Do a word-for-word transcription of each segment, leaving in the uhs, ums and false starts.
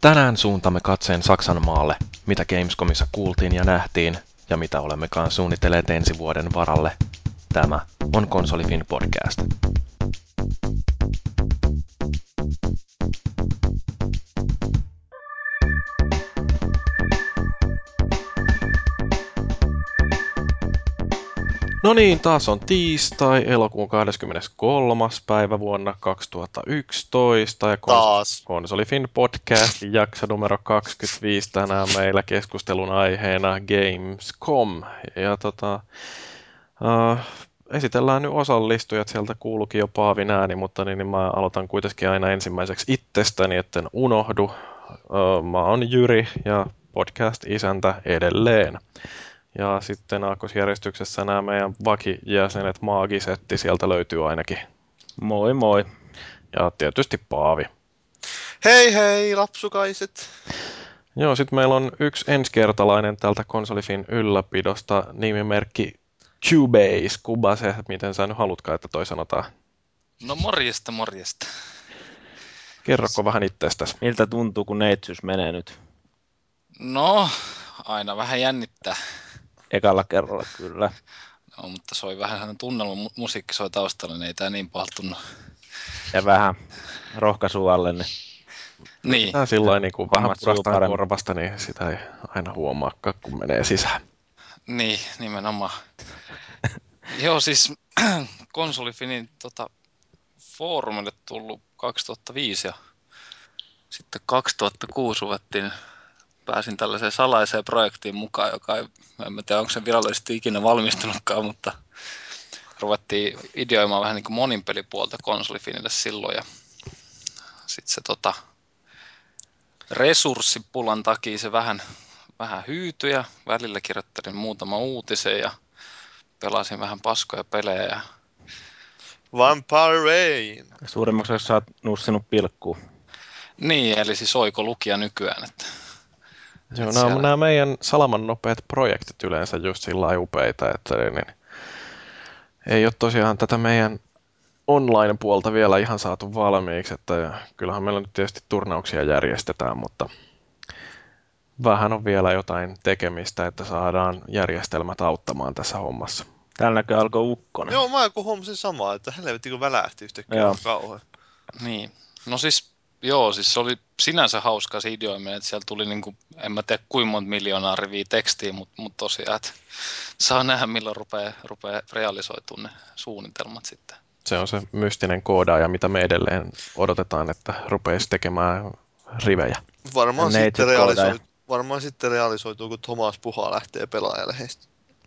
Tänään suuntamme katseen Saksan maalle, mitä Gamescomissa kuultiin ja nähtiin, ja mitä olemmekaan suunnitelleet ensi vuoden varalle. Tämä on Konsolifin podcast. No niin, taas on tiistai, elokuun kahdeskymmeneskolmas päivä vuonna kaksituhattayksitoista ja Taas. Konsolifin podcast jakso numero kaksikymmentäviisi tänään meillä keskustelun aiheena Gamescom. Ja tota, uh, esitellään nyt osallistujat, sieltä kuuluukin jo Paavin ääni, mutta niin, niin mä aloitan kuitenkin aina ensimmäiseksi itsestäni, etten unohdu. Uh, mä oon Jyri ja podcast-isäntä edelleen. Ja sitten aakkosjärjestyksessä nämä meidän vakijäsenet, Maagisetti, sieltä löytyy ainakin. Moi moi. Ja tietysti Paavi. Hei hei, lapsukaiset. Joo, sitten meillä on yksi ensikertalainen tältä Konsolifin ylläpidosta, nimimerkki Cubase. Kubase, miten sä nyt halutkaan, että toi sanotaan? No morjesta, morjesta. Kerroko vähän itsestäsi? Miltä tuntuu, kun neitsyys menee nyt? No, aina vähän jännittää. Ekalla kerralla kyllä. No, mutta soi vähän sellainen tunnelma, musiikki soi taustalla, niin ei tää niin pahalta tunnu. Ja vähän rohkaisua alle. Niin. Niin. Tää sillain niin kuin vähän Hommat sujuu purastaa paremmin. korvasta, niin sitä ei aina huomaakaan, kun menee sisään. Niin, nimenomaan. Joo, siis Konsolifinin tota, foorumille tullut kaksituhattaviisi ja sitten kaksituhattakuusi ruvettiin, pääsin tällaiseen salaiseen projektiin mukaan, joka ei, en tiedä onko se virallisesti ikinä valmistunutkaan, mutta ruvettiin ideoimaan vähän niin kuin moninpelipuolta Konsolifinille silloin ja sitten se tota, resurssipulan takia se vähän, vähän hyytyi ja välillä kirjoittelin muutama uutisen ja pelasin vähän paskoja pelejä. Ja... Vampire Rain. Suurimmaksi osaksi sä oot nussinut pilkkuun. Niin, eli siis oiko lukija nykyään, että... Joo, että nämä, siellä... nämä meidän salaman nopeat projektit yleensä just sillä lailla upeita, että niin, ei ole tosiaan tätä meidän online-puolta vielä ihan saatu valmiiksi, että kyllähän meillä nyt tietysti turnauksia järjestetään, mutta vähän on vielä jotain tekemistä, että saadaan järjestelmät auttamaan tässä hommassa. Tällä näkyy alkoi ukkonen. Joo, mä kun huomasin samaa, että helvetti kun välähti yhtäkkiä Joo. kauhean. Niin, no siis, joo, siis se oli sinänsä hauska se ideoiminen, että siellä tuli niinku, en mä tiedä kuinka monta miljoonaa riviä tekstiä, mutta mut tosiaan, että saa nähdä milloin rupeaa, rupeaa realisoitumaan ne suunnitelmat sitten. Se on se mystinen koodaaja, mitä me edelleen odotetaan, että rupeaisi tekemään rivejä. Varmaan Neitsyt sitten, koodaaja. realisoituu, varmaan sitten realisoituu, kun Thomas Puha lähtee pelaajalle heistä.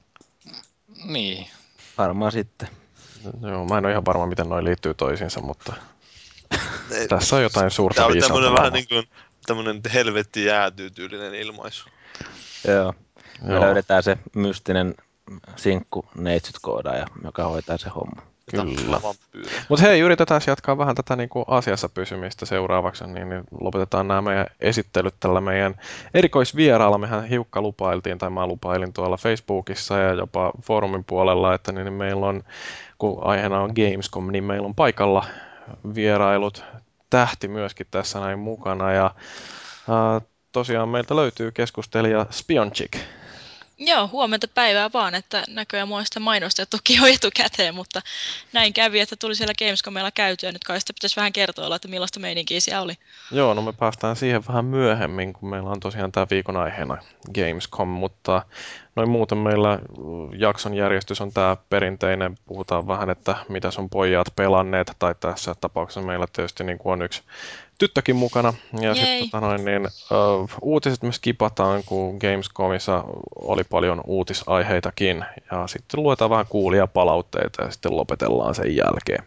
Niin, Varmaan sitten. Joo, mä en ole ihan varma, miten noi liittyy toisiinsa, mutta Ei, tässä on jotain suurta Tää oli viisautta. tämmönen vähän varmaan. niin kuin tämmönen helvetti jäätyy tyylinen ilmaisu. Joo. Me Joo, löydetään se mystinen sinkku neitsyt koodaaja, joka hoitaa se homma. kyllä. Vampyyriä. Mutta hei, yritetään jatkaa vähän tätä niinku asiassa pysymistä seuraavaksi, niin, niin lopetetaan nämä meidän esittelyt tällä meidän erikoisvieraalla. Mehän hiukka lupailtiin, tai mä lupailin tuolla Facebookissa ja jopa foorumin puolella, että niin, niin meillä on, kun aiheena on Gamescom, niin meillä on paikalla vierailut tähti myöskin tässä näin mukana. Ja ää, tosiaan meiltä löytyy keskustelija Spionchik. Joo, huomenta päivää vaan, että näköjään mua on sitä mainostettukin jo etukäteen, mutta näin kävi, että tuli siellä Gamescomilla käytyä. Nyt kai sitä pitäisi vähän kertoa, että millaista meininkiä siellä oli. Joo, no me päästään siihen vähän myöhemmin, kun meillä on tosiaan tämä viikon aiheena Gamescom, mutta noin muuten meillä jakson järjestys on tämä perinteinen. Puhutaan vähän, että mitä sun pojat pelanneet, tai tässä tapauksessa meillä tietysti niin kuin on yksi tyttökin mukana. Ja sitten Jei. tota noin, niin, uh, uutiset me skipataan, kun Gamescomissa oli paljon uutisaiheitakin. Ja sitten luetaan vähän kuulijapalautteita ja sitten lopetellaan sen jälkeen.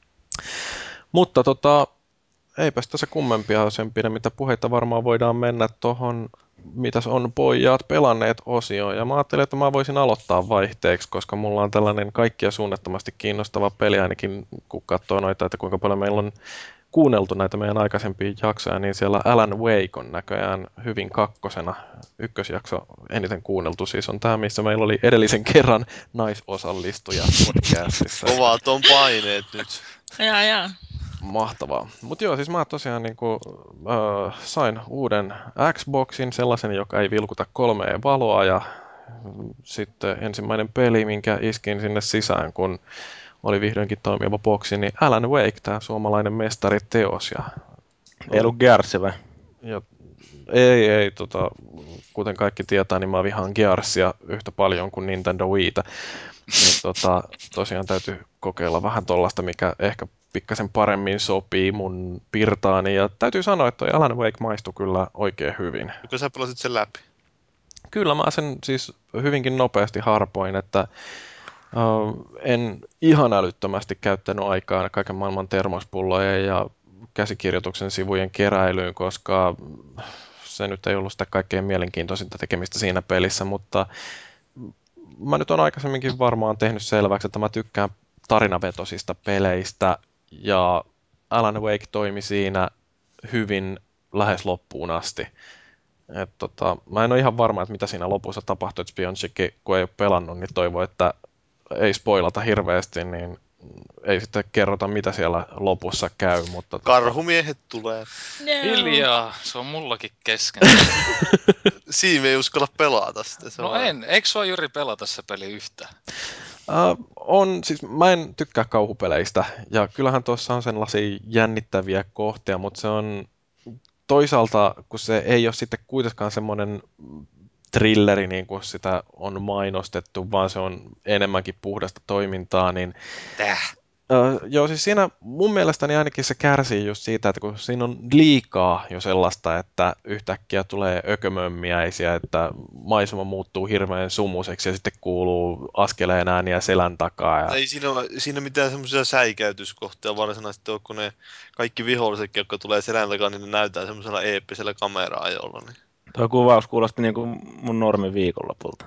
Mutta tota, eipäs tässä kummempia sen pidemmittä puheita varmaan voidaan mennä tuohon, mitäs on pojat pelanneet osioon. Ja mä ajattelin, että mä voisin aloittaa vaihteeksi, koska mulla on tällainen kaikkia suunnattomasti kiinnostava peli, ainakin kun katsoo noita, että kuinka paljon meillä on kuunneltu näitä meidän aikaisempia jaksoja, niin siellä Alan Wake on näköjään hyvin kakkosena. Ykkösjakso eniten kuunneltu siis on tämä, missä meillä oli edellisen kerran naisosallistuja podcastissa. Kovat on paineet nyt. Jaa, jaa. Mahtavaa. Mutta joo, siis mä tosiaan niinku, äh, sain uuden Xboxin, sellaisen, joka ei vilkuta kolmea valoa, ja sitten ensimmäinen peli, minkä iskin sinne sisään, kun oli vihdoinkin toimiva boksi, niin Alan Wake, tämä suomalainen mestariteos. Ja, Ei ollut Gearsi vai? ja, ei, ei, tota, kuten kaikki tietää, niin mä vihaan Gearsia yhtä paljon kuin Nintendo Wiitä. Niin, tota, tosiaan täytyy kokeilla vähän tollasta, mikä ehkä pikkasen paremmin sopii mun pirtaani. Ja täytyy sanoa, että toi Alan Wake maistui kyllä oikein hyvin. Kun sä pelasit sen läpi. Kyllä mä sen siis hyvinkin nopeasti harpoin, että uh, en ihan älyttömästi käyttänyt aikaa kaiken maailman termospullojen ja käsikirjoituksen sivujen keräilyyn, koska se nyt ei ollut sitä kaikkein mielenkiintoisinta tekemistä siinä pelissä, mutta mä nyt on aikaisemminkin varmaan tehnyt selväksi, että mä tykkään tarinavetoisista peleistä, ja Alan Wake toimi siinä hyvin lähes loppuun asti. Et tota, mä en ole ihan varma, että mitä siinä lopussa tapahtui, että Spionchikki, kun ei ole pelannut, niin toivoo, että ei spoilata hirveästi, niin ei sitten kerrota, mitä siellä lopussa käy. Mutta tota... Karhumiehet tulee. No. Hiljaa, se on mullakin kesken. Siinä ei uskalla pelata sitä. Se No on... en, eikö sua Jyri pelata se peli yhtään? Uh, on, siis mä en tykkää kauhupeleistä, ja kyllähän tuossa on sellaisia jännittäviä kohtia, mutta se on toisaalta, kun se ei ole sitten kuitenkaan semmoinen thrilleri, niin kuin sitä on mainostettu, vaan se on enemmänkin puhdasta toimintaa, niin Täh. Uh, joo, siis siinä mun mielestäni ainakin se kärsii just siitä, että kun siinä on liikaa jo sellaista, että yhtäkkiä tulee ökömömmiäisiä, että maisema muuttuu hirveän sumuiseksi ja sitten kuuluu askeleen ääniä selän takaa. Ja... Ei siinä ole siinä mitään semmoisia säikäytyskohtia varsinaisesti ole, kun ne kaikki viholliset, jotka tulee selän takaa, niin ne näyttää semmoisella eeppisellä kamera-ajolla. Niin. Tuo kuvaus kuulosti niin kuin mun normi viikonlopulta.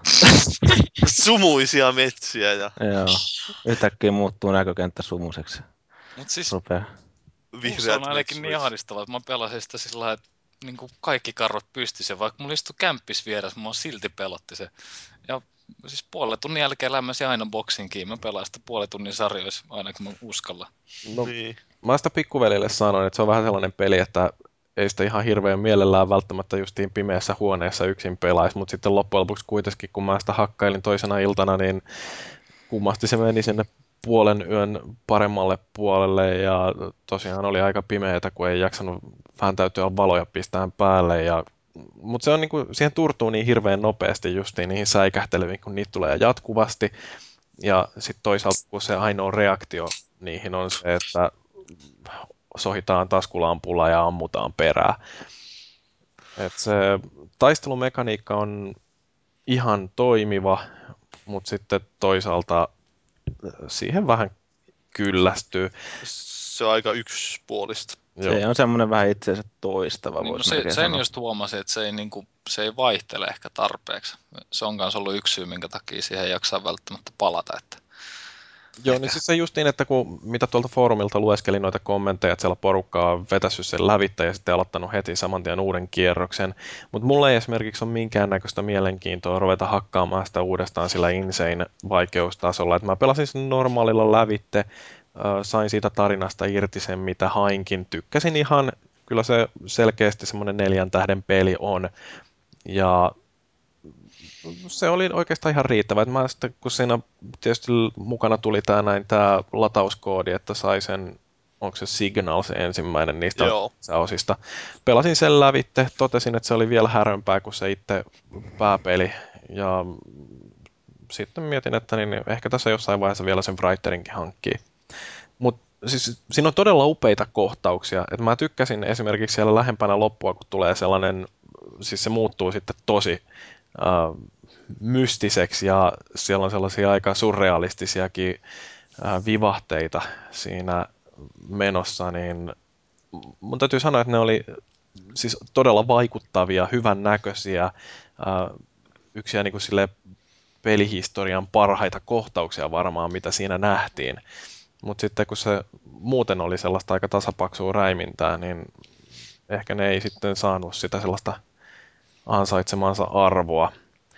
Sumuisia metsiä ja Joo. Yhtäkkiä muuttuu näkökenttä sumuiseksi. Mut siis Rupea. musta vihreät on ainakin niin metsurit. ahdistavaa, että mä pelasin sitä sillä lailla, että niin kuin kaikki karvat pystyssä, vaikka mulla istui kämppis vieressä, mua silti pelotti se. Ja siis puolen tunnin jälkeen lämmäsin aina boksinkin. Mä pelaan sitä puolen tunnin sarjoissa aina, kun mä uskalla. No, Niin. mä sitä pikkuvelille sanoin, että se on vähän sellainen peli, että ei sitä ihan hirveän mielellään välttämättä justiin pimeässä huoneessa yksin pelaisi, mutta sitten loppujen lopuksi kuitenkin, kun mä sitä hakkailin toisena iltana, niin kummasti se meni sinne puolen yön paremmalle puolelle, ja tosiaan oli aika pimeätä, kun ei jaksanut vähän täytyä valoja pistää päälle, ja mutta se on niinku, siihen turtuu niin hirveän nopeasti justiin niihin säikähtelyihin, kun niitä tulee jatkuvasti, ja sitten toisaalta kun se ainoa reaktio niihin on se, että sohitaan taskulampulla ja ammutaan perää. Et se taistelumekaniikka on ihan toimiva, mutta sitten toisaalta siihen vähän kyllästyy. Se on aika yksipuolista. Joo. Se on semmoinen vähän itseensä toistava, Niin, no voisi se, melkein sen sanoa. just huomasin, että se ei, niin kuin, se ei vaihtele ehkä tarpeeksi. Se on myös ollut yksi syy, minkä takia siihen ei jaksaa välttämättä palata. Että Joo, niin siis se just niin, että kun mitä tuolta foorumilta lueskelin noita kommentteja, että siellä porukka on vetässyt sen lävittä ja sitten aloittanut heti saman tien uuden kierroksen. Mutta mulla ei esimerkiksi ole minkäännäköistä mielenkiintoa ruveta hakkaamaan sitä uudestaan sillä insane vaikeustasolla. Että mä pelasin sen normaalilla lävitte, äh, sain siitä tarinasta irti sen mitä hainkin. Tykkäsin ihan, kyllä se selkeästi semmoinen neljän tähden peli on. Ja se oli oikeastaan ihan riittävä. Että mä sitten, kun siinä tietysti mukana tuli tämä näin tämä latauskoodi, että sai sen, onko se Signal se ensimmäinen niistä Joo. osista. Pelasin sen lävitte, totesin, että se oli vielä härömpää kuin se itse pääpeli. Ja sitten mietin, että niin ehkä tässä jossain vaiheessa vielä sen Writerinkin hankkii. Mutta siis siinä on todella upeita kohtauksia. Et mä tykkäsin esimerkiksi siellä lähempänä loppua, kun tulee sellainen, siis se muuttuu sitten tosi Uh, mystiseksi ja siellä on sellaisia aika surrealistisiakin uh, vivahteita siinä menossa, niin mun täytyy sanoa, että ne oli siis todella vaikuttavia, hyvän näköisiä, uh, yksiä niin kuin sille pelihistorian parhaita kohtauksia varmaan, mitä siinä nähtiin. Mutta sitten kun se muuten oli sellaista aika tasapaksua räimintää, niin ehkä ne ei sitten saanut sitä sellaista ansaitsemansa arvoa.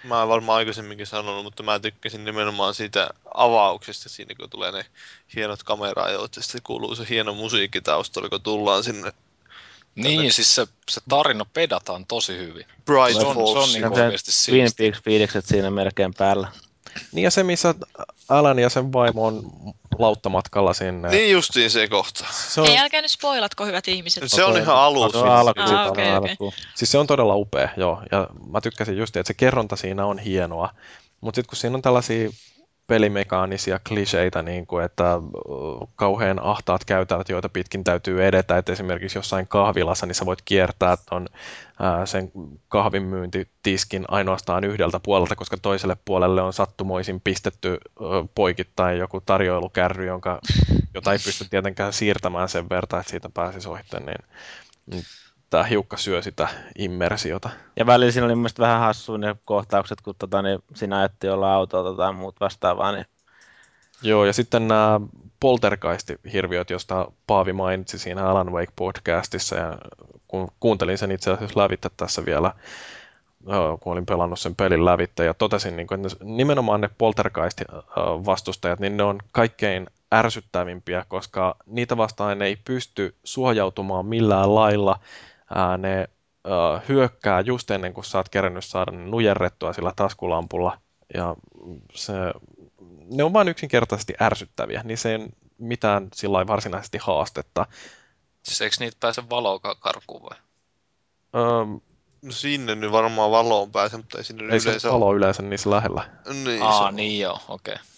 Mä oon varmaan aikaisemminkin sanonut, mutta mä tykkäsin nimenomaan siitä avauksesta siinä, kun tulee ne hienot kamera-ajot ja sitten kuuluu se hieno musiikki taustalla, kun tullaan sinne. Niin, siis se, se tarina pedataan tosi hyvin. Bright Se on, se on Falls. niin Se oikeasti Twin siistiä. Peaks-fiilikset siinä melkein päällä. Niin ja se, missä Alan ja sen vaimo on lauttamatkalla sinne. Niin justiin se kohta. Se on, Hei, älkää nyt spoilatko, hyvät ihmiset. Se on ihan alussa. Se on alku. Ah, Se on okei, okei. alku. siis se on todella upea, joo. Ja mä tykkäsin just, että se kerronta siinä on hienoa. Mutta sitten kun siinä on tällaisia pelimekaanisia kliseitä, niin kuin, että äh, kauhean ahtaat käytävät, joita pitkin täytyy edetä, että esimerkiksi jossain kahvilassa, niin sä voit kiertää ton, äh, sen kahvinmyyntitiskin ainoastaan yhdeltä puolelta, koska toiselle puolelle on sattumoisin pistetty äh, poikittain joku tarjoilukärry, jonka, jota ei pysty tietenkään siirtämään sen verran, että siitä pääsisi ohitte, niin, niin tämä hiukka syö sitä immersiota. Ja välillä siinä oli mun mielestä vähän hassuja ne kohtaukset, kun tota, niin siinä ajettiin olla autoa tai muut vastaavaa. Niin... Joo, ja sitten nämä poltergeist-hirviöt, josta Paavi mainitsi siinä Alan Wake-podcastissa, ja kun kuuntelin sen itse asiassa lävittä tässä vielä, kun olin pelannut sen pelin lävittä, ja totesin, että nimenomaan ne poltergeist-vastustajat, niin ne on kaikkein ärsyttävimpiä, koska niitä vastaan ei pysty suojautumaan millään lailla. Ne hyökkää just ennen kuin sä oot kerännyt saada ne nujerrettua sillä taskulampulla, ja se, ne on vain yksinkertaisesti ärsyttäviä, niin se ei ole mitään sillä varsinaisesti haastetta. Siis eikö niitä pääse valoa karkuun vai? Öö, No sinne nyt varmaan valoon pääse, mutta ei sinne ei se yleensä valo yleensä niissä lähellä. Niin, Aa, se niin joo, okei. Okay.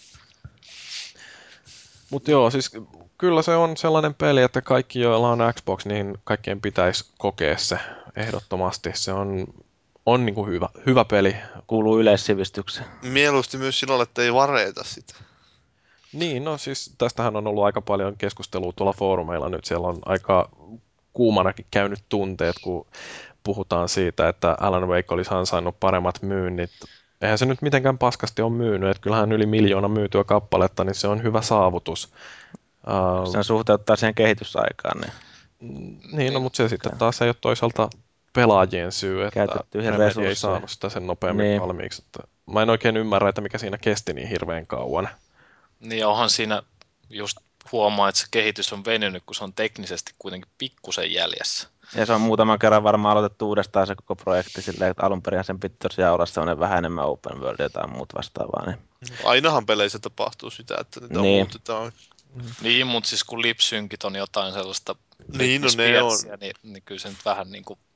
Mutta joo, siis kyllä se on sellainen peli, että kaikki, joilla on Xbox, niin kaikkien pitäisi kokea se ehdottomasti. Se on, on niin kuin hyvä, hyvä peli. Kuuluu yleissivistykseen. Mieluusti myös sillä että ei vareeta sitä. Niin, no siis tästähän on ollut aika paljon keskustelua tuolla foorumeilla nyt. Siellä on aika kuumanakin käynyt tunteet, kun puhutaan siitä, että Alan Wake olisi ansainnut paremmat myynnit. Eihän se nyt mitenkään paskasti ole myynyt, että kyllähän yli miljoona myytyä kappaletta, niin se on hyvä saavutus. Uh, Sen suhteuttaa siihen kehitysaikaan. Niin niin, no, mutta se sitten taas ei ole toisaalta pelaajien syy, että Käytettyihin Remedy ei resursseihin. saanut sitä sen nopeammin Niin. valmiiksi. Että mä en oikein ymmärrä, että mikä siinä kesti niin hirveän kauan. Niin onhan siinä just huomaa, että se kehitys on venynyt, kun se on teknisesti kuitenkin pikkusen jäljessä. Ja se on muutaman kerran varmaan aloitettu uudestaan se koko projekti silleen, että alun perin sen piti tosiaan olla sellainen vähän enemmän open world ja tai muut vastaavaa. Niin. Ainahan peleissä tapahtuu sitä, että niitä Niin. muutetaan. Niin, mutta siis kun lipsynkit on jotain sellaista Niin, no ne on. niin, niin kyllä se nyt vähän niin kuin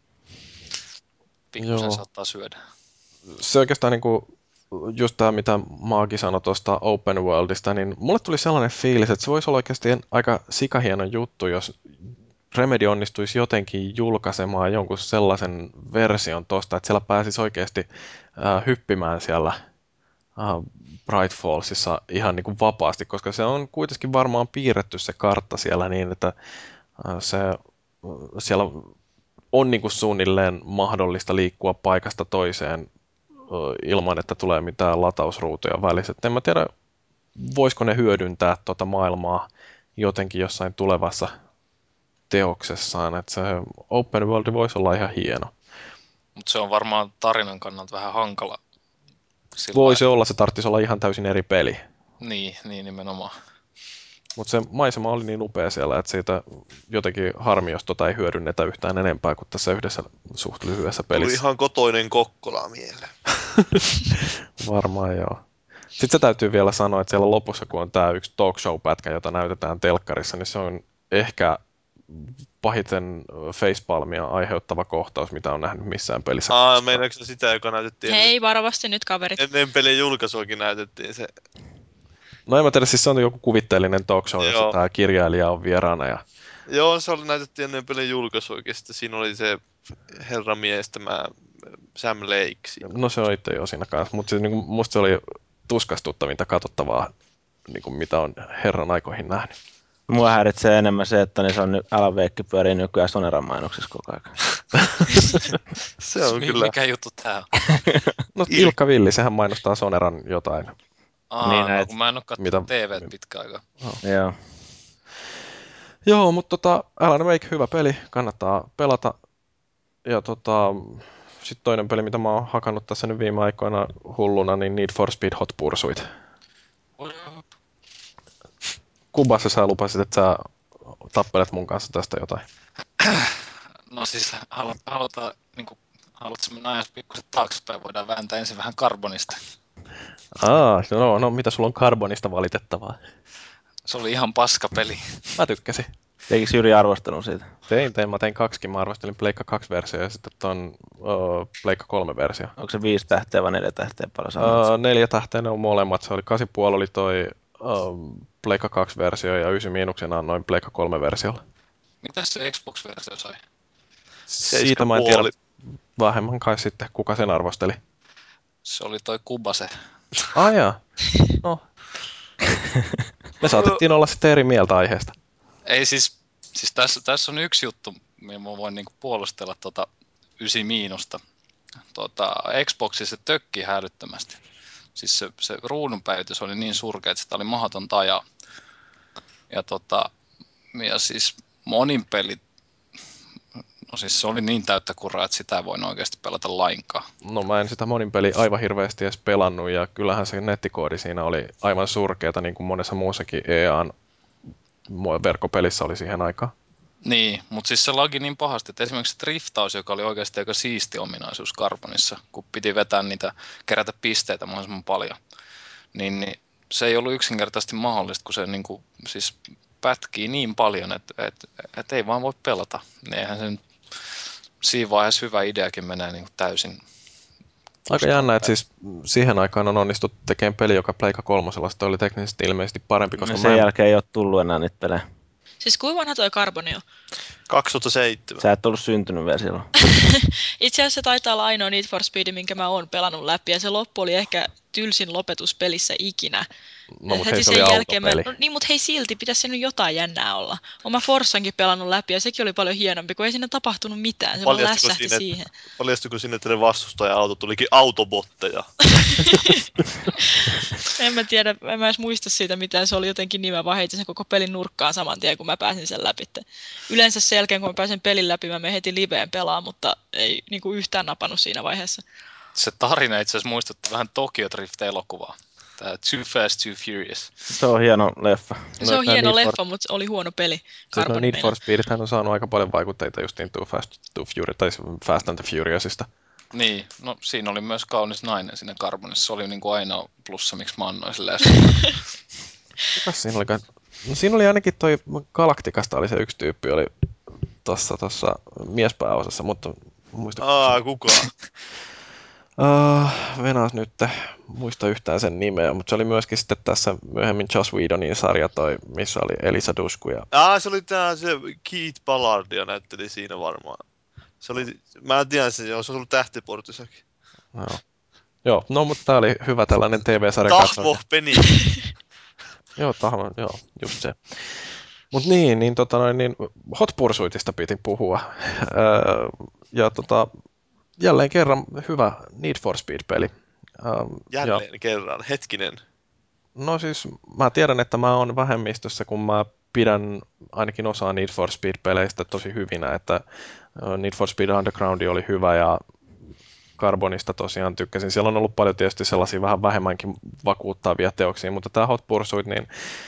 pikkusen Joo. saattaa syödä. Se oikeastaan niin kuin, just tämä, mitä Maagi sanoi tuosta Open Worldista, niin mulle tuli sellainen fiilis, että se voisi olla oikeasti aika sikahieno juttu, jos Remedy onnistuisi jotenkin julkaisemaan jonkun sellaisen version tosta, että siellä pääsisi oikeasti äh, hyppimään siellä äh, Bright Fallsissa ihan niin kuin vapaasti, koska se on kuitenkin varmaan piirretty se kartta siellä niin, että äh, se, äh, siellä on niin kuin suunnilleen mahdollista liikkua paikasta toiseen äh, ilman, että tulee mitään latausruutuja välissä. Et en mä tiedä, voisiko ne hyödyntää tuota maailmaa jotenkin jossain tulevassa teoksessaan, että se open world voisi olla ihan hieno. Mutta se on varmaan tarinan kannalta vähän hankala. Sillä Voi lailla. se olla, se tarvitsisi olla ihan täysin eri peli. Niin, niin nimenomaan. Mutta se maisema oli niin upea siellä, että siitä jotenkin harmi, jos tota ei hyödynnetä yhtään enempää kuin tässä yhdessä suht lyhyessä Tuli pelissä. ihan kotoinen Kokkola mieleen. Varmaan joo. Sitten se täytyy vielä sanoa, että siellä lopussa, kun on tämä yksi talk show-pätkä, jota näytetään telkkarissa, niin se on ehkä pahiten facepalmia aiheuttava kohtaus, mitä on nähnyt missään pelissä. Aa, meinaatko se sitä, joka näytettiin Hei, varovasti nyt kaverit. ennen pelin julkaisuakin näytettiin se. No en mä tiedä, siis se on joku kuvitteellinen talk show, jossa Joo. tämä kirjailija on vieraana. Ja... Joo, se oli näytettiin ennen pelin julkaisuakin. Sitten siinä oli se herramies, tämä Sam Lake. siinä. No se on itse jo siinä kanssa, mutta siis, niin kuin, musta se oli tuskastuttavinta katsottavaa, niin kuin mitä on herran aikoihin nähnyt. Mua häiritsee enemmän se, että niin se on nyt Alan Wake pyörii nykyään Soneran mainoksissa koko ajan. Se on Mi- kyllä. Mikä juttu tää on? No Ilkka Villi, sehän mainostaa Soneran jotain. Aa, Niin no, näet. kun mä en oo katsonut Mitä- T V:t pitkään aikaa. Joo. Joo, mutta tota, Alan Wake, hyvä peli, kannattaa pelata. Ja tota, sitten toinen peli, mitä mä oon hakannut tässä nyt viime aikoina hulluna, niin Need for Speed Hot Pursuit. Kubassa sä lupasit, että sä tappelet mun kanssa tästä jotain. No siis haluat, halutaan, niin kuin, haluatko mennä ajassa pikkusen taaksepäin, voidaan vääntää ensin vähän karbonista. Aa, no, no mitä sulla on karbonista valitettavaa? Se oli ihan paska peli. Mä tykkäsin. Teikö Jyri arvostelun siitä? Tein, tein, mä tein kaksikin. Mä arvostelin Pleikka kaksi versio ja sitten ton uh, Pleikka kolme versio. Onko se viisi tähteä vai neljä tähteä paljon Uh, sanoo? neljä tähteä ne on molemmat. Se oli kahdeksan pilkku viisi oli toi uh, Pleikka kaksi versio ja yhdeksän miinuksena on noin Pleikka kolme versiolla. Mitäs se Xbox-versio sai? Siitä mä en tiedä vähemmän kai sitten, kuka sen arvosteli. Se oli toi Kubase. Ah jaa. No. Me saatettiin olla sitten eri mieltä aiheesta. Ei siis, siis tässä, tässä on yksi juttu, millä mä voin niinku puolustella tota yhdeksän miinusta. Tota, Xboxissa se tökki hälyttömästi. Siis se, se ruudunpäivitys oli niin surkea, että sitä oli mahdotonta ajaa. Ja, tota, ja siis monin pelit, no siis se oli niin täyttä kuraa, että sitä ei voinut oikeasti pelata lainkaan. No mä en sitä monin peli aivan hirveästi edes pelannut ja kyllähän se nettikoodi siinä oli aivan surkeata niin kuin monessa muussakin E A:n verkkopelissä oli siihen aikaan. Niin, mutta siis se lagi niin pahasti, että esimerkiksi driftaus, joka oli oikeasti aika siisti ominaisuus Carbonissa, kun piti vetää niitä, kerätä pisteitä mahdollisimman paljon, niin, niin se ei ollut yksinkertaisesti mahdollista, kun se niin kuin, siis pätkii niin paljon, että, että, että ei vaan voi pelata. Niin eihän sen siinä vaiheessa hyvä ideakin menee niin kuin täysin. Aika jännä, että siis siihen aikaan on onnistuttu tekemään peli, joka Pleikka kolmosella sitten oli teknisesti ilmeisesti parempi, koska sen mä en... jälkeen ei ole tullut enää niitä pelejä. Siis kuinka vanha toi Carboni on? kaksituhattaseitsemän. Sä et ollut syntynyt vielä silloin. Itse asiassa se taitaa olla ainoa Need for Speed, minkä mä oon pelannut läpi, ja se loppu oli ehkä tylsin lopetus pelissä ikinä. No, mutta Heti hei, se sen oli jälkeen mä, autopeli. no, niin, mutta hei silti, pitäisi se nyt jotain jännää olla. Oon mä Forssankin pelannut läpi, ja sekin oli paljon hienompi, kun ei siinä tapahtunut mitään. Se vaan Paljastuiko lässähti siinä, siihen. paljastuiko sinne, että ne vastustaja-auto tulikin autobotteja? En mä tiedä, en mä edes muista siitä mitään, se oli jotenkin niin, mä vaan heitin sen koko pelin nurkkaan saman tien, kun mä pääsin sen läpi. Yleensä sen jälkeen, kun mä pääsen pelin läpi, mä menen heti liveen pelaamaan, mutta ei niin kuin yhtään napannut siinä vaiheessa. Se tarina itse asiassa muistutti vähän Tokyo Drift-elokuvaa. Tää Too Fast, Too Furious. Se on hieno leffa. No, se on hieno leffa, for... mutta oli huono peli. Siis no Need for Speedithän on saanut aika paljon vaikutteita justiin Too Fast, Too Furious, tai Fast and the Furiousista. Niin, no siinä oli myös kaunis nainen siinä Carbonissa. Se oli niin kuin ainoa plussa, miksi mä annoin silleen. Kukas siinä oli? No siinä oli ainakin toi Galacticasta oli se yksi tyyppi, oli tossa, tossa miespääosassa, mutta muista... Aa, kukaan? Uh, Venas nyt, muista yhtään sen nimeä, mutta se oli myöskin sitten tässä myöhemmin Joss Whedonin sarja toi, missä oli Elisa Dushku ja... Aa, se oli tää se Keith Ballardia näytteli siinä varmaan. Se oli, mä en tiedä, se, se on ollut tähtiportissakin. Joo. Joo, no mutta tää oli hyvä tällainen T V-sarja. Tahvo, Penny. Joo, tahvo, joo, just se. Mut niin, niin, tota noin, niin Hot Pursuitista piti puhua. Öö, ja tota, jälleen kerran hyvä Need for Speed-peli. Öö, Jälleen ja, kerran, hetkinen. No siis mä tiedän, että mä oon vähemmistössä, kun mä pidän ainakin osaa Need for Speed-peleistä tosi hyvinä, että Need for Speed Underground oli hyvä ja Carbonista tosiaan tykkäsin. Siellä on ollut paljon tietysti sellaisia vähän vähemmänkin vakuuttavia teoksia, mutta tämä Hot Pursuit, niin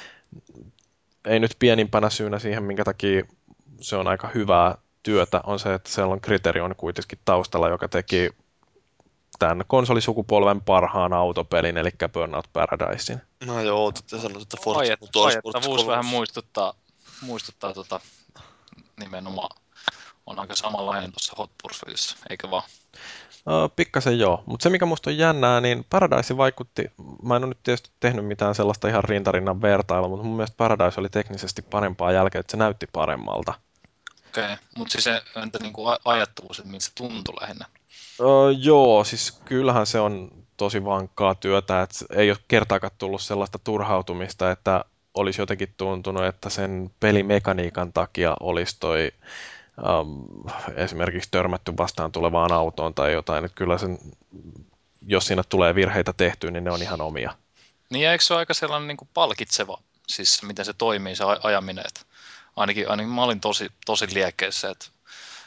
ei nyt pienimpänä syynä siihen, minkä takia se on aika hyvää työtä, on se, että siellä on Criterion kuitenkin taustalla, joka teki tämän konsolisukupolven parhaan autopelin, eli Burnout Paradisein. No joo, te sanoit, että Forza Ajettavuus vähän muistuttaa, muistuttaa tota, nimenomaan, on aika samanlainen tuossa Hot Pursuitissa, eikö vaan? Uh, pikkasen joo, mutta se mikä musta on jännää, niin Paradise vaikutti, mä en ole nyt tietysti tehnyt mitään sellaista ihan rintarinnan vertailua, mutta mun mielestä Paradise oli teknisesti parempaa jälkeen, että se näytti paremmalta. Okei, okay. Mutta siis se, entä niinku ajattavuus, että miltä se tuntui lähinnä? Uh, joo, siis kyllähän se on tosi vankkaa työtä, että ei ole kertaakaan tullut sellaista turhautumista, että olisi jotenkin tuntunut, että sen pelimekaniikan takia olisi toi um, esimerkiksi törmätty vastaan tulevaan autoon tai jotain, että kyllä sen, jos siinä tulee virheitä tehtyä, niin ne on ihan omia. Niin ja eikö se ole aika sellainen niin kuin palkitseva, siis miten se toimii se ajaminen, että ainakin, ainakin mä olin tosi, tosi liekeissä, että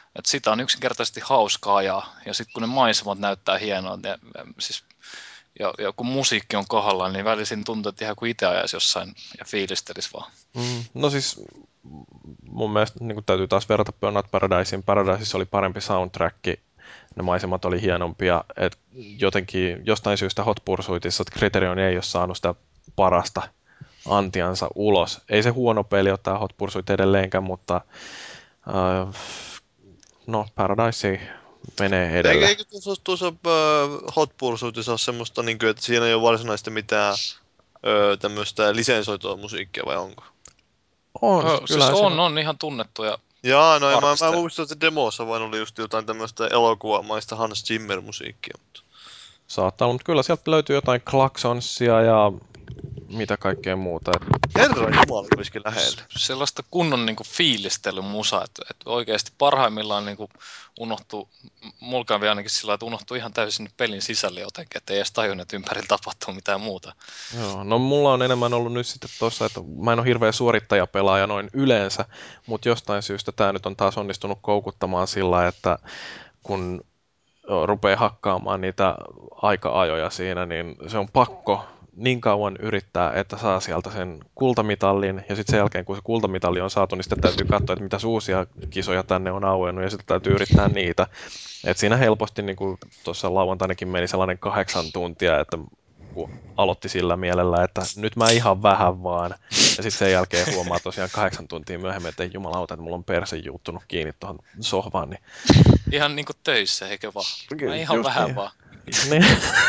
Et sitä on yksinkertaisesti hauskaa ajaa. Ja sitten kun ne maisemat näyttää hienoa, ja, siis, ja, ja kun musiikki on kohdallaan, niin välisin tuntuu, että ihan kuin itse ajaisi jossain ja fiilistelisi vaan. Mm, no siis mun mielestä niin täytyy taas verrata Burnout Paradiseen. Paradiseissa oli parempi soundtrack, ne maisemat oli hienompia. Et jotenkin jostain syystä Hot Pursuitissa Criterion ei ole saanut sitä parasta antiansa ulos. Ei se huono peli ottaa Hot Pursuit edelleenkään, mutta äh, no Paradise menee edelle. Eikö tuossa, tuossa uh, Hot Pursuitissa ole semmoista, niin kuin, että siinä ei ole varsinaisesti mitään uh, tämmöistä lisensoitua musiikkia vai onko? On, No, kyllä siis on, on. on ihan tunnettuja. Jaa, no mä, mä muistan, että demossa vain oli just jotain tämmöistä elokuvamaista Hans Zimmer-musiikkia. Mutta... Saattaa olla, mutta kyllä sieltä löytyy jotain Klaxonsia ja mitä kaikkea muuta. Herran jumala, olisikin lähellä. Sellaista kunnon niinku fiilistelymusa, että, että oikeasti parhaimmillaan niinku unohtuu, mulla kävi ainakin sillä, että unohtuu ihan täysin sinne pelin sisälle jotenkin, että ei edes tajunnut, että ympärillä tapahtuu mitään muuta. Joo, no mulla on enemmän ollut nyt sitten tossa, että mä en ole hirveä suorittajapelaaja noin yleensä, mutta jostain syystä tää nyt on taas onnistunut koukuttamaan sillä, että kun rupeaa hakkaamaan niitä aika-ajoja siinä, niin se on pakko niin kauan yrittää, että saa sieltä sen kultamitallin, ja sitten sen jälkeen, kun se kultamitalli on saatu, niin sitten täytyy katsoa, että mitä uusia kisoja tänne on auennut, ja sitten täytyy yrittää niitä. Et siinä helposti, niin kuin tuossa lauantainakin meni sellainen kahdeksan tuntia, että kun aloitti sillä mielellä, että nyt mä ihan vähän vaan, ja sitten sen jälkeen huomaa tosiaan kahdeksan tuntia myöhemmin, että ei jumalauta, että mulla on perse juuttunut kiinni tuohon sohvaan. Niin... Ihan niin kuin töissä, eikö vaan? Mä ihan Just vähän niin. vaan. Niin.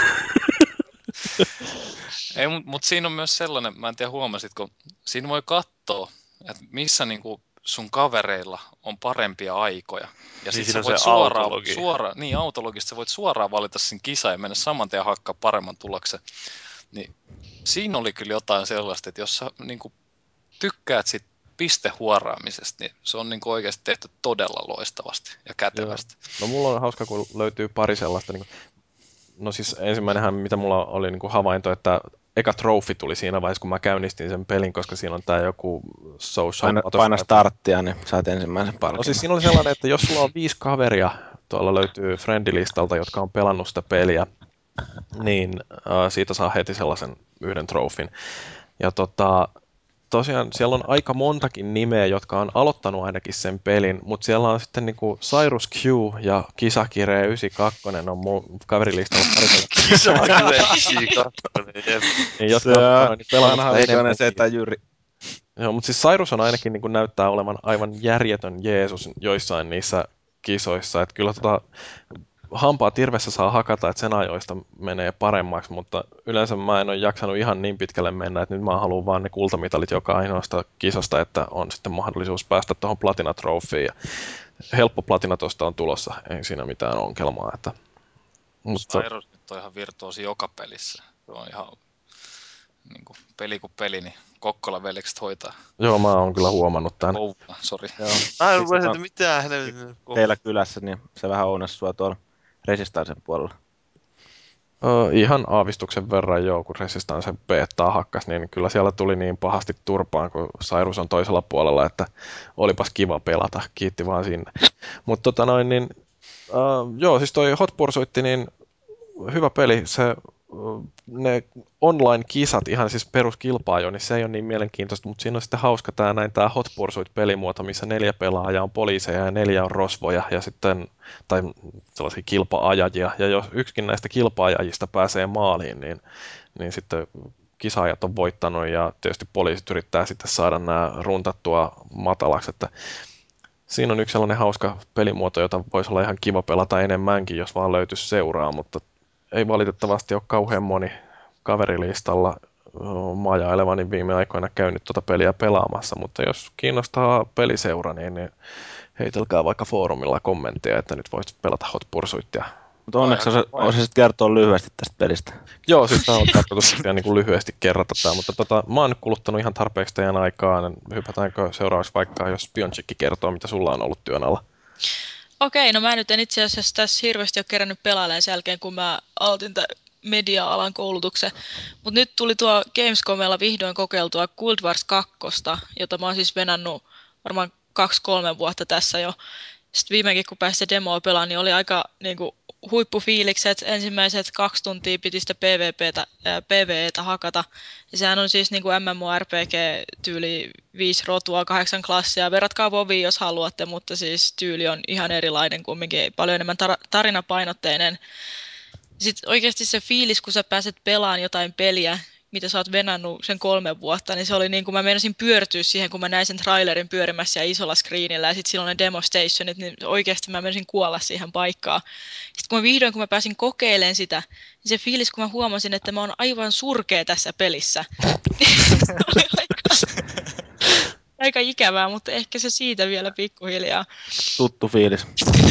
Ei, mutta mut siinä on myös sellainen, mä en tiedä huomasitko, siinä voi katsoa, että missä niinku sun kavereilla on parempia aikoja. Ja Niin sit siinä sä on voit se suoraan, autologi. suoraan, niin autologista sä voit suoraan valita sen kisan ja mennä saman tien hakkaa paremman tuloksen. Niin siinä oli kyllä jotain sellaista, että jos sä niinku tykkäät sit pistehuoraamisesta, niin se on niinku oikeasti tehty todella loistavasti ja kätevästi. No mulla on hauska, kun löytyy pari sellaista, niin kuin, no siis ensimmäinenhän, mitä mulla oli niin kuin havainto, että eka trophy tuli siinä vaiheessa, kun mä käynnistin sen pelin, koska siinä on tää joku social... Paina, paina starttia, niin saat ensimmäisen palkinnon. No siis siinä oli sellainen, että jos sulla on viisi kaveria, tuolla löytyy friendilistalta, jotka on pelannut sitä peliä, niin äh, siitä saa heti sellaisen yhden trofin. Ja tota, tosiaan siellä on aika montakin nimeä, jotka on aloittanut ainakin sen pelin, mutta siellä on sitten niinku Cyrus Q ja Kisakire yhdeksänkymmentäkaksi on mun kaverilistalla parisella. Kisakire yhdeksänkymmentäkaksi, jep. Niin, jotka Se on on tota, niin pelannut vanha sitä vikainen enemmän. setä Jyri. Joo, mutta siis Cyrus on ainakin niin kuin näyttää olevan aivan järjetön Jeesus joissain niissä kisoissa. Että kyllä tota, hampaa tirvessä saa hakata, että sen ajoista menee paremmaksi, mutta yleensä mä en ole jaksanut ihan niin pitkälle mennä, että nyt mä haluan vaan ne kultamitalit joka ainoasta kisasta, että on sitten mahdollisuus päästä tuohon Platina Trophyin. Ja helppo Platina tuosta on tulossa, ei siinä mitään ongelmaa. Että... Mutta... Cyrus nyt on ihan virtuosi joka pelissä. Se on ihan niin kuin peli kuin peli, niin Kokkola veljekset hoitaa. Joo, mä oon kyllä huomannut tämän. Oh, sori. Mä en rupesi, että mitään hänen... Teillä kylässä, niin se vähän ounasi sua tuolla Resistansen puolella. Öö, ihan aavistuksen verran joo, kun Resistance beettaa hakkas, niin kyllä siellä tuli niin pahasti turpaan, kun Cyrus on toisella puolella, että olipas kiva pelata, kiitti vaan sinne. Mutta tota noin, niin öö, joo, siis toi Hot Pursuit, niin hyvä peli, se ne online-kisat, ihan siis peruskilpaajo, niin se ei ole niin mielenkiintoista, mutta siinä on sitten hauska tämä näin tämä Hot Pursuit-pelimuoto, missä neljä pelaajaa on poliiseja ja neljä on rosvoja ja sitten, tai sellaisia kilpa-ajajia, ja jos yksikin näistä kilpa-ajajista pääsee maaliin, niin, niin sitten kisaajat on voittanut ja tietysti poliisit yrittää sitten saada nämä runtattua matalaksi, että siinä on yksi sellainen hauska pelimuoto, jota voisi olla ihan kiva pelata enemmänkin, jos vaan löytyisi seuraa, mutta ei valitettavasti ole kauhean moni kaverilistalla majailevani viime aikoina käynyt tuota peliä pelaamassa, mutta jos kiinnostaa peliseura, niin, niin heitelkää vaikka foorumilla kommentteja, että nyt voisit pelata Hot Pursuitia. Mutta onneksi osa, osaisit kertoa lyhyesti tästä pelistä. Joo, siis tämä on tarkoitus niin kuin lyhyesti kerrata tämä, mutta tota, mä oon nyt kuluttanut ihan tarpeeksi teidän aikaa. Hypätäänkö seuraavaksi vaikka, jos Spioncikki kertoo, mitä sulla on ollut työn alla? Okei, no mä nyt en itse asiassa tässä hirveästi ole kerännyt pelailemaan sen jälkeen, kun mä aloitin tämän media-alan koulutuksen. Mutta nyt tuli tuo Gamescomella vihdoin kokeiltua Guild Wars kaksi, jota mä oon siis venannut varmaan kaksi kolme vuotta tässä jo. Sitten viimeinkin, kun pääsi se demoa pelaan, niin oli aika niin kuin, huippufiilikset. Ensimmäiset kaksi tuntia piti sitä PvPtä, ää, PvEtä hakata. Ja sehän on siis niin kuin MMORPG-tyyli viisi rotua, kahdeksan klassia. Verratkaa WoWiin, jos haluatte, mutta siis tyyli on ihan erilainen kumminkin. Paljon enemmän tar- tarinapainotteinen. Sitten oikeasti se fiilis, kun sä pääset pelaamaan jotain peliä, mitä sä oot venannut sen kolme vuotta, niin se oli niin kuin mä meinasin pyörtyä siihen, kun mä näin sen trailerin pyörimässä siellä isolla screenillä ja sitten silloin ne demo stationit, niin oikeasti mä meinasin kuolla siihen paikkaan. Sitten kun mä vihdoin, kun mä pääsin kokeilemaan sitä, niin se fiilis, kun mä huomasin, että mä oon aivan surkea tässä pelissä, se oli aika, aika ikävää, mutta ehkä se siitä vielä pikkuhiljaa. Tuttu fiilis.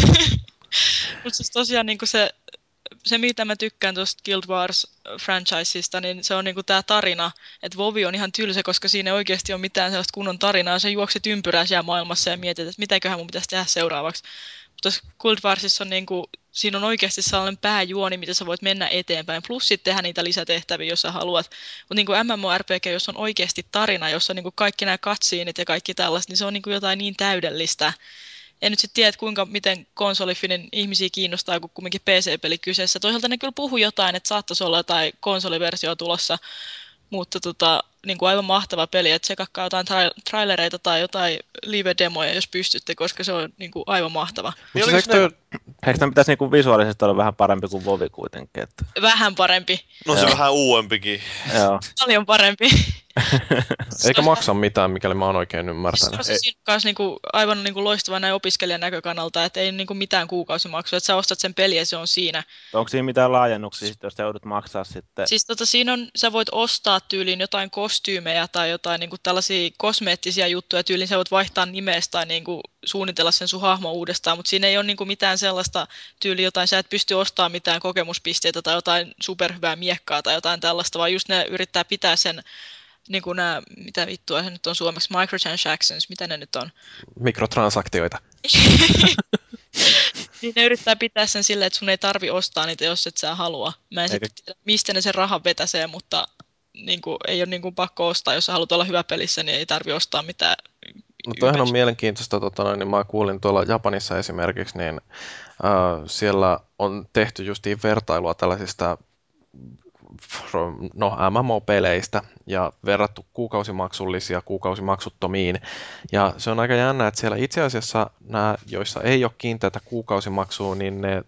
Mutta siis tosiaan niin kuin se se, mitä mä tykkään tuosta Guild Wars-franchisesta, niin se on niinku tää tarina. Että WoW on ihan tylsä, koska siinä ei oikeasti ole mitään sellaista kunnon tarinaa. Sä juokset ympyrää siellä maailmassa ja mietit, että mitäköhän mun pitäisi tehdä seuraavaksi. Mutta Guild Warsissa on niinku, siinä on oikeasti sellainen pääjuoni, mitä sä voit mennä eteenpäin. Plus sitten tehdä niitä lisätehtäviä, jos sä haluat. Mutta niinku MMORPG, jos on oikeasti tarina, jossa on niinku kaikki nämä cutsceneit ja kaikki tällaista, niin se on niinku jotain niin täydellistä. En nyt sitten tiedä, että kuinka, miten konsolifinin ihmisiä kiinnostaa, kun kumminkin P C-peli kyseessä. Toisaalta ne kyllä puhu jotain, että saattaisi olla jotain konsoliversio tulossa, mutta tota, niin kuin aivan mahtava peli, että sekakkaa jotain tra- trailereita tai jotain live-demoja, jos pystytte, koska se on niin kuin aivan mahtava. Niin Mutta oliko se, eikö ne... toi, Eikö tämän pitäisi niinku visuaalisesti olla vähän parempi kuin WoW kuitenkin? Että... Vähän parempi, No se Joo. vähän uudempikin. Joo. paljon parempi. eikä maksa mitään, mikäli mä oon oikein Siis ymmärtänyt? se on siinä kanssa niinku, aivan niinku loistava näin opiskelijan näkökannalta, että ei niinku mitään kuukausimaksua, että sä ostat sen peli ja se on siinä. Onko siinä mitään laajennuksia, sit, jos sä joudut maksaa sitten? Siis tota, siinä on, sä voit ostaa tyyliin jotain kostyymejä tai jotain niinku tällaisia kosmeettisia juttuja, tyyliin sä voit vaihtaa nimestä tai niinku suunnitella sen sun hahmo uudestaan, mutta siinä ei ole niinku mitään sellaista tyyliin jotain, sä et pysty ostamaan mitään kokemuspisteitä tai jotain superhyvää miekkaa tai jotain tällaista, vaan just ne yrittää pitää sen niin kuin nämä, mitä vittua se nyt on suomeksi, microtransactions, mitä ne nyt on? Mikrotransaktioita. Niin ne yrittää pitää sen silleen, että sun ei tarvi ostaa niitä, jos et sä halua. Mä en Eikä- sitten tiedä, mistä ne sen rahan vetäsee, mutta niin kuin, ei ole niin kuin pakko ostaa. Jos sä haluat olla hyvä pelissä, niin ei tarvi ostaa mitään. No toihan on ympäri- mielenkiintoista, tota, noin, niin mä kuulin tuolla Japanissa esimerkiksi, niin äh, siellä on tehty justiin vertailua tällaisista no, M M O-peleistä ja verrattu kuukausimaksullisia kuukausimaksuttomiin. Ja se on aika jännä, että siellä itse asiassa nämä, joissa ei ole kiinteätä kuukausimaksua, niin ne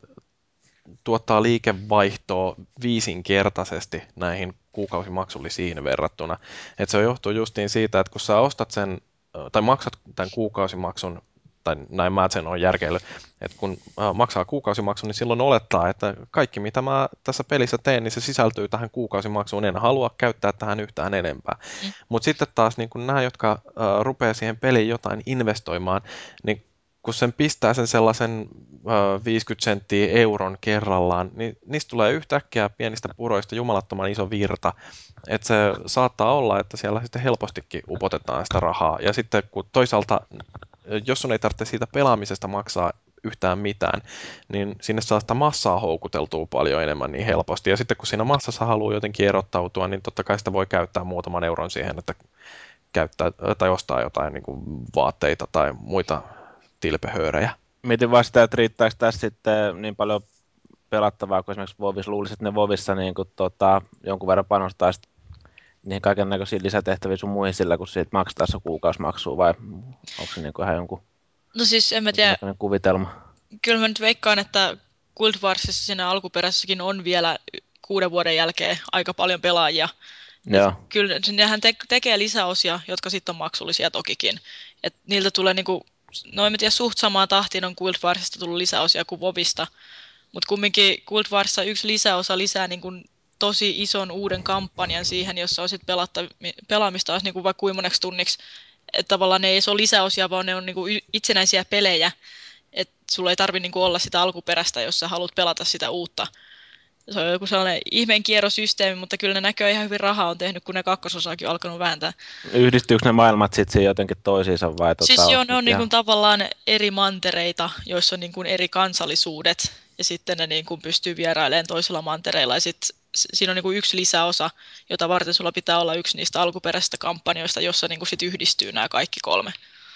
tuottaa liikevaihtoa viisinkertaisesti näihin kuukausimaksullisiin verrattuna. Et se johtuu justiin siitä, että kun sä ostat sen tai maksat tämän kuukausimaksun, tai näin mä sen on järkeillyt, että kun maksaa kuukausimaksun, niin silloin olettaa, että kaikki mitä mä tässä pelissä teen, niin se sisältyy tähän kuukausimaksuun, en halua käyttää tähän yhtään enempää. Mm. Mutta sitten taas niin kun nämä, jotka uh, rupeaa siihen peliin jotain investoimaan, niin kun sen pistää sen sellaisen uh, viisikymmentä senttiä euron kerrallaan, niin niistä tulee yhtäkkiä pienistä puroista jumalattoman iso virta. Että se saattaa olla, että siellä sitten helpostikin upotetaan sitä rahaa. Ja sitten kun toisaalta, jos sun ei tarvitse siitä pelaamisesta maksaa yhtään mitään, niin sinne saa sitä massaa houkuteltua paljon enemmän niin helposti. Ja sitten kun siinä massassa haluaa jotenkin erottautua, niin totta kai sitä voi käyttää muutaman euron siihen, että käyttää tai ostaa jotain niin kuin vaatteita tai muita tilpehöörejä. Mietin vaan sitä, että riittääkö tässä sitten niin paljon pelattavaa, kun esimerkiksi WoWissa luulisi, että ne WoWissa niin kuin, tota, jonkun verran panostaa niihin kaiken näköisiin lisätehtäviin sun muihin sillä, kun siitä maksetaan se kuukausimaksua, vai onko se niin kuin ihan jonkun No siis en mä tiedä, kuvitelma? kyllä mä nyt veikkaan, että Guild Warsissa siinä alkuperäisessäkin on vielä kuuden vuoden jälkeen aika paljon pelaajia. Joo. Kyllä nehän te- tekee lisäosia, jotka sitten on maksullisia tokikin. Et niiltä tulee niinku, no en mä tiedä, suht samaan tahtiin on Guild Warsista tullut lisäosia kuin WoWista. Mutta kumminkin Guild Warsissa yksi lisäosa lisää niinku tosi ison uuden kampanjan siihen, jossa olisit pelatta- pelaamista olisi niinku vaikka kuinka moneksi tunniksi. Että tavallaan ne ei ole lisäosia, vaan ne on niinku y- itsenäisiä pelejä. Että sulla ei tarvitse niinku olla sitä alkuperäistä, jos sä haluat pelata sitä uutta. Se on joku sellainen ihmeen kierrosysteemi, mutta kyllä ne näköjään ihan hyvin rahaa on tehnyt, kun ne kakkososaakin on alkanut vääntää. Yhdistyykö ne maailmat sitten jotenkin toisiinsa vai? Siis tota, joo, ne on ihan... niin kuin tavallaan eri mantereita, joissa on niin kuin eri kansallisuudet, ja sitten ne niin kuin pystyy vierailemaan toisilla mantereilla, ja sitten siinä on niin kuin yksi lisäosa, jota varten sulla pitää olla yksi niistä alkuperäisistä kampanjoista, jossa niin kuin sit yhdistyy nämä kaikki kolme.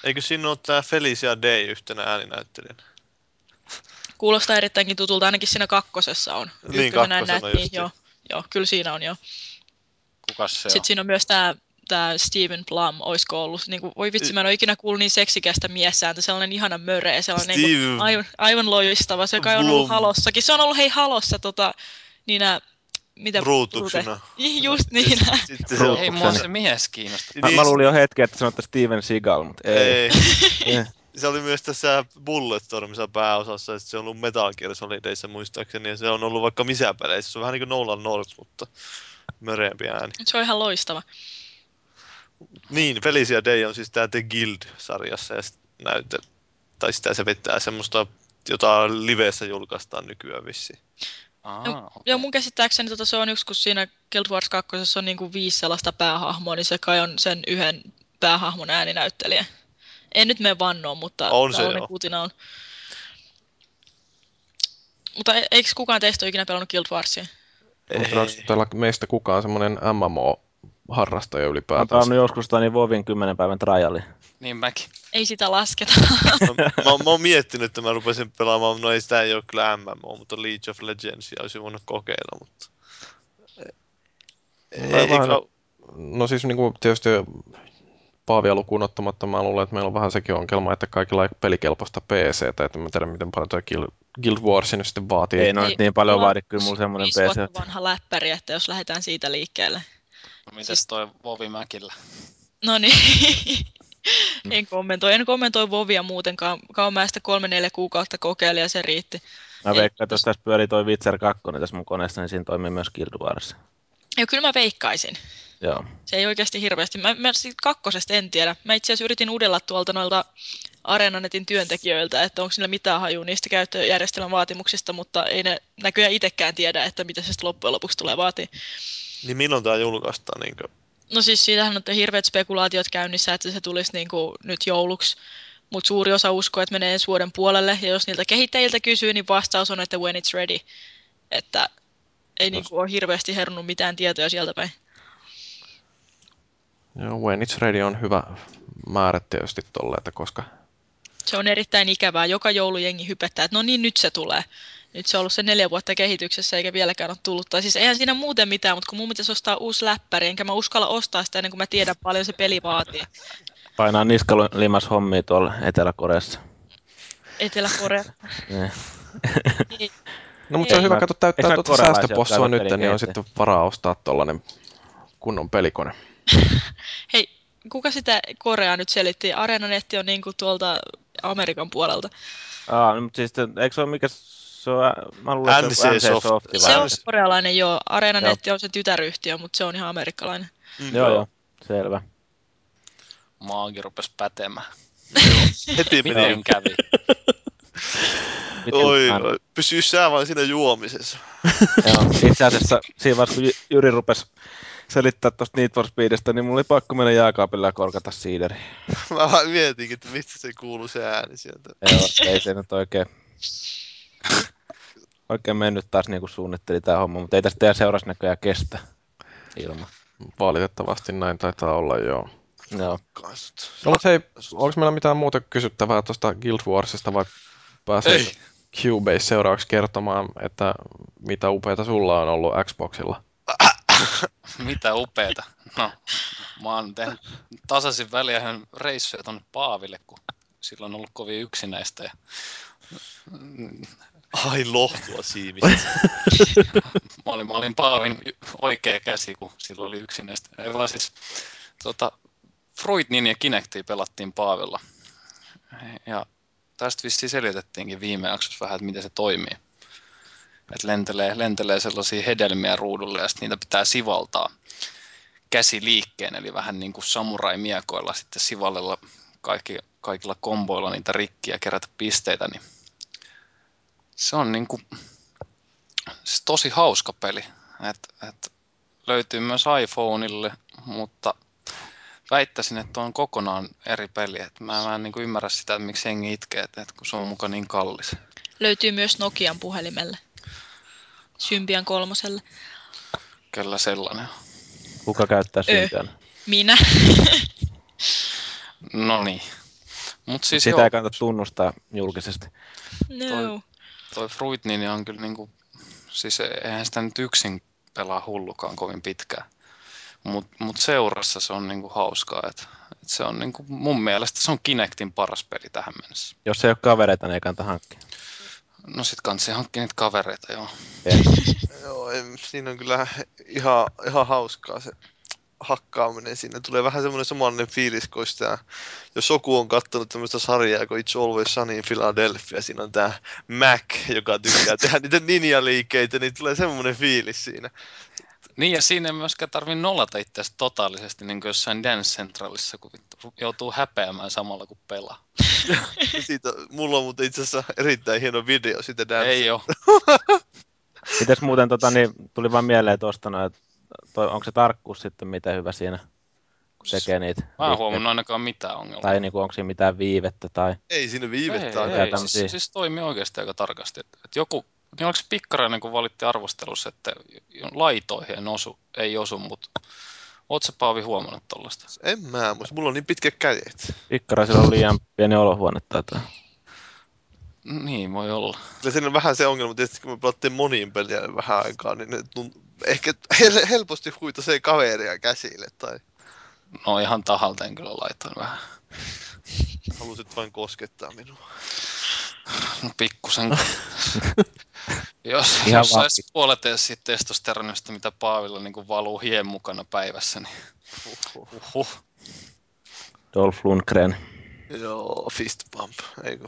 Eikö siinä ole tää Felicia Day yhtenä ääninäyttelijänä? Kuulostaa erittäinkin tutulta, ainakin siinä kakkosessa on. Niin, Ykkösenä en kakkosena näe, niin just. joo, joo, kyllä siinä on jo. Kukas se Sitten on? siinä on myös tämä tää Steven Plum, oisko ollut, niin kuin, voi vitsi, mä en ole ikinä kuullut niin seksikästä miessääntä, sellainen ihana möreä, sellainen niin kuin, Steve aivan, aivan loistava, se kai on ollut Blum. Halossakin. Se on ollut hei Halossa tota, niinä, mitä Bruutuksena. Just niin. Sitten se on... Ei mua se mies kiinnosta. Mä, Niin, mä luulin jo hetki, että sanotte Steven Seagal, mutta ei. ei. Eh. Se oli myös tässä Bulletstormissa pääosassa, ja sit se on ollut Metal Gear Solidissa muistaakseni, ja se on ollut vaikka missä peleissä. Se on vähän niin kuin Nolan North, mutta möreämpi ääni. Se on ihan loistava. Niin, Felicia Day on siis tää The Guild-sarjassa, ja sit näyte, tai sitä se vetää semmoista, jota livessä julkaistaan nykyään vissiin. Aa, Joo, okay. joo, mun käsittääkseni tota, se on yksi, kun siinä Guild Wars kaksi on niinku viisi sellaista päähahmoa, niin se kai on sen yhden päähahmon ääninäyttelijä. En nyt mene vannoa, mutta On se tällainen joo. kutina on. Mutta e- eikö kukaan teistä ole ikinä pelannut Guild Warsia? Mutta onko täällä meistä kukaan semmoinen M M O-harrastaja Mä oon ylipäätään? pelannut joskus tota niin Vovin kymmenen päivän triali. Niin mäkin. Ei sitä lasketa. Mä, mä, mä oon miettinyt, että mä rupesin pelaamaan, no ei sitä ei ole kyllä M M O, mutta League of Legendsia olisi voinut kokeilla, mutta... Ei, Tai ei, vähän- eikä... No siis niin kuin tietysti Paavia lukuun ottamatta mä luulen, että meillä on vähän sekin ongelma, että kaikilla ei pelikelpoista P C:tä, että mä tiedän miten paljon tuo Guild, Guild Wars nyt sitten vaatii. Ei no Ei, nyt niin paljon mulla on vaadi, kyllä mulla semmoinen Viisi P C. vuotta että- vanha läppäri, että jos lähdetään siitä liikkeelle. No, mites Siis- toi Vovi Mäkillä? No niin. en kommentoi. En kommentoi Vovia muutenkaan. Kauan mä sitä kolme neljä kuukautta kokeilin ja se riitti. Mä Ei, veikkaan, että jos tässä pyörii toi Witcher kaksi tässä mun koneessa, niin siinä toimii myös Guild Wars. Joo, kyllä mä veikkaisin. Joo. Se ei oikeasti hirveästi. Mä, mä siitä kakkosesta en tiedä. Mä itse asiassa yritin udella tuolta noilta Areenanetin työntekijöiltä, että onko niillä mitään hajua niistä käyttöjärjestelmän vaatimuksista, mutta ei ne näköjään itsekään tiedä, että mitä se sitten loppujen lopuksi tulee vaatii. Niin milloin tää julkaistaan? Niin kuin... No siis siitähän on hirveät spekulaatiot käynnissä, että se tulisi niinku nyt jouluksi, mutta suuri osa uskoo, että menee ensi vuoden puolelle, ja jos niiltä kehittäjiltä kysyy, niin vastaus on, että when it's ready. Että ei niinku ole hirveästi herunut mitään tietoja sieltä päin. Joo, when it's ready on hyvä määrä tietysti tolle, että koska... Se on erittäin ikävää. Joka joulu jengi hypettää, että no niin, nyt se tulee. Nyt se on ollut se neljä vuotta kehityksessä, eikä vieläkään ole tullut. Tai siis eihän siinä muuten mitään, mutta kun mun pitäisi ostaa uusi läppäri, enkä mä uskalla ostaa sitä ennen kuin mä tiedän paljon se peli vaatii. Painaa niskalimas hommia tuolla Etelä-Koreassa. Etelä-Korea. Ne. Ei. No mutta se on Ei. hyvä, kato täyttää Eikö tuota korealaisia, säästöpossua jotka nyt, pelin niin on kehittäjä? sitten varaa ostaa tollanen kunnon pelikone. Hei, kuka sitä Koreaa nyt selitti? Areenanetti on niinku tuolta Amerikan puolelta. Aa, no, mutta siis, eikö se ole mikä se on, mä luulen, että se on N C N C Soft. Softi Se vai? on korealainen, joo. Areenanetti on se tytäryhtiö, mutta se on ihan amerikkalainen. Mm, Joo, joo, selvä. Maagi rupes pätemään. Heti meni. Miten kävi? Miten Oi, mä- oi, pysy sä vaan siinä juomisessa. Joo, itse asiassa siinä vaiheessa, kun Jy- Jyri rupesi selittää tuosta Need for Speedistä, niin mulla oli pakko mennä jääkaapille ja korkata siideri. Mä vaan mietinkin, että mistä se kuuluu se ääni sieltä. Joo, ei se nyt oikein, oikein mennyt taas niin kuin suunnitteli tämä homma, mutta ei tästä teidän seurassa näköjään kestä ilman. Valitettavasti näin taitaa olla, joo. Joo. Kaasut. No mutta hei, onko meillä mitään muuta kysyttävää tuosta Guild Warsista vai pääsee Ei. Cubase seuraavaksi kertomaan, että mitä upeita sulla on ollut Xboxilla? Mitä upeeta. No, mä oon tehnyt tasaisin väliä ihan reissuja tonne Paaville, kun silloin on ollut kovin yksinäistä. Ja... Ai lohtua siimistä. Mä olin, mä olin Paavin oikea käsi, kun silloin oli yksinäistä. Ei vaan siis, tota, Fruitnin ja Kinectia pelattiin Paavilla. Ja tästä vissiin selitettiinkin viime jaksossa vähän, että miten se toimii. Että lentelee, lentelee sellaisia hedelmiä ruudulle ja sitten niitä pitää sivaltaa käsi liikkeen, eli vähän niin kuin samurai-miekoilla sitten sivallella kaikki, kaikilla komboilla niitä rikkiä ja kerätä pisteitä, niin se on niin kuin, siis tosi hauska peli. Et, et löytyy myös iPhoneille, mutta väittäisin, että on kokonaan eri peli. Et mä, mä en niin kuin ymmärrä sitä, että miksi jengi itkee, että et kun se on muka niin kallis. Löytyy myös Nokian puhelimelle. Symbian kolmoselle. Kyllä sellainen. Kuka käyttää Symbian? Minä. No niin. Mut siis Sitä joo, ei kannata tunnustaa julkisesti. Toi- No. toi Fruit Ninja on kyllä niinku, siis eihän sitä nyt yksin pelaa hullukaan kovin pitkään. Mut, mut seurassa se on niinku hauskaa, että et se on niinku, mun mielestä se on Kinectin paras peli tähän mennessä. Jos ei ole kavereita, niin ei kannata hankkia. No sit kansi hankkia niitä kavereita, joo. Joo, en, siinä on kyllä ihan, ihan hauskaa se hakkaaminen. Siinä tulee vähän semmoinen samanlainen fiilis, kun sitä, jos joku on katsonut tämmöistä sarjaa kuin It's Always Sunny in Philadelphia, siinä on tää Mac, joka tykkää tehdä niitä ninja-liikkeitä, niin tulee semmoinen fiilis siinä. Niin ja siinä ei myöskään tarvii nollata itseäsi totaalisesti, niin kuin jossain Dance Centralissa, kun vittu joutuu häpeämään samalla kun pelaa. Siitä, mulla on muuten itse asiassa erittäin hieno video siitä Dance. Ei oo. Mites muuten, tota, niin, tuli vaan mieleen tuosta, no, että toi, onko se tarkkuus sitten miten hyvä siinä, kun tekee niitä Mä en liikkeitä? huomannut ainakaan mitään ongelmaa. Tai niin kuin, onko siinä mitään viivettä tai... Ei siinä viivettä ei, aina. ei. tämmösiä. Siis, siis toimii oikeasti aika tarkasti. Et, et joku, niin oliko se Pikkarainen, kun valitti arvostelussa, että laitoihin en osu, ei osu, mutta oot sä Paavi huomannut tollaista? En mä muista, mulla on niin pitkät kädet. Pikkaraisilla on liian pieni olohuone taitaa. Niin, voi olla. Kyllä siinä on vähän se ongelma, tietysti kun me pelattiin moniin peliä vähän aikaa, niin ne tunt- ehkä hel- helposti huitasee kaveria käsille tai No ihan tahalta en kyllä laitoin vähän. halusit vain koskettaa minua. No pikkusen. Jos, Ihan jos vaan sais puolet edes siitä testosteronista, mitä Paavilla niin kuin valuu hien mukana päivässä, niin Uhuh. uhuh. Dolph Lundgren. Joo, fist bump, eikö?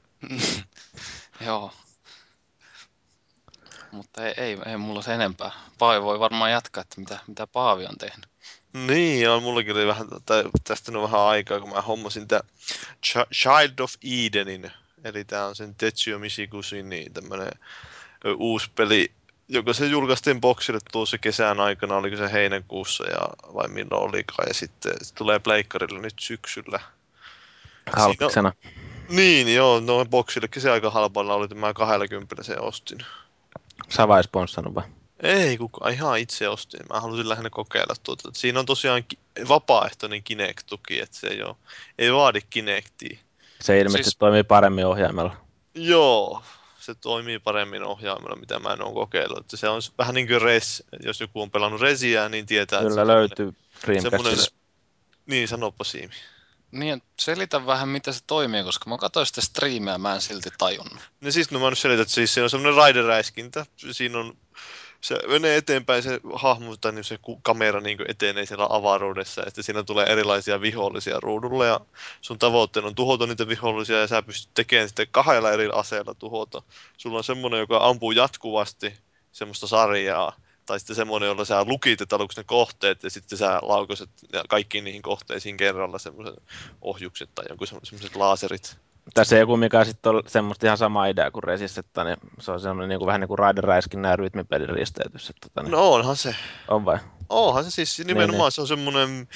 Joo. Mutta ei, ei, ei mulla se enempää. Paavi voi varmaan jatkaa, että mitä, mitä Paavi on tehnyt. Niin, joo, mullakin oli vähän, tai tästä on vähän aikaa, kun mä hommasin tää Ch- Child of Edenin, eli tää on sen Tetsuya Michigusin niin tämmönen ö, uusi peli, joka se julkaistiin boksille tuossa kesän aikana, oliko se heinäkuussa ja vai milloin olikaan, ja sitten se tulee pleikkarille nyt syksyllä. Halpiksena. Niin, joo, no boksillekin se aika halpalla oli, että mä kaksikymmentä sen ostin. Sä vai sponssannut vai? Ei kukaan, ihan itse ostin. Mä halusin lähinnä kokeilla tuota. Siinä on tosiaan ki- vapaaehtoinen Kinect-tuki, että se ei, ole, ei vaadi Kinectia. Se ilmeisesti Siis- toimii paremmin ohjaimella. Joo, se toimii paremmin ohjaimella, mitä mä en ole kokeillut. Että se on vähän niin kuin Res, jos joku on pelannut Resiä, niin tietää, että se Kyllä on löytyy semmoinen, Dreamcastissa. niin sanoppa Siimi. Niin, selitä vähän, miten se toimii, koska mä katsoin sitä striimiä, mä en silti tajunnut. No siis, no mä nyt selitän, että siis se on semmoinen raideräiskintä. Siinä on, se menee eteenpäin se hahmo, tai niin se ku- kamera niin kuin etenee siellä avaruudessa, ja sitten siinä tulee erilaisia vihollisia ruudulle, ja sun tavoitteena on tuhota niitä vihollisia, ja sä pystyt tekemään sitten kahdella eri aseella tuhota. Sulla on semmoinen, joka ampuu jatkuvasti semmoista sarjaa, tai sitten semmoinen, jolla sä lukitet aluksi ne kohteet, ja sitten sä laukaset ja kaikkiin niihin kohteisiin kerralla semmoiset ohjukset tai jonkun semmoiset laaserit. Tässä joku, mikä sitten on semmoista ihan sama idea kuin Resistetta, niin se on semmoinen niin kuin, vähän niin kuin raideräiskinä ja rytmipelin risteytys. Että, tota, niin, No onhan se. on vai? Onhan se siis nimenomaan, niin, se on semmoinen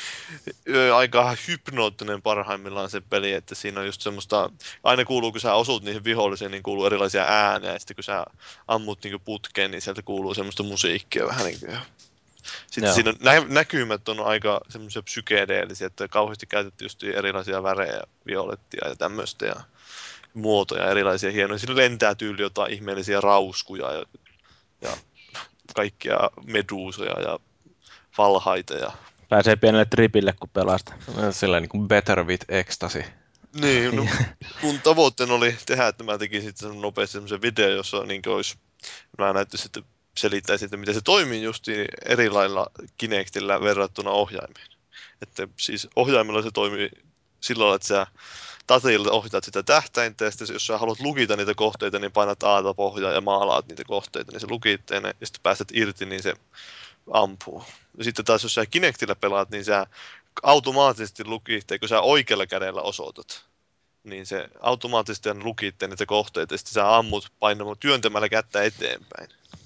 ö, aika hypnoottinen parhaimmillaan se peli, että siinä on just semmoista, aina kuuluu kun sä osut niihin vihollisiin, niin kuuluu erilaisia ääniä, ja sitten kun sä ammut niin putkeen, niin sieltä kuuluu semmoista musiikkia vähän niin kuin. Sitten Joo. siinä nä- näkymät on aika semmoisia psykedeellisiä, että kauheasti käytetty just erilaisia värejä, violettia ja tämmöistä, ja muotoja erilaisia hienoja. Siinä lentää tyyli jotain ihmeellisiä rauskuja ja, ja kaikkia meduusoja ja valhaita ja Pääsee pienelle tripille, kun pelasta. Sillä niin kuin Better with Ecstasy. niin, no, mun tavoitteena oli tehdä, että mä tekin sitten nopeasti semmoisen videon, jossa niin olisi, mä näyttäisin sitten selittäisin, että miten se toimii justiin eri lailla Kinectillä verrattuna ohjaimeen. Että siis ohjaimella se toimii sillä lailla, että sä tatilla ohjaat sitä tähtäintä, ja sitten jos sä haluat lukita niitä kohteita, niin painat Aata pohjaa ja maalaat niitä kohteita, niin se lukitteen, ja sitten pääset irti, niin se ampuu. Ja sitten taas jos sä Kinectillä pelaat, niin sä automaattisesti lukitteen, kun sä oikealla kädellä osoitat, niin se automaattisesti on lukitteen niitä kohteita, ja sitten sä ammut painamalla työntämällä kättä eteenpäin.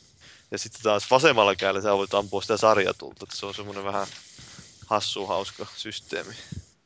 Ja sitten taas vasemmalla kädellä sä voit ampua sitä sarjatulta, että se on semmoinen vähän hassu, hauska systeemi.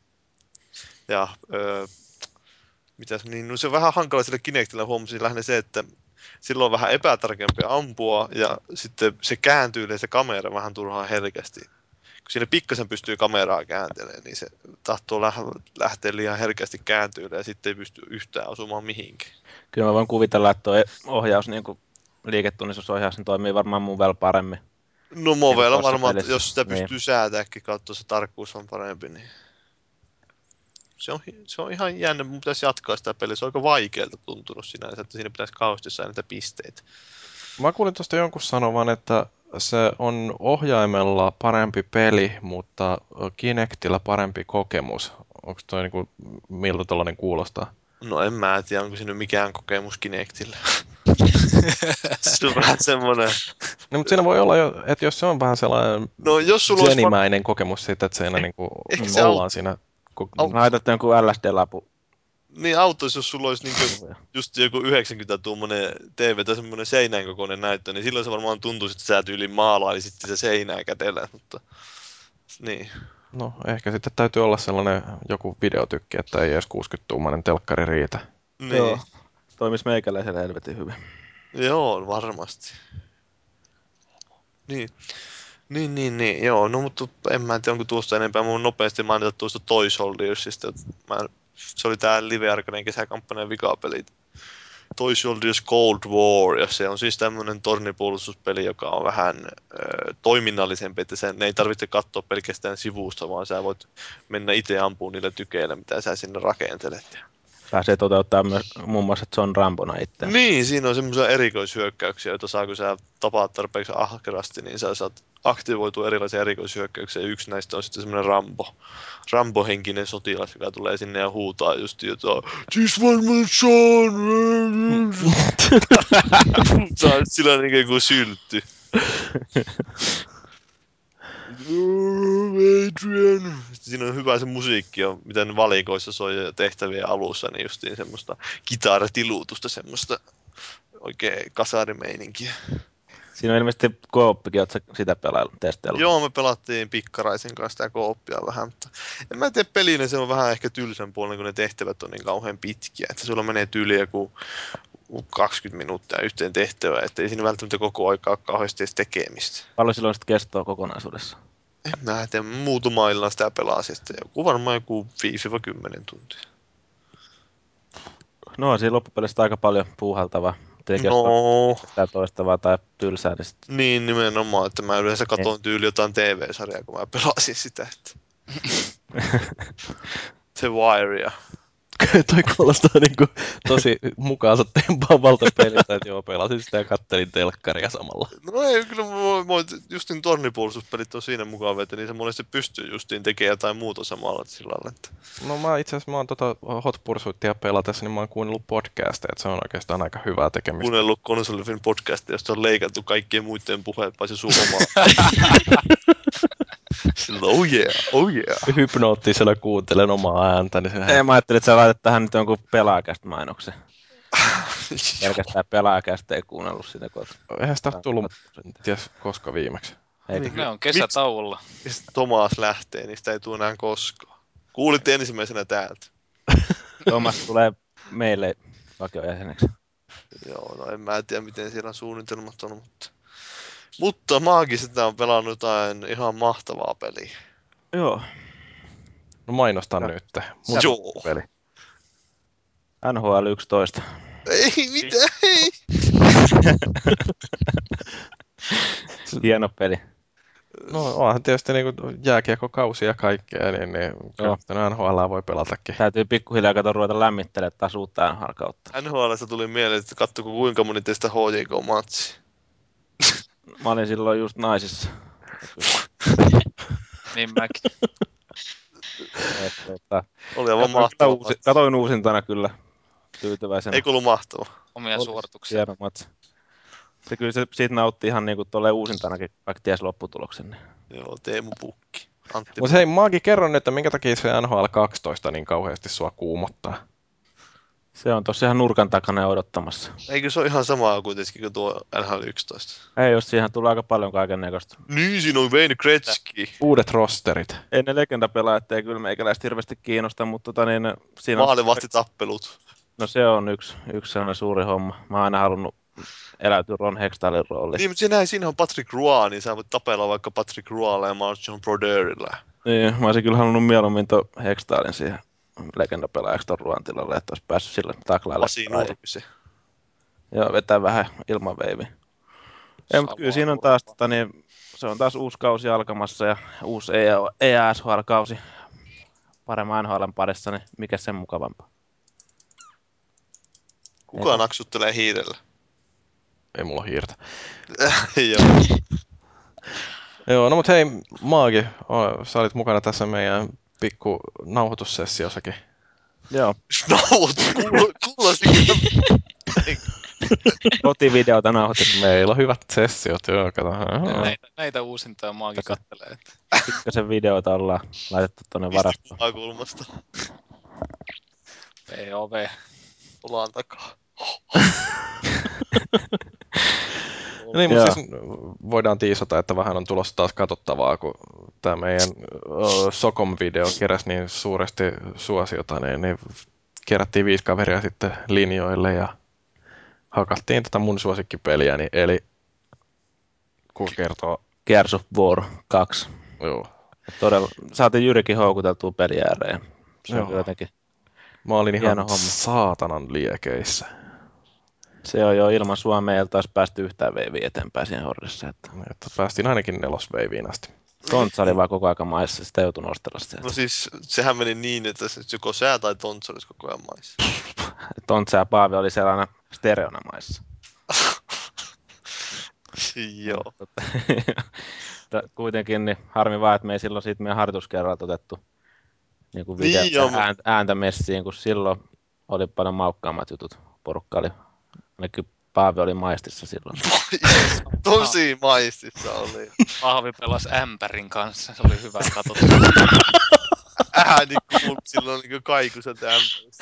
Ja öö, mitäs, niin no se on vähän hankala sillä Kinectillä, huomasin lähinnä se, että silloin on vähän epätarkempia ampua, ja sitten se kääntyy se kamera vähän turhaan herkästi. siinä pikkasen pystyy kameraa kääntelemään, niin se tahtoo lähteä liian herkästi kääntyille ja sitten ei pysty yhtään osumaan mihinkään. Kyllä mä voin kuvitella, että tuo ohjaus, niin kuin liiketunnistusohjaus, niin toimii varmaan mun vielä paremmin. No Movella varmaan, pelissä. jos sitä Niin. pystyy säätääkin kautta, se tarkkuus on parempi, niin se on, se on ihan jännä, mun pitäisi jatkaa sitä peliä. Se on aika vaikealta tuntunut sinänsä, että siinä pitäisi kauheasti saada niitä pisteitä. Mä kuulin tuosta jonkun sanovan, että se on ohjaimella parempi peli, mutta Kinectillä parempi kokemus. Onko toi niinku, miltä tollainen kuulostaa? No en mä tiedä, onko siinä mikään kokemus Kinectillä. Se on vähän semmoinen. No, mutta siinä voi olla jo, että jos se on vähän sellainen No, jos sulla olisi zenimäinen kokemus siitä, että siinä niinku ehkä se ollaan au- siinä. Ko- au- Laitat jonkun L S D-lapu. Niin autoissa, jos sulla olisi niinku just joku yhdeksänkymmentä-tuumainen T V tai semmoinen seinän kokoinen näyttö, niin silloin se varmaan tuntuisi, että sä tyyliin maalailisit se seinää kätellä, mutta niin. No, ehkä sitten täytyy olla sellainen joku videotykki, että ei edes kuusikymmentä-tuumainen telkkari riitä. Niin. Joo. Toimis meikäläisellä helvetin hyvin. Joo, varmasti. Niin. Niin, niin, niin, joo, no mutta en mä tiedä, onko tuosta enempää. Mä voin nopeasti mainita tuosta Toy Soldiersista. Mä, se oli tää Live Arcaneen kesäkampanjan vikapeli. Toy Soldiers Cold War, ja se on siis tämmönen tornipuolustuspeli, joka on vähän ö, toiminnallisempi, että sen ei tarvitse katsoa pelkästään sivusta, vaan sä voit mennä itse ampumaan niillä tykeillä, mitä sä sinne rakentelet. Pääsee toteuttaa myös muun muassa John Rambona itse. Niin, siinä on semmoisia erikoishyökkäyksiä, joita saa, kun sä tapaat tarpeeksi ahkerasti, niin sä saat aktivoitua erilaisia erikoishyökkäyksiä. Yksi näistä on sitten semmoinen Rambo, Rambo-henkinen sotilas, joka tulee sinne ja huutaa just jotain This one my son! Sä oot sillä niin kuin syltty. Adrian. Siinä on hyvä se musiikki, mitä ne valikoissa soi tehtävien alussa, niin justiin semmoista kitaratiluutusta, semmoista oikein kasarimeininkiä. Siinä on ilmeisesti kooppikin, ootko sitä pelaillut testeillä? Joo, me pelattiin Pikkaraisen kanssa sitä kooppia vähän, mutta en mä tiedä, pelinä se on vähän ehkä tylsän puolella, kun ne tehtävät on niin kauhean pitkiä, että sulla menee tyyli joku kaksikymmentä minuuttia yhteen tehtävään, että ei siinä välttämättä koko aikaa ole kauheasti edes tekemistä. Paljon silloin sitten kestoa kokonaisuudessa? En mä tiedä, muutama illan sitä pelaa sitten, joku varmaan joku viisi kymmenen tuntia. No on siinä loppupelissä aika paljon puuhaltavaa. No, Sitä toistavaa tai tylsää, niin sit... niin nimenomaan, että mä yleensä katon tyyli jotain T V-sarjaa, kun mä pelasin sitä, että The Wirea. Toi kuulostaa niinku tosi mukaansa tempaavalta peliltä, että joo, pelasin sitä ja kattelin telkkaria samalla. No ei, kyllä mä, mä, justin tornipuolustuspelit on siinä mukavia, että niissä monesti pystyy justiin tekemään jotain muuta samalla sillä lailla. Että... No mä itse asiassa mä oon tota Hot Pursuitia pelatessa, niin mä oon kuunnellut podcasteja, että se on oikeastaan aika hyvää tekemistä. Kuunnellut Konsolifin podcastia, josta on leikattu kaikkien muiden puheet, paitsi sun omaa. Sillä, oh yeah, oh yeah. Hypnoottisena kuuntelen omaa ääntäni. Niin ei, mä ajattelin, että sä laitat tähän nyt jonkun pelaajakästä mainoksen. Pelkästään pelaajakästä ei kuunnellut sitä kohta. Eihän sitä ole tullut, ties koska viimeksi. Eikö? Ne on kesätauolla. Mistä Tomas lähtee, niin sitä ei tule enää koskaan. Kuulitte ensimmäisenä täältä. Thomas tulee meille vakiojäseneksi. Joo, no en mä tiedä miten siellä on suunnitelmat on, mutta... Mutta Maagisesta on pelannut jotain ihan mahtavaa peliä. Joo. No mainostan Ja. nyt. Mun Joo. Peli. N H L yksitoista. Ei mitään, ei. Hieno peli. No onhan tietysti niinku jääkiekkokausi ja kaikkea, niin, niin kyllä sitä N H L voi pelatakin. Täytyy pikkuhiljaa kato ruveta lämmittelemään taas uutta N H L-kautta. N H L:stä tuli mieleen, että katsoko kuinka moni teistä H J K-matsi. Mä olin silloin just naisissa. Niin mäkin. Et, tota, Oli aivan katoin, mahtava uusi, matsi. katoin uusintana kyllä tyytyväisenä. Eikö ollut mahtava? Omia Oli suorituksia. hieno matsi. Se kyllä se, siitä nautti ihan niinku tolleen uusintanakin, vaikka ties lopputuloksen. Niin. Joo, Teemu Pukki. Antti Mutta hei Maagi, kerro nyt, että minkä takia se N H L kaksitoista niin kauheasti sua kuumottaa? Se on tossa ihan nurkan takana odottamassa. Eikö se ole ihan samaa kuitenkin kuin tuo N H L yksitoista? Ei, jos siihen tulee aika paljon kaiken näköistä. Niin, siinä on Wayne Gretzky. Uudet rosterit. Ei ne legendapelaajat ei kyllä meikäläistä hirveästi kiinnosta, mutta tota niin, siinä on... Maalivahtitappelut. No se on yksi, yksi sellainen suuri homma. Mä oon aina halunnut eläytyy Ron Hextallin rooliin. Niin, mutta siinä, siinä on Patrick Roy, niin sä voit tapella vaikka Patrick Roylla ja Marjon Broderilla. Niin, mä olisin kyllä halunnut mieluummin ton Hextallin siihen legendapelaajaksi ton Ruan tilalle, että olisi päässyt sillä taklaille. Pasi Nurmisi. Joo, vetää vähän ilmaveivi. Ei, mutta kyllä siinä on taas, tota, niin, se on taas uusi kausi alkamassa ja uusi E A S H L-kausi paremman N H L:n parissa, niin mikä sen mukavampaa? Kuka naksuttelee hiirellä? Ei mulla ole hiirtä. Joo. Joo, no mut hei, Maagi, o- sä olit mukana tässä meidän pikku nauhoitussessiossakin. Joo. Nauhoitus, kuulosti kyllä. Kotivideota nauhoitettu. Meillä on hyvät sessiot, joo, kato. Näitä, näitä uusintoja maakin kattelee. Että. Pikkasen videota ollaan laitettu tonne varastoon. Mistä kulmasta? P O V. Olaan takaa. Niin, mutta Joo. siis voidaan tiisata, että vähän on tulossa taas katsottavaa, kun tämä meidän uh, Socom-video keräsi niin suuresti suosiota, niin, niin kerättiin viisi kaveria sitten linjoille ja hakattiin tätä mun suosikkipeliä, niin eli kuka kertoo? Gears of War kaksi. Joo. Todella, saatiin Jyrikin houkuteltua peli ääreen. Se on Joo. kyllä jotenkin, Mä olin ihan hieno homma. saatanan liekeissä. se on jo ilman Suomea, ei taas päästy yhtään veiviä eteenpäin siinä hordissa. Että Että päästiin ainakin nelosveiviin asti. Tontsa oli vaan koko ajan maissa, sitä joutui nostella sieltä. No siis, sehän meni niin, että se joko sä tai Tontsa olisi koko ajan maissa. Tontsa ja Paavi oli siellä aina stereona maissa. Joo. Mutta kuitenkin niin harmi vaan, että me ei silloin siitä meidän harjoituskerralta otettu niin kuin video, Niin, joo, ääntä, ääntä messiin, kun silloin oli paljon maukkaammat jutut. Porukka oli, ainakin Paavi oli maistissa silloin. tosi maistissa oli. Paavi pelasi ämpärin kanssa, se oli hyvä katsottu. Ääni kuului silloin niin kaikuset ämpärissä.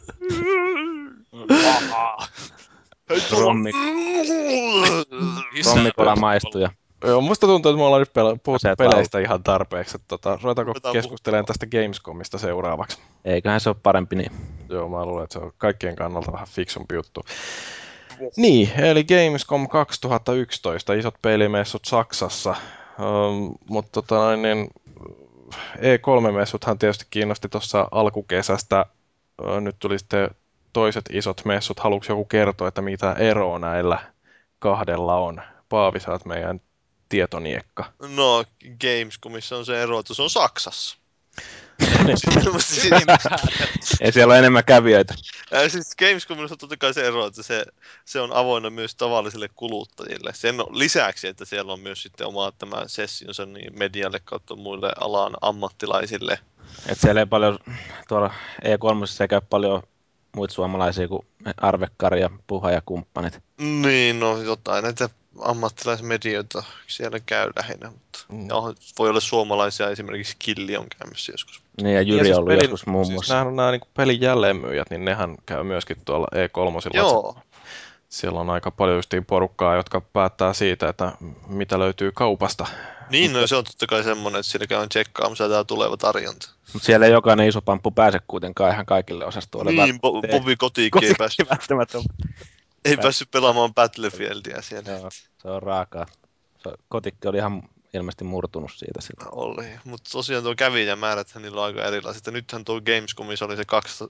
Rommi, Rommikola maistui ja Joo, musta tuntuu, että me ollaan nyt pela- puhuttu Aseet peleistä ihan tarpeeksi. Että tota, ruvetaanko Ruvetaan keskustelemaan tästä Gamescomista seuraavaksi? eiköhän se ole parempi niin. Joo, mä luulen, että se on kaikkien kannalta vähän fiksumpi juttu. Niin, eli Gamescom kaksituhattayksitoista, isot pelimessut Saksassa. Um, mutta tota, noin, niin, E kolme-messuthan tietysti kiinnosti tuossa alkukesästä. Ö, Nyt tuli sitten toiset isot messut. Haluatko joku kertoa, että mitä eroa näillä kahdella on? Paavi, sä oot meidän tietoniekka. No, Gamescomissa on se ero, että se on Saksassa. siis, Ei siellä ole enemmän kävijöitä. äh, siis Gamescomissa on totta kai se ero, että se, se on avoinna myös tavallisille kuluttajille. Sen lisäksi, että siellä on myös sitten oma tämä sessionsa niin medialle kautta muille alan ammattilaisille. Et siellä ei paljon, tuolla E kolme ei käy paljon muita suomalaisia kuin Arvekkari ja Puha ja kumppanit. Niin, no jotain näitä ammattilaismedioita siellä käy lähinnä, mutta Mm. ja voi olla suomalaisia, esimerkiksi Killi on käymässä joskus. Niin ja Jyri Ja siis on ollut pelin- joskus muun Siis muassa. nämä on nämä niin pelin jälleenmyyjät, niin nehän käy myöskin tuolla E kolme. Joo, Siellä on aika paljon justiin porukkaa, jotka päättää siitä, että mitä löytyy kaupasta. niin no, se on totta kai semmoinen, että siellä käyn tsekkaamassa tämä tuleva tarjonta. Mutta siellä ei jokainen iso pamppu pääse kuitenkaan ihan kaikille osastoille. Niin, Bo- Bobi Kotiikki ei päässyt, välttämättä. ei päässyt pelaamaan Battlefieldia siellä. Joo, se on raakaa. Se, kotikki oli ihan ilmeisesti murtunut siitä silloin. Oli, mutta tosiaan tuo kävijämäärät niillä on aika erilaiset. Ja nythän tuo Gamescomissa oli se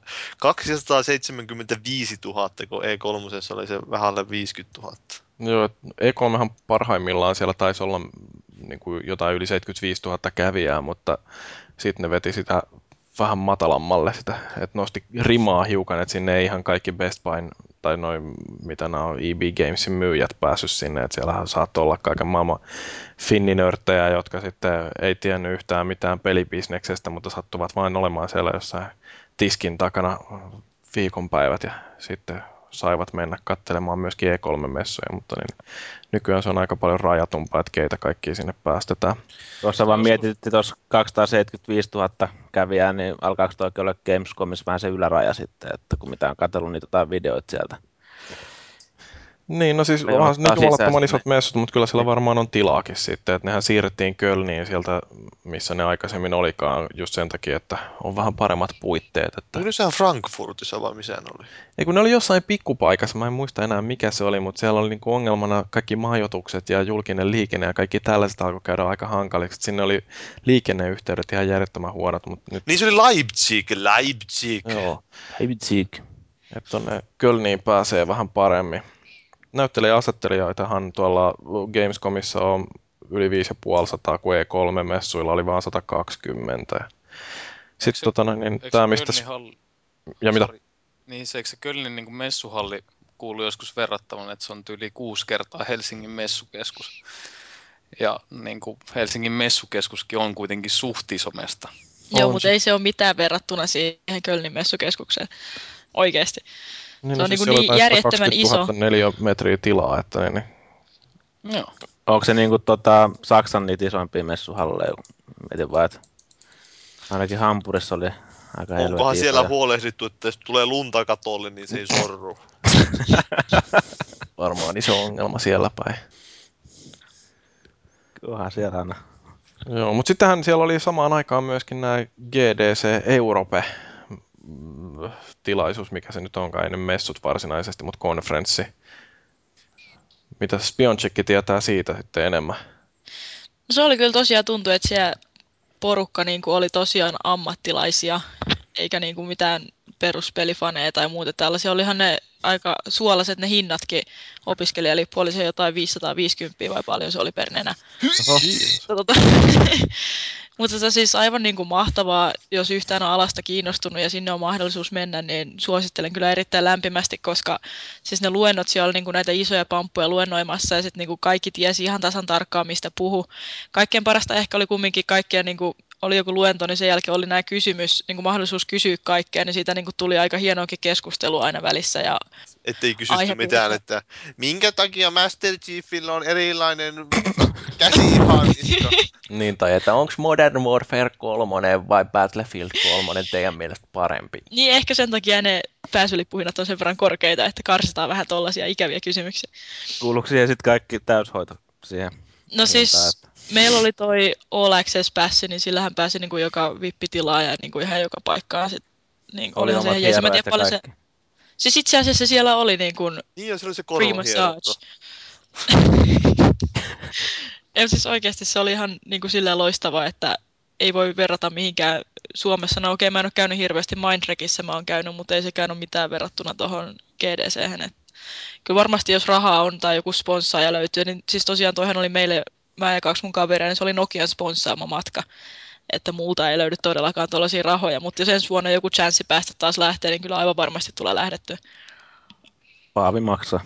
kaksisataaseitsemänkymmentäviisituhatta, kun E kolme oli se vähän alle viisikymmentätuhatta. Joo, E kolme parhaimmillaan siellä taisi olla niin kuin jotain yli seitsemänkymmentäviisituhatta kävijää, mutta sitten ne veti sitä vähän matalammalle sitä, että nosti rimaa hiukan, että sinne ei ihan kaikki Best Buyn tai noin, mitä nämä on, E B Gamesin myyjät päässyt sinne, että siellähän saattoi olla kaiken maailman finninörttejä, jotka sitten ei tiennyt yhtään mitään pelibisneksestä, mutta sattuvat vain olemaan siellä jossain tiskin takana viikonpäivät ja sitten saivat mennä katselemaan myöskin E kolme-messuja, mutta niin, nykyään se on aika paljon rajatumpaa, että keitä kaikki sinne päästetään. Tuossa vaan mietittiin tuossa kaksisataaseitsemänkymmentäviisituhatta kävijää, niin alkaako toi olla Gamescomissa vähän se yläraja sitten, että kun mitä on katsellut niitä jotain videoita sieltä. Niin, no siis Ja onhan se nyt ottaa jumalattoman sisäistä isot messut, mutta kyllä sillä Niin. varmaan on tilaakin sitten, että nehän siirrettiin Kölniin sieltä, missä ne aikaisemmin olikaan, just sen takia, että on vähän paremmat puitteet. Että... Onko sehän Frankfurtissa vai missä ne oli? Ei, kun ne oli jossain pikkupaikassa, mä en muista enää mikä se oli, mutta siellä oli niinku ongelmana kaikki majoitukset ja julkinen liikenne ja kaikki tällaiset alkoi käydä aika hankaliksi. Sinne oli liikenneyhteydet ihan järjettömän huonot, mutta nyt... Niin se oli Leipzig, Leipzig. Joo, Leipzig. että tonne Kölniin pääsee vähän paremmin. Näyttelijä-asettelijoitahan tuolla Gamescomissa on yli viisi ja puoli sataa, kun E kolme -messuilla oli vaan sata kaksikymmentä. Sitten se- tota, noin, niin, Eikö tää se mistä... Kölnin halli, Ja mitä? Sori. Niin se, eikö se Kölnin niin kuin messuhalli kuului joskus verrattavan, että se on yli kuusi kertaa Helsingin messukeskus. Ja niin kuin Helsingin messukeskuskin on kuitenkin suht iso mesta. Joo, On mutta se. ei se ole mitään verrattuna siihen Kölnin messukeskukseen. Oikeesti. Niin, Se no, on siis niinku siellä oli niin jotain järjettömän satakaksikymmentätuhatta iso. neliömetriä tilaa, että niin, niin. Joo. Onko se niinku tota Saksan niitä isoimpia messuhalleja? Mietin vaan, että ainakin Hampurissa oli aika helvetin Onkohan siellä isoja. huolehdittu, että jos tulee lunta katolle, niin se ei sorru. Varmaan iso ongelma siellä päin. Kyllähän siellä aina. Joo, mutta sittenhän siellä oli samaan aikaan myöskin nämä G D C Europe mm, tilaisuus, mikä se nyt onkaan, ei ne messut varsinaisesti, mutta konferenssi. Mitä Spionchikki tietää siitä sitten enemmän? No se oli kyllä tosiaan tuntuu, että siellä porukka niinku oli tosiaan ammattilaisia, eikä niinku mitään peruspelifaneja tai muuta tällaisia. Olihan ne aika suolaiset ne hinnatkin opiskelijalippu, oli se jotain viisisataaviisikymmentä vai paljon se oli per nenä. Oho. Mutta tota, mutta se siis aivan niin kuin mahtavaa, jos yhtään on alasta kiinnostunut ja sinne on mahdollisuus mennä, niin suosittelen kyllä erittäin lämpimästi, koska siis ne luennot siellä oli niin kuin näitä isoja pamppuja luennoimassa ja sitten niin kuin kaikki tiesi ihan tasan tarkkaan, mistä puhu. Kaikkein parasta ehkä oli kumminkin kaikkea, niin kuin oli joku luento, niin sen jälkeen oli nämä kysymys, niin kuin mahdollisuus kysyä kaikkea, niin siitä niin kuin tuli aika hienoakin keskustelua aina välissä ja Ettei kysytty aihepiirit- mitään, että minkä takia Master Chiefillä on erilainen käsiharniska. Niin, tai että onko Modern Warfare kolme vai Battlefield kolme teidän mielestä parempi? Niin ehkä sen takia ne pääsylippuhinnat on sen verran korkeita, että karsitaan vähän tollaisia ikäviä kysymyksiä. Kuuluuko siihen sitten kaikki täyshoito siihen? No siis hintaan, että- meillä oli toi All Access Pass, niin sillähän pääsi niinku joka vippitilaa ja niinku ihan joka paikkaan. Sit, niin Oli olihan se omat ihan jees. Mä en hierojat tiedä ja paljon se... kaikki. Siis itse asiassa siellä oli niin kuin Niin ja se oli se free koronahiedotto. massage. Ei, siis oikeasti se oli ihan niin kuin silleen loistavaa, että ei voi verrata mihinkään Suomessa. No okei, mä en ole käynyt hirveästi Mindtrackissa, mä oon käynyt, mutta ei sekään ole mitään verrattuna tuohon G D C-hän. Kyllä varmasti jos rahaa on tai joku sponssaaja löytyy, niin siis tosiaan toihan oli meille, mä ja kaksi mun kaveria, niin se oli Nokian sponssaama matka. Että multa ei löydy todellakaan tuollaisia rahoja, mutta jos ensi vuonna joku chanssi päästä taas lähtee, niin kyllä aivan varmasti tulee lähdettyä. Paavi maksaa.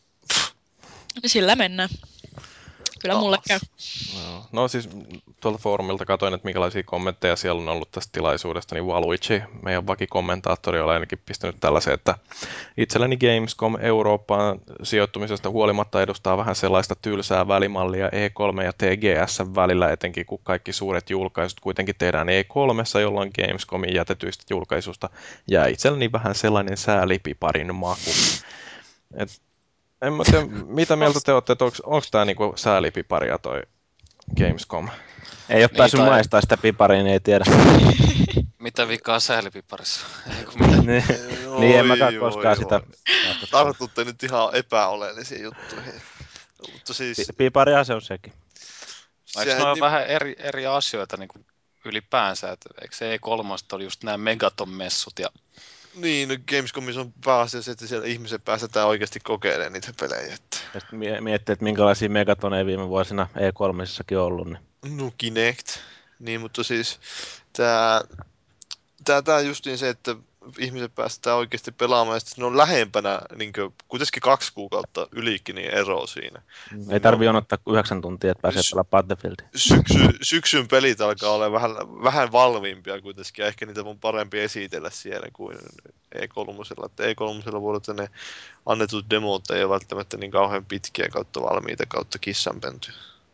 Niin sillä mennään. Kyllä mulle käy. No, no siis tuolta foorumilta katsoin, että minkälaisia kommentteja siellä on ollut tästä tilaisuudesta, niin Waluigi, meidän vakikommentaattori, on ainakin pistänyt tällaisen, että itselleni Gamescom Eurooppaan sijoittumisesta huolimatta edustaa vähän sellaista tylsää välimallia E kolme ja T G S välillä, etenkin kun kaikki suuret julkaisut kuitenkin tehdään E kolme, jolloin Gamescomin jätetyistä julkaisusta jää itselleni vähän sellainen säälipiparin maku. Et en mä tiedä, mitä mieltä te olette, että onko tämä niinku säälipiparia toi Gamescom? Ei ole Niin, päässyt tai- maistaa sitä piparia, niin ei tiedä. Mitä vikaa säälipiparissa? Ei kun mitä? niin, Oi, niin en mäkään oi, koskaan oi. sitä maista. Tartutte nyt ihan epäoleellisiin juttuihin. Mutta siis... Pi- Piparia se on sekin. Eikö se, ne ole niin, vähän eri, eri asioita niin kuin ylipäänsä? Että eikö se E kolme oli just nämä Megaton-messut ja niin, no Gamescomissa on pääasiassa, että siellä ihmiset päästetään oikeasti kokeilemaan niitä pelejä. Että... Ja sitten mie- miettii, että minkälaisia megatoneja viime vuosina E kolme on ollut. Niin. No Kinect. Niin, mutta siis tää, tää, tää justiin se, että ihmiset päästetään oikeasti pelaamaan, ja sitten ne on lähempänä, niin kuin, kuitenkin kaksi kuukautta ylikin, niin ero siinä. Ei tarvii odottaa yhdeksän tuntia, että pääsee S- pelaamaan Battlefieldia. Syksy, syksyn pelit alkaa olla vähän, vähän valmiimpia kuitenkin, ja ehkä niitä on parempi esitellä siellä kuin E kolme. Että E kolme vuodelta ne annetut demot ei ole välttämättä niin kauhean pitkiä kautta valmiita kautta kissanpentyä.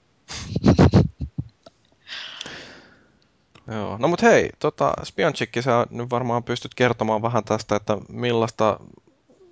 Joo. No mut hei, tota, Spionchikki, sä nyt varmaan pystyt kertomaan vähän tästä, että millaista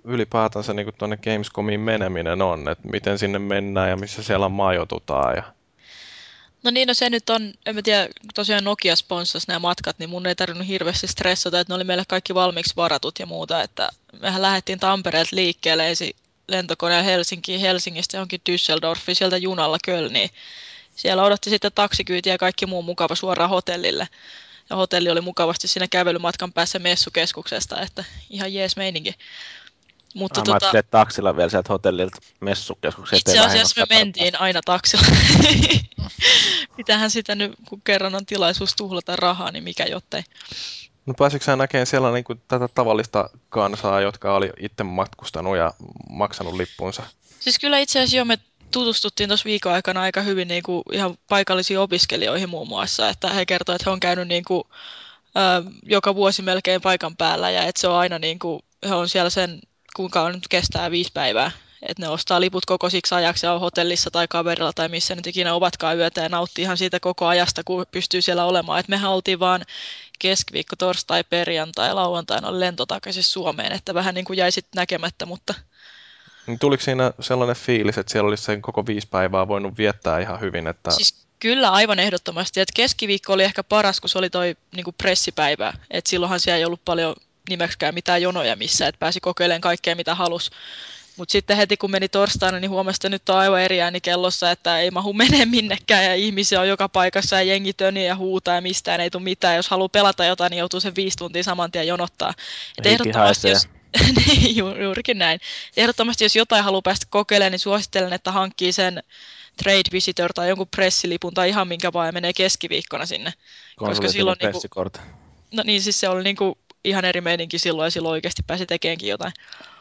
ylipäätänsä niin tuonne Gamescomiin meneminen on, että miten sinne mennään ja missä siellä majoitutaan. Ja... No niin, no se nyt on, en mä tiedä, tosiaan Nokia sponssasi nämä matkat, niin mun ei tarvinnut hirveästi stressata, että ne oli meille kaikki valmiiksi varatut ja muuta, että mehän lähdettiin Tampereelta liikkeelle ensin lentokoneella Helsinkiin, Helsingistä johonkin Düsseldorfiin, sieltä junalla Kölniin. Siellä odotti sitten taksikyyti ja kaikki muu mukava suoraan hotellille. Ja hotelli oli mukavasti siinä kävelymatkan päässä messukeskuksesta, että ihan jees meininki. Mutta Ah, mä tota, ajattelin, että taksilla vielä sieltä hotellilta messukeskuksen itse eteen asiassa me vahingossa mentiin aina taksilla. Mitähän sitä nyt, kun kerran on tilaisuus tuhlata rahaa, niin mikä jottei. No pääsitkö sä näkemään siellä niin kuin tätä tavallista kansaa, jotka oli itse matkustanut ja maksanut lippunsa? Siis kyllä itse asiassa jo me tutustuttiin tuossa viikon aikana aika hyvin niin kuin ihan paikallisiin opiskelijoihin muun muassa, että he kertoivat, että he on käynyt niin kuin, ä, joka vuosi melkein paikan päällä ja että se on aina niin kuin, he on siellä sen, kuinka on nyt kestää viisi päivää, että ne ostaa liput koko siksi ajaksi ja on hotellissa tai kaverilla tai missä nyt ikinä ovatkaan yötä ja nauttii ihan siitä koko ajasta, kun pystyy siellä olemaan. Et mehän oltiin vaan keskiviikko, torstai, perjantai, lauantaina oli lento takaisin Suomeen, että vähän niin kuin jäi sitten näkemättä, mutta Niin tuliko siinä sellainen fiilis, että siellä olisi sen koko viisi päivää voinut viettää ihan hyvin? Että... siis kyllä aivan ehdottomasti, että keskiviikko oli ehkä paras, kun se oli toi niin kuin pressipäivä, että silloinhan siellä ei ollut paljon nimeksikään mitään jonoja missä, että pääsi kokeilemaan kaikkea mitä halusi. Mutta sitten heti kun meni torstaina, niin huomasi, että nyt on aivan eri ääni kellossa, että ei mahu mene minnekään ja ihmisiä on joka paikassa ja jengi töni ja huutaa ja mistään ei tule mitään. Jos haluaa pelata jotain, niin joutuu sen viisi tuntia saman tien jonottaa. Et ehdottomasti, jos... niin, ju- juurikin näin. Ehdottomasti, jos jotain haluaa päästä kokeilemaan, niin suosittelen, että hankkii sen Trade Visitor tai jonkun pressilipun tai ihan minkä vaan ja menee keskiviikkona sinne. Koska silloin niinku, no niin, siis se oli niinku ihan eri meininki silloin ja silloin oikeasti pääsi tekeenkin jotain.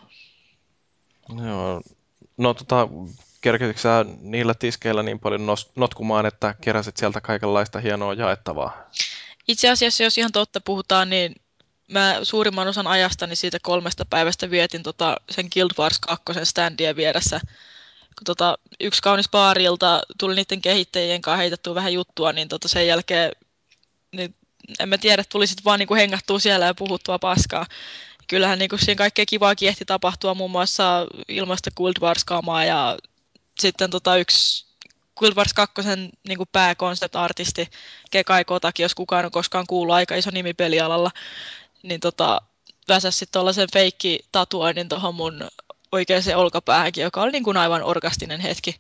Joo. No tota, kerkesitkö sä niillä tiskeillä niin paljon nos- notkumaan, että keräsit sieltä kaikenlaista hienoa jaettavaa? Itse asiassa, jos ihan totta puhutaan, niin mä suurimman osan ajastani siitä kolmesta päivästä vietin tota sen Guild Wars kaksi standien vieressä. Kun tota, yksi kaunis baarilta tuli niiden kehittäjien kanssa heitettyä vähän juttua, niin tota sen jälkeen, niin en mä tiedä, tuli sitten vaan niinku hengattua siellä ja puhuttua paskaa. Kyllähän niinku siinä kaikkea kivaa kiehti tapahtua, muun muassa ilmasta Guild Wars-kamaa ja sitten tota yksi Guild Wars kaksi niin pääkoncept-artisti Kekai Kotaki, jos kukaan on koskaan kuullut, aika iso nimi pelialalla, niin tota, väsäsi sitten tuollaisen feikki-tatuoinnin tuohon mun oikeaan olkapäähänkin, joka oli niin kuin aivan orgastinen hetki.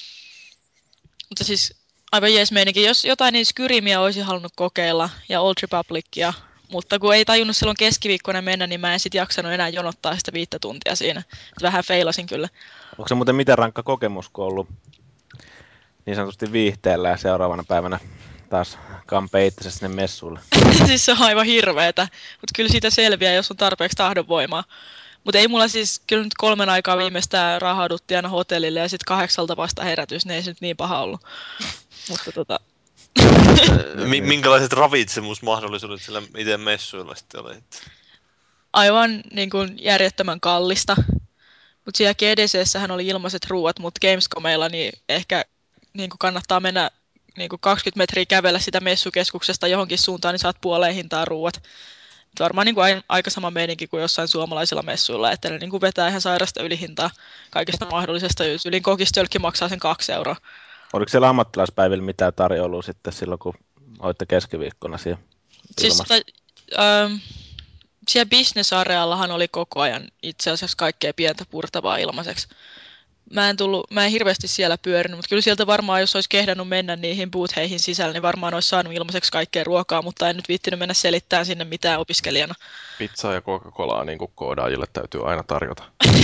Mutta siis aivan jees meininki. Jos jotain niin Skyrimiä olisi halunnut kokeilla ja Old Republicia, mutta kun ei tajunnut silloin keskiviikkona mennä, niin mä en sitten jaksanut enää jonottaa sitä viittä tuntia siinä. Et vähän feilasin kyllä. Onko se muuten miten rankka kokemus, kun on ollut niin sanotusti viihteellä ja seuraavana päivänä taas kampee itsensä sinne messuille? Siis se on aivan hirveetä, mutta kyllä siitä selviää, jos on tarpeeksi tahdonvoimaa. Mutta ei mulla siis kyllä nyt kolmen aikaa viimeistään rahauduttiin aina hotellille ja sitten kahdeksalta vasta herätys, niin ei se nyt niin paha ollut. Mutta tota... Minkälaiset ravitsemusmahdollisuudet sillä itse messuilla sitten oli? Aivan niin kuin järjettömän kallista. Mutta siellä G D C:ssähän oli ilmaiset ruuat, mutta Gamescomeilla niin ehkä niin kuin kannattaa mennä niin kuin kaksikymmentä metriä kävellä sitä messukeskuksesta johonkin suuntaan, niin saat puoleen hintaa ruuat. Varmaan niin kuin aika sama meininki kuin jossain suomalaisilla messuilla, että ne niin kuin vetää ihan sairasta ylihintaa kaikesta mahdollisesta. Ylin kokistölkki maksaa sen kaksi euroa. Oliko siellä ammattilaispäivillä mitään tarjoulua sitten silloin, kun olitte keskiviikkona siellä Siis sitä, ähm, siellä business-areallahan oli koko ajan itse asiassa kaikkea pientä purtavaa ilmaiseksi. Mä en, tullut, mä en hirveästi siellä pyörinyt, mutta kyllä sieltä varmaan, jos olisi kehdannut mennä niihin bootheihin sisällä, niin varmaan olisi saanut ilmaiseksi kaikkea ruokaa, mutta en nyt viittinyt mennä selittämään sinne mitään opiskelijana. Pizzaa ja Coca-Colaa niin kuin koodaajille täytyy aina tarjota.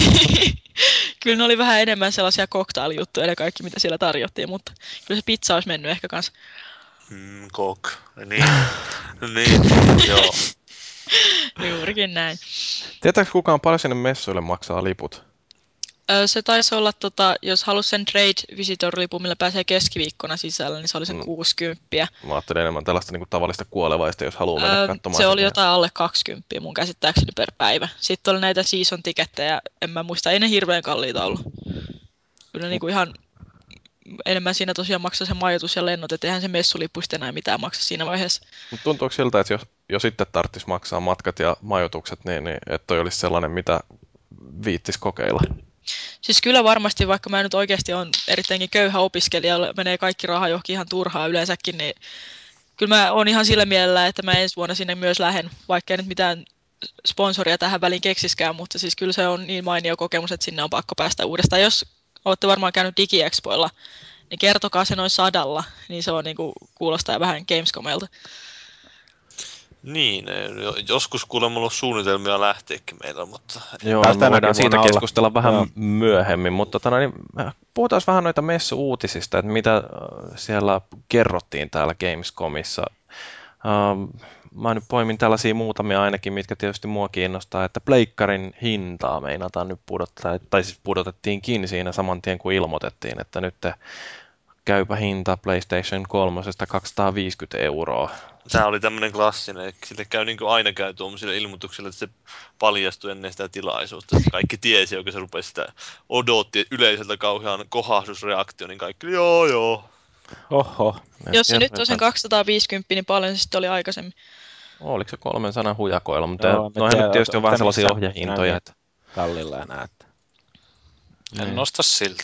Kyllä ne oli vähän enemmän sellaisia cocktail-juttuja ja kaikki, mitä siellä tarjottiin, mutta kyllä se pizza olisi mennyt ehkä kanssa. Mm, kok. Niin. niin, joo. Juurikin näin. Tietääkö kukaan paljon sinne messuille maksaa liput? Se taisi olla, tota, jos halusi sen Trade Visitor-lipun, millä pääsee keskiviikkona sisällä, niin se oli se Mm. kuusikymmentä. Mä ajattelin enemmän tällaista niin kuin tavallista kuolevaista, jos haluaa mennä Öö, katsomaan. se oli sitä. jotain alle kaksikymmentä mun käsittääkseni per päivä. Sitten oli näitä season-tikettejä, en mä muista, ei ne hirveän kalliita ollut. Kyllä niin kuin ihan enemmän siinä tosiaan maksaa se majoitus ja lennot, että eihän se messulippu sitten enää mitään maksa siinä vaiheessa. Mutta tuntuuko siltä, että jos, jos sitten tarvitsisi maksaa matkat ja majoitukset, niin, niin että toi olisi sellainen, mitä viittis kokeilla. Siis kyllä varmasti, vaikka mä nyt oikeasti on erittäinkin köyhä opiskelija, menee kaikki raha johonkin ihan turhaa yleensäkin, niin kyllä mä oon ihan sillä mielellä, että mä ensi vuonna sinne myös lähden, vaikka ei nyt mitään sponsoria tähän väliin keksiskään, mutta siis kyllä se on niin mainio kokemus, että sinne on pakko päästä uudestaan. Jos olette varmaan käynyt DigiExpoilla, niin kertokaa se noin sadalla, niin se on niinku, kuulostaa vähän Gamescomilta. Niin, joskus kuule mulla on suunnitelmia lähteäkin meillä, mutta... Joo, Taas me tänäkin voidaan siitä vuonna olla. keskustella vähän Joo. myöhemmin, mutta tota, niin, puhutaan vähän noita messu-uutisista, että mitä äh, siellä kerrottiin täällä Gamescomissa. Ähm, mä nyt poimin tällaisia muutamia ainakin, mitkä tietysti mua kiinnostaa, että pleikkarin hintaa meinataan nyt pudottaa, tai siis pudotettiinkin siinä saman tien kuin ilmoitettiin, että nyt käypä hinta PlayStation kolme kaksisataaviisikymmentä euroa. Tämä oli tämmöinen klassinen, sille käy niin kuin aina käy tuollaisille ilmoituksille, että se paljastui ennen sitä tilaisuutta. Että kaikki tiesi, joka se rupesi sitä odotti yleisöltä kauhean kohahdusreaktio, niin kaikki joo joo. Oho. Jos se nyt on Kerrotaan. sen kaksisataaviisikymmentä, niin paljon se sitten oli aikaisemmin. Oliko se kolmensadan hujakoilla, mutta Joo, no, mä noihän tiedän, nyt tietysti on onko vähän se sellaisia missä ohjehintoja. näin Että... Kallilla enää. Että. En Niin. nosta silti.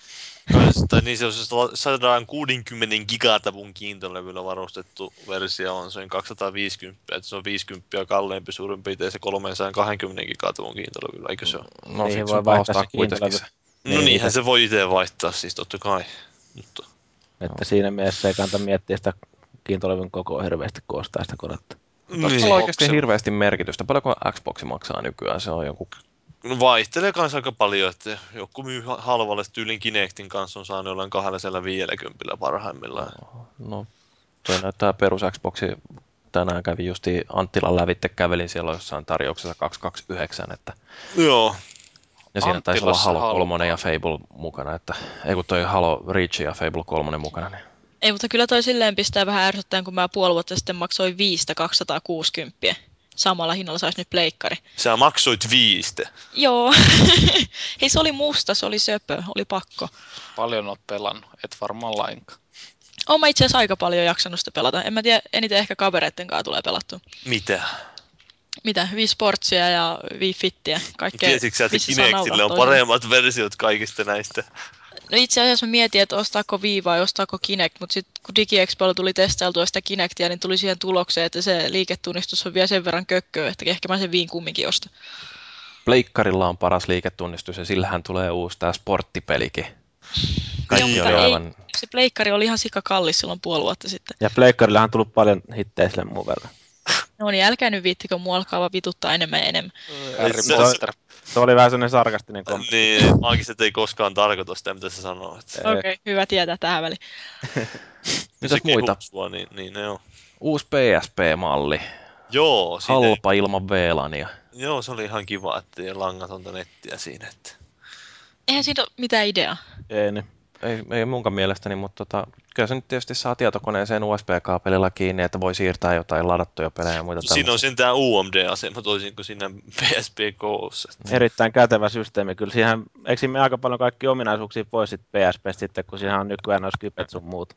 Tai niin se on se sata kuusikymmentä gigatavun kiintolevyllä varustettu versio on sen kaksisataaviisikymmentä, että se on viisikymmentä kalleimpi suurin piirtein se kolmesataakaksikymmentä gigatavun kiintolevyllä, eikö se ole? No Niihin sit voi sun vaihtaa ostaa se kuitenkin kiintolevy. se. No Niin, niinhän itse. se voi itse vaihtaa siis totta kai. Mutta... Että siinä mielessä ei kannata miettiä sitä kiintolevyn kokoa hirveästi, kun ostaa sitä konetta. Onko Niin. sulla oikeasti Boxilla. hirveästi merkitystä? Paljonko Xbox maksaa nykyään? Se on joku... No vaihtelee kanssa aika paljon, että joku myy halvalle tyylin Kinectin kanssa on saanut jollain kaksisataaviisikymmentä parhaimmillaan. No, toi näyttää perus Xboxi. Tänään kävi justi Anttilan lävitte, kävelin siellä jossain tarjouksessa kaksisataakaksikymmentäyhdeksän, että... Joo. Ja siinä taisi olla Anttilassa Halo halpaa. kolme ja Fable mukana, että... Ei kun toi Halo Reach ja Fable kolme mukana, niin... Ei, mutta kyllä toi silleen pistää vähän ärsyttäen, kun mä puoli vuotta sitten maksoin viistä kaksisataakuusikymmentä. Samalla hinnalla saisi nyt pleikkari. Sä maksoit viiste. Joo. Hei, se oli musta, se oli söpö, oli pakko. Paljon oot pelannut, et varmaan lainkaan. Oon mä itse asiassa aika paljon jaksanut sitä pelata. En mä tiedä, eniten ehkä kavereitten kanssa tulee pelattua. Mitä? Mitä? Wii Sportsia ja Wii Fittiä. Kaikkea, Tiesitkö sä, että missä saa Kinectille nauraa on toisille. paremmat versiot kaikista näistä? No itse asiassa mä mietin, että ostaako Wii vai ostaako Kinect, mutta sitten kun DigiExpoilla tuli testailtua sitä Kinectia, niin tuli siihen tulokseen, että se liiketunnistus on vielä sen verran kökköä, että ehkä mä sen Wiin kumminkin ostan. Pleikkarilla on paras liiketunnistus ja sillähän tulee uusi tää sporttipelikin. Kaikki Joo, oli mutta aivan... Se pleikkari oli ihan sikakallis silloin puoli vuotta sitten. Ja Pleikkarillahan on tullut paljon hittejä sille muun verran. No niin, älkää nyt viittikö mua alkaa vaan vituttaa enemmän ja enemmän. Harry se- Potter. Se oli vähän sellainen sarkastinen kommentti. Niin, maagiset ei koskaan tarkoita sitä, mitä sä sanoo. Että Ei. Okei, okay, hyvä tietää tähän väliin. Mitäs se muita? kehuu Sua, niin, niin ne on. Uusi P S P-malli. Joo, siinä ei, Halpa ilman V LANia. joo, se oli ihan kiva, että ei langatonta nettiä siinä. Että. Eihän siinä ole mitään ideaa. Ei niin. Ei, ei munkaan mielestäni, mutta tota, kyllä se nyt tietysti saa tietokoneeseen U S B-kaapelilla kiinni, että voi siirtää jotain ladattuja pelejä ja muita Siinä on tällaisia. sentään U M D-asema toisin kuin siinä P S P Go'ssa. Erittäin kätevä systeemi. Kyllä siihen, eikö siinä mene aika paljon kaikki ominaisuuksia pois sit P S P sitten, kun siinä on nykyään noissa kypet sun muut.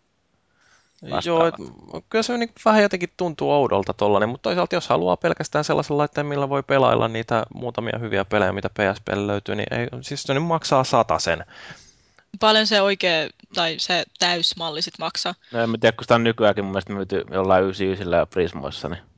Joo, et, vastaavat. kyllä se niin vähän jotenkin tuntuu oudolta tollanen, mutta toisaalta jos haluaa pelkästään sellaisen laitteen, millä voi pelailla niitä muutamia hyviä pelejä, mitä P S P:lle löytyy, niin ei, siis se nyt maksaa satasen. Paljon se oikea, tai se täysmalli sit maksaa. No en mä tiedä, kun sitä on nykyäänkin mun mielestä myyty jollain yhdeksänkymmentäyhdeksän ja Prismoissa, niin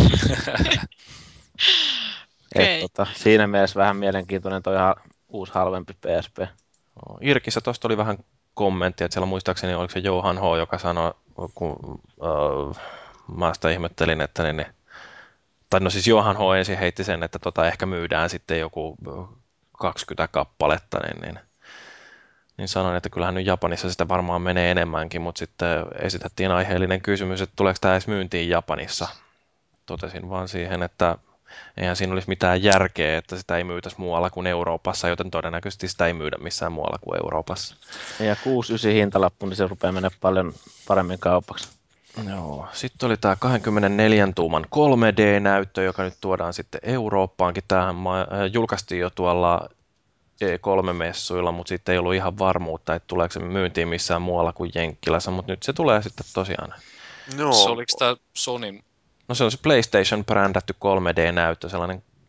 Okei. et, tota, siinä mielessä vähän mielenkiintoinen toi ha- uusi halvempi P S P. Irkissä tuosta oli vähän kommenttia, että siellä muistaakseni oliko se Johan H, joka sanoi, kun äh, mä sitä ihmettelin, että niin, niin, tai no siis Johan H ensin heitti sen, että tota ehkä myydään sitten joku kaksikymmentä kappaletta, niin, niin, niin sanoin, että kyllähän nyt Japanissa sitä varmaan menee enemmänkin, mutta sitten esitettiin aiheellinen kysymys, että tuleeko tämä edes myyntiin Japanissa. Totesin vaan siihen, että eihän siinä olisi mitään järkeä, että sitä ei myytäisi muualla kuin Euroopassa, joten todennäköisesti sitä ei myydä missään muualla kuin Euroopassa. Ja kuusi yhdeksän hintalappu, niin se rupeaa mennä paljon paremmin kaupaksi. Joo. Sitten oli tämä kaksikymmentäneljä tuuman kolme D-näyttö, joka nyt tuodaan sitten Eurooppaankin. Tämähän ma- julkaistiin jo tuolla E kolme-messuilla, mutta sitten ei ollut ihan varmuutta, että tuleeko se myyntiin missään muualla kuin Jenkkilässä, mutta nyt se tulee sitten tosiaan. No, Se oliko tämä Sonyn? No se on se PlayStation-brändätty kolme D-näyttö, sellainen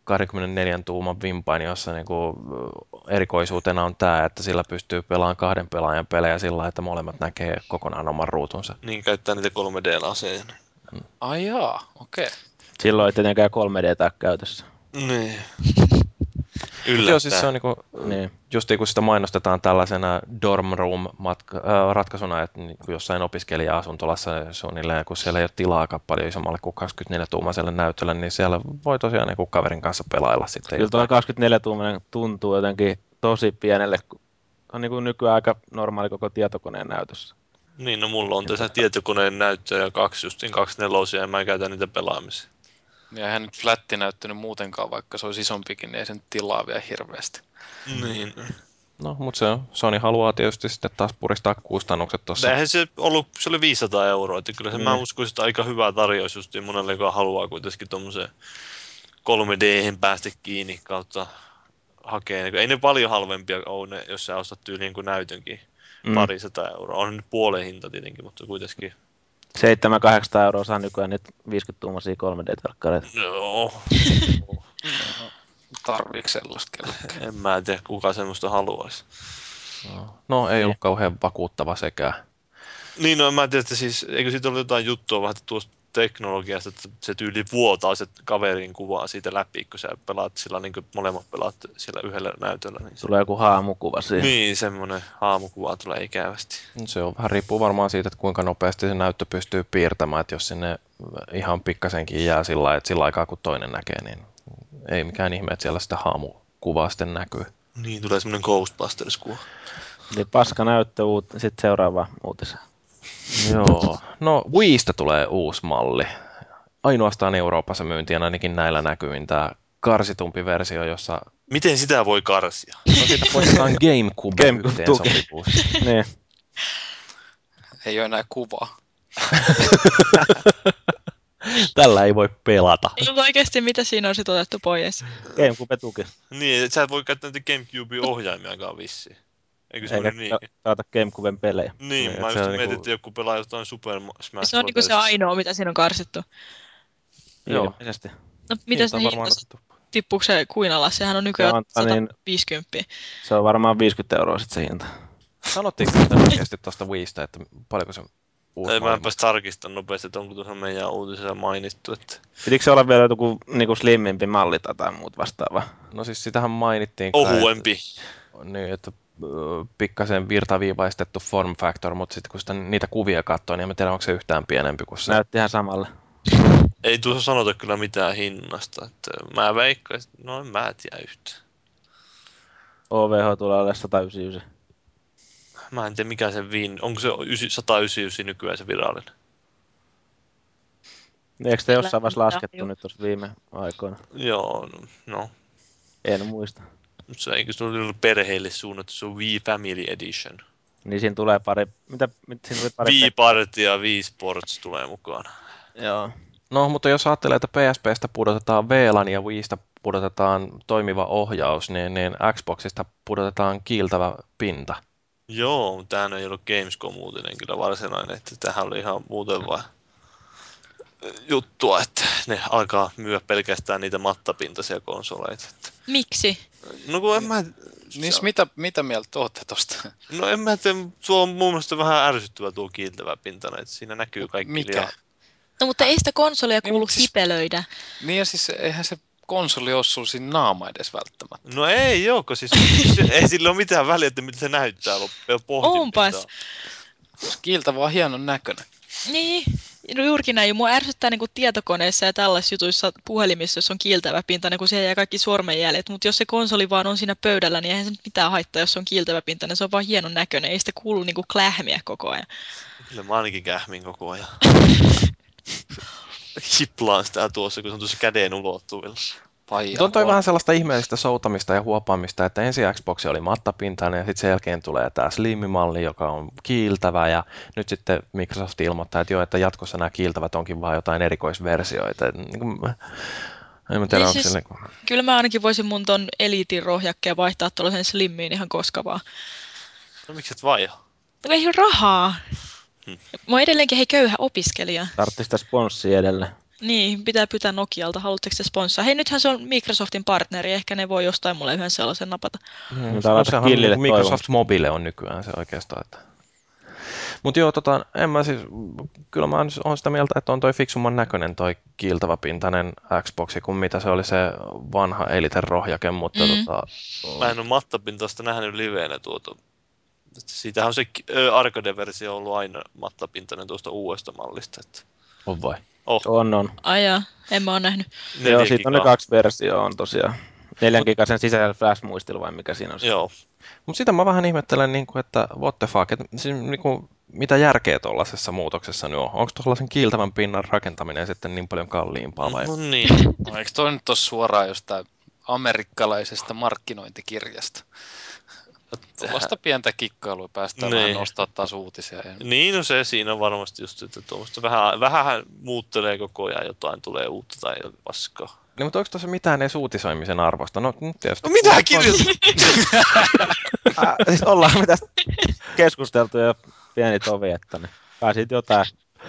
kaksikymmentäneljä tuuman vimpain, jossa niinku erikoisuutena on tämä, että sillä pystyy pelaamaan kahden pelaajan pelejä sillä lailla, että molemmat näkee kokonaan oman ruutunsa. Niin, käyttää niitä kolme D-laseja. Ai jaa, okei. Okay. Silloin ei tietenkään kolme D käytössä. Niin. Mutta joo, Yllättää. siis se on niinku, Niin. justiin kun sitä mainostetaan tällaisena dorm room matka, äh, ratkaisuna, että niinku jossain opiskelija-asuntolassa suunnilleen, kun siellä ei ole tilaakaan paljon isommalle kuin kaksikymmentäneljä-tuumaiselle näytölle, niin siellä voi tosiaan niinku kaverin kanssa pelailla sitten. Kyllä tuo kaksikymmentäneljä-tuumainen tuntuu jotenkin tosi pienelle, kun on niin kuin nykyään aika normaali koko tietokoneen näytössä. Niin, no mulla on tässä tietokoneen näyttö ja kaksi justiin kaksi nelosia ja mä käytän niitä pelaamiseen. Ja eihän nyt flätti näyttänyt muutenkaan, vaikka se olisi isompikin, niin ei sen tilaa vielä hirveästi. Niin. No, mutta se on, Sony haluaa tietysti sitten taas puristaa kustannukset tuossa. Eihän se ollut, se oli viisisataa euroa, että kyllä se Niin. mä uskoisin, että aika hyvä tarjous justiin monelle, joka haluaa kuitenkin tommoseen kolme D-hen päästä kiinni kautta hakee. Ei ne paljon halvempia ole ne, jos sä ostat tyyliin kuin näytönkin. Mm. Parisataa euroa. On nyt puolen hinta tietenkin, mutta kuitenkin. seitsemän kahdeksansataa euroa saa nykyään nyt viisikymmentä-tuumaisia kolme D-telkkareita. Joo. Tarviiko sellaista kellekään? En mä tiedä, kuka semmoista haluaisi. No, no ei ollut kauhean vakuuttava sekään. Niin, no en mä tiedä, että siis, eikö siitä ollut jotain juttua vähän tuosta teknologiasta, että se tyyli vuotaa se kaverin kuvaa siitä läpi, kun sä pelaat sillä niin kuin molemmat pelaat siellä yhdellä näytöllä. Niin, Tulee joku haamukuva siihen. niin semmoinen haamukuva tulee ikävästi. Se on vähän riippuu varmaan siitä, että kuinka nopeasti se näyttö pystyy piirtämään, että jos sinne ihan pikkasenkin jää sillä lailla, että sillä aikaa kun toinen näkee, niin ei mikään ihme, että siellä sitä haamukuvaa sitten näkyy. Niin, tulee semmoinen Ghostbusters-kuva. Eli paska näyttö, uut... sitten seuraava uutiseen. Joo, no Wiistä tulee uusi malli. Ainoastaan Euroopassa myyntiin ainakin näillä näkymin tämä karsitumpi versio, jossa Miten sitä voi karsia? no, siitä poistetaan GameCube Game- yhteensopivuus. Niin. Ei ole enää kuvaa. Tällä ei voi pelata. Ei, mutta oikeasti mitä siinä on sit otettu pois? GameCube tuki. Niin, et sä et voi käyttää niitä GameCube-ohjaimiakaan vissiin. Eikö se Eikä ole niin? saata GameCuben pelejä. Niin, Niin, mä et just se on mietin, niinku- että joku pelaa jotain Super Smash Se on niinku se Brothers. ainoa, mitä siinä on karsittu. Joo. Ilmeisesti. No, mitä Hinta se on varmaan hinta otettu. tippuuko se kuin alas? Sehän on Se nykyään on, niin, sata viisikymmentä. se on varmaan viisikymmentä euroa sitten se hinta. Sanottiinko sitä oikeasti tuosta Wiistä, että paljonko se uusi Ei, mä malli enpäs tarkistan nopeasti, että onko tuossa meidän uutisessa mainittu. Että... Pitikö se olla vielä joku niinku slimmimpi malli tai jotain muuta vastaavaa? No siis sitähän mainittiin kai, Ohuempi. että, niin, että ö, pikkasen virtaviivaistettu form factor, mutta sitten kun sitä, niitä kuvia katsoo, niin en tiedä, onko se yhtään pienempi kuin se. Näytti ihan samalle. Ei tuossa sanota kyllä mitään hinnasta. Että mä veikkaan, että no en mä tiedä yhtään. O V H tulee olemaan sata yhdeksänkymmentäyhdeksän. Mä en tiedä mikä se viin. Onko se sata yhdeksänkymmentäyhdeksän nykyään se virallinen? Eikö sitä jossain vaiheessa Kyllä, laskettu joo. nyt tuossa viime aikoina? Joo, no. no. En muista. Se eikö se ole perheille suunnattu, se on Wii Family Edition. Niin siinä tulee pari... Mitä? Mit, siinä tuli pari... Wii Party ja Wii Sports tulee mukaan. Joo. No, mutta jos ajattelee, että P S P:stä pudotetaan V LAN ja Wiistä pudotetaan toimiva ohjaus, niin, niin Xboxista pudotetaan kiiltävä pinta. Joo, mutta tämähän ei ollut Gamescom-uutinen kyllä varsinainen, että tämähän oli ihan muuten vaan juttua, että ne alkaa myyä pelkästään niitä mattapintaisia konsoleita. Että... Miksi? No kun en mä... Niin mitä, mitä mieltä ootte tosta? No en mä tiedä, tuo on mun mielestä vähän ärsyttävä tuo kiiltävä pintana, että siinä näkyy kaikki Mikä? liian... No mutta ei sitä konsolia Niin, kuulu mut siis- hipelöidä. Niin ja siis eihän se konsoli ole sulla siinä naama edes välttämättä. No ei jooko, siis ei sillä ole mitään väliä, että mitä se näyttää loppujen Onpas. Jos kiiltä vaan hienon näköinen. Niin, no juurikin näin. Mua ärsyttää niinku tietokoneissa ja tällaisissa jutuissa puhelimissa, jos on kiiltävä pintainen, kun siellä jää kaikki sormenjäljet. Mutta jos se konsoli vaan on siinä pöydällä, niin eihän se nyt mitään haittaa, jos se on kiiltävä pintainen. Se on vaan hienon näköinen. Ei sitä kuulu niinku klähmiä koko ajan. Kyllä mä ainakin kähmin koko ajan. Hiplaan sitä tuossa, kun se on tuossa käden ulottuvilla. Paija Mutta on toi vähän sellaista ihmeellistä soutamista ja huopaamista, että ensin Xbox oli mattapintainen ja sitten sen jälkeen tulee tämä slimmimalli, joka on kiiltävä ja nyt sitten Microsoft ilmoittaa, että joo, että jatkossa nämä kiiltävät onkin vaan jotain erikoisversioita. Et, niin kuin, en mä tiedä, Niin onko siis- se niin kuin... Kyllä mä ainakin voisin mun ton Eliitin rohjakkeen vaihtaa tuollaisen slimmiin ihan koska vaan. No miksi et vaiha? No ei ole rahaa. Hmm. Mä oon edelleenkin hei köyhä opiskelija. Tartti sitä sponssia edelleen. Niin, pitää pyytää Nokialta. Haluatteko se sponssaa? Hei, nythän se on Microsoftin partneri. Ehkä ne voi jostain mulle yhden sellaisen napata. Niin, Mutta no, laita sehän on Killille niin kuin Microsoft toivomukset. Mobile on nykyään se oikeastaan. Että. Mutta joo, tota, en mä siis, kyllä mä oon sitä mieltä, että on toi fiksumman näköinen toi kiiltäväpintainen Xboxi kuin mitä se oli se vanha Eliten rohjake, mutta Mm. tota, Mä en ole mattapintaista nähnyt liveenä tuota. Siitähän on se ö, arcade-versio ollut aina mattapintainen tuosta uudesta mallista. Että. on vai? Oh, On, on. Ai jaa, en mä oo nähnyt. Joo, siitä on ne gigaa. kaksi versioa on tosiaan. Neljän gigasen sisäisellä flash-muistilla vai mikä siinä on se? Joo. Mutta sitä mä vähän ihmettelen, niin kuin, että what the fuck, että, siis, niin kuin, mitä järkeä tuollaisessa muutoksessa nyt on? Onko tuollaisen kiiltävän pinnan rakentaminen sitten niin paljon kalliimpaa vai? No niin. No, eikö toi nyt ole suoraan jostain amerikkalaisesta markkinointikirjasta? Tuollaista pientä kikkailua päästään Niin. vähän nostaa taas uutisia. Ja... Niin, no se siinä on varmasti just, että tuommoista vähän, vähän muuttelee koko ajan, jotain tulee uutta tai paskaa. Niin, mutta onko tuossa mitään edes uutisoimisen arvosta? No nyt tietysti. No mitä kirjoitat? Äh, siis ollaan me tästä keskusteltu jo pieni tovi, että ne pääsit jotain.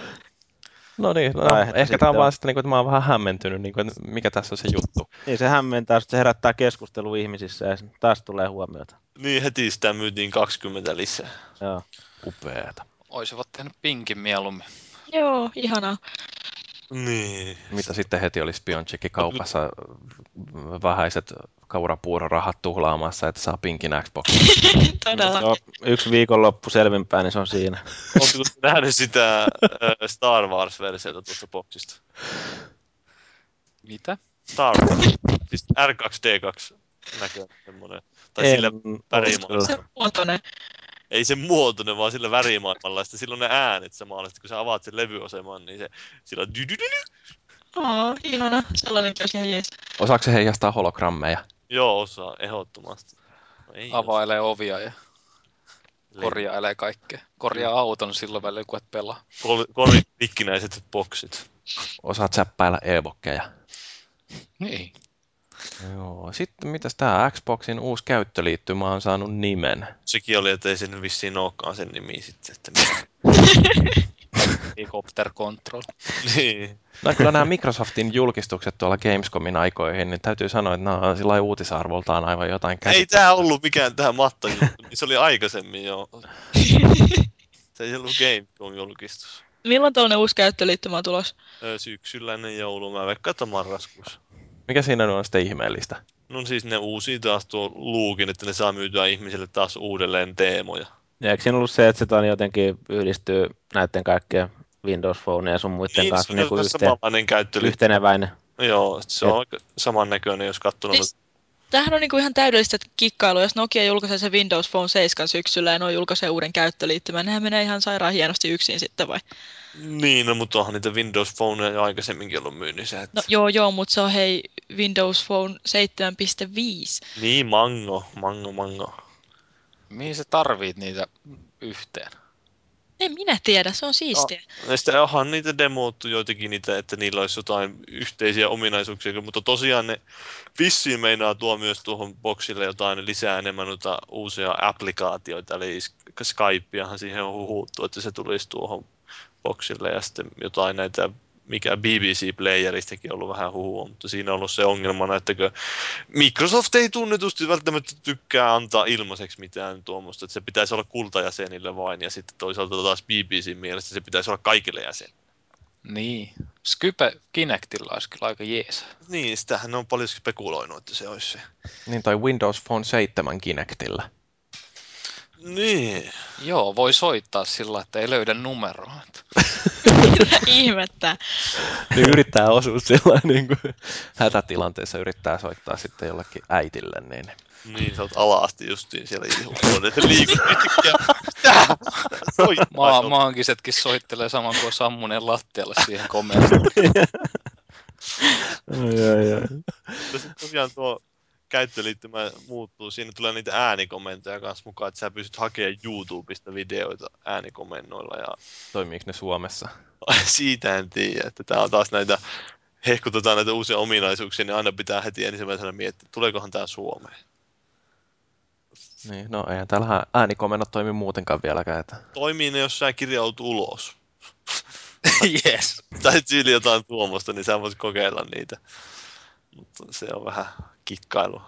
No niin, no, Tai ehkä että tämä on sitten vaan on- sitten, niin kuin, että mä oon vähän hämmentynyt, niin kuin, että mikä tässä on se juttu. Niin se hämmentää, että se herättää keskustelua ihmisissä ja taas tulee huomiota. Niin heti sitä myytiin kaksikymmentä lisää. Joo. Upeeta. Oisivat tehnyt pinkin mieluummin. Joo, ihanaa. Niin. Mitä sitten heti olisi Spionchickin kaupassa vähäiset kaurapuurorahat tuhlaamassa, että saa pinkin Xbox. Todella. Joo, yksi viikonloppu selvinpäin, niin se on siinä. Oletko nähnyt sitä äh, Star Wars-versiota tuosta boksista? Mitä? Star Wars. Siis R kaksi D kaksi näköinen semmoinen. Tai En sillä oo värimaailmalla. Se muotoinen. Ei se muotoinen, vaan sillä värimaailmalla. Ja sitten silloin ne äänet samalla. Sitten kun sä avaat sen levyaseman, niin se sillä on dy-dy-dy-dy. Oo, ihana. Sellainen olisi ihan jees. Osaako se heijastaa hologrammeja? Joo, osaa, ehdottomasti. No, ei Availee ovia ja osaa. korjailee kaikkea. Korjaa auton silloin välillä, kun et pelaa. Kol- Kori rikkinäiset boksit. Osaat säppäillä e-bokkeja? Niin. Joo. Sitten mitäs tää Xboxin uusi käyttöliittymä on saanut nimen? Sekin oli, että ei sen vissiin olekaan sen nimi sitten. Että mitä. Helicopter Control. niin. No kyllä nämä Microsoftin julkistukset tuolla Gamescomin aikoihin, niin täytyy sanoa, että nämä on sillä uutisarvoltaan aivan jotain Ei käsittämätöntä. tää ollut mikään tähän matta juttu. Niin se oli aikaisemmin jo. Se ei ollut Gamecom-julkistus. Milloin tällainen uusi käyttöliittymä on tulos? Ö, Syksyllä ennen joulua. Mä veikkaan, että marraskuussa. Mikä siinä nyt on sitten ihmeellistä? No siis ne uusia taas tuo luukin, että ne saa myytyä ihmisille taas uudelleen teemoja. Ja eikö siinä ollut se, että se ton jotenkin yhdistyy näiden kaikkien Windows Phone ja sun muiden Niin, kanssa se niin kuin on yhteen, samanlainen käyttely. yhteneväinen? Joo, se on aika samannäköinen, jos katsoo. Siis- Tämähän on niinku ihan täydellistä kikkailua, jos Nokia julkaisee se Windows Phone seitsemän syksyllä ja ne julkaisee uuden käyttöliittymän, nehän menee ihan sairaan hienosti yksin sitten vai? Niin, no, mutta onhan niitä Windows Phoneja jo aikaisemminkin ollut myynnissä. Että... No joo joo, mutta se on hei Windows Phone seitsemän piste viisi. Niin, mango, mango, mango. Mihin sä tarvit niitä yhteen? En minä tiedä, se on siistiä. Ja sitten onhan niitä demoottu joitakin niitä, että niillä olisi jotain yhteisiä ominaisuuksia, mutta tosiaan ne vissiin meinaa tuo myös tuohon boksille jotain lisää enemmän noita uusia applikaatioita, eli Skypeahan siihen on huhuttu, että se tulisi tuohon boksille ja sitten jotain näitä, mikä B B C-playeristäkin on ollut vähän huhua, mutta siinä on ollut se ongelmana, että Microsoft ei tunnetusti välttämättä tykkää antaa ilmaiseksi mitään tuommoista, että se pitäisi olla kultajäsenille vain, ja sitten toisaalta taas B B C:n mielestä se pitäisi olla kaikille jäsenille. Niin. Skype Kinectilla olisi kyllä aika jees. Niin, sitähän ne on paljon spekuloinut, että se olisi se. Niin, tai Windows Phone seitsemän Kinectillä. Niin. Joo, voi soittaa sillä, että ei löydä numeroa. Ihmettä. Niin yrittää osua sillä niin kuin hätätilanteessa yrittää soittaa sitten jollekin äitille, niin Niin, sä oot ala-asti justiin siellä huoneessa liikut yhtäkkiä. Mitä? Soittaa. Maa, maankisetkin soittelee saman kuin Sammunen lattialle siihen komeasti. Ai, ai, ai. Mutta sitten tosiaan tuo käyttöliittymä muuttuu. Siinä tulee niitä äänikomentoja kanssa mukaan, että sä pystyt hakemaan YouTubesta videoita äänikomennoilla. Ja toimiiko ne Suomessa? siitä en tiedä, että tää on taas näitä, hehkutetaan näitä uusia ominaisuuksia, niin aina pitää heti ensimmäisenä miettiä, tuleekohan tää Suomeen. Niin, no eihän täällä äänikomennot toimi muutenkaan vieläkään. Että... Toimii ne, jos sä kirjaudut ulos. Yes. tai tyyli jotain tuommoista, niin sä voit kokeilla niitä. Mutta se on vähän kikkailua.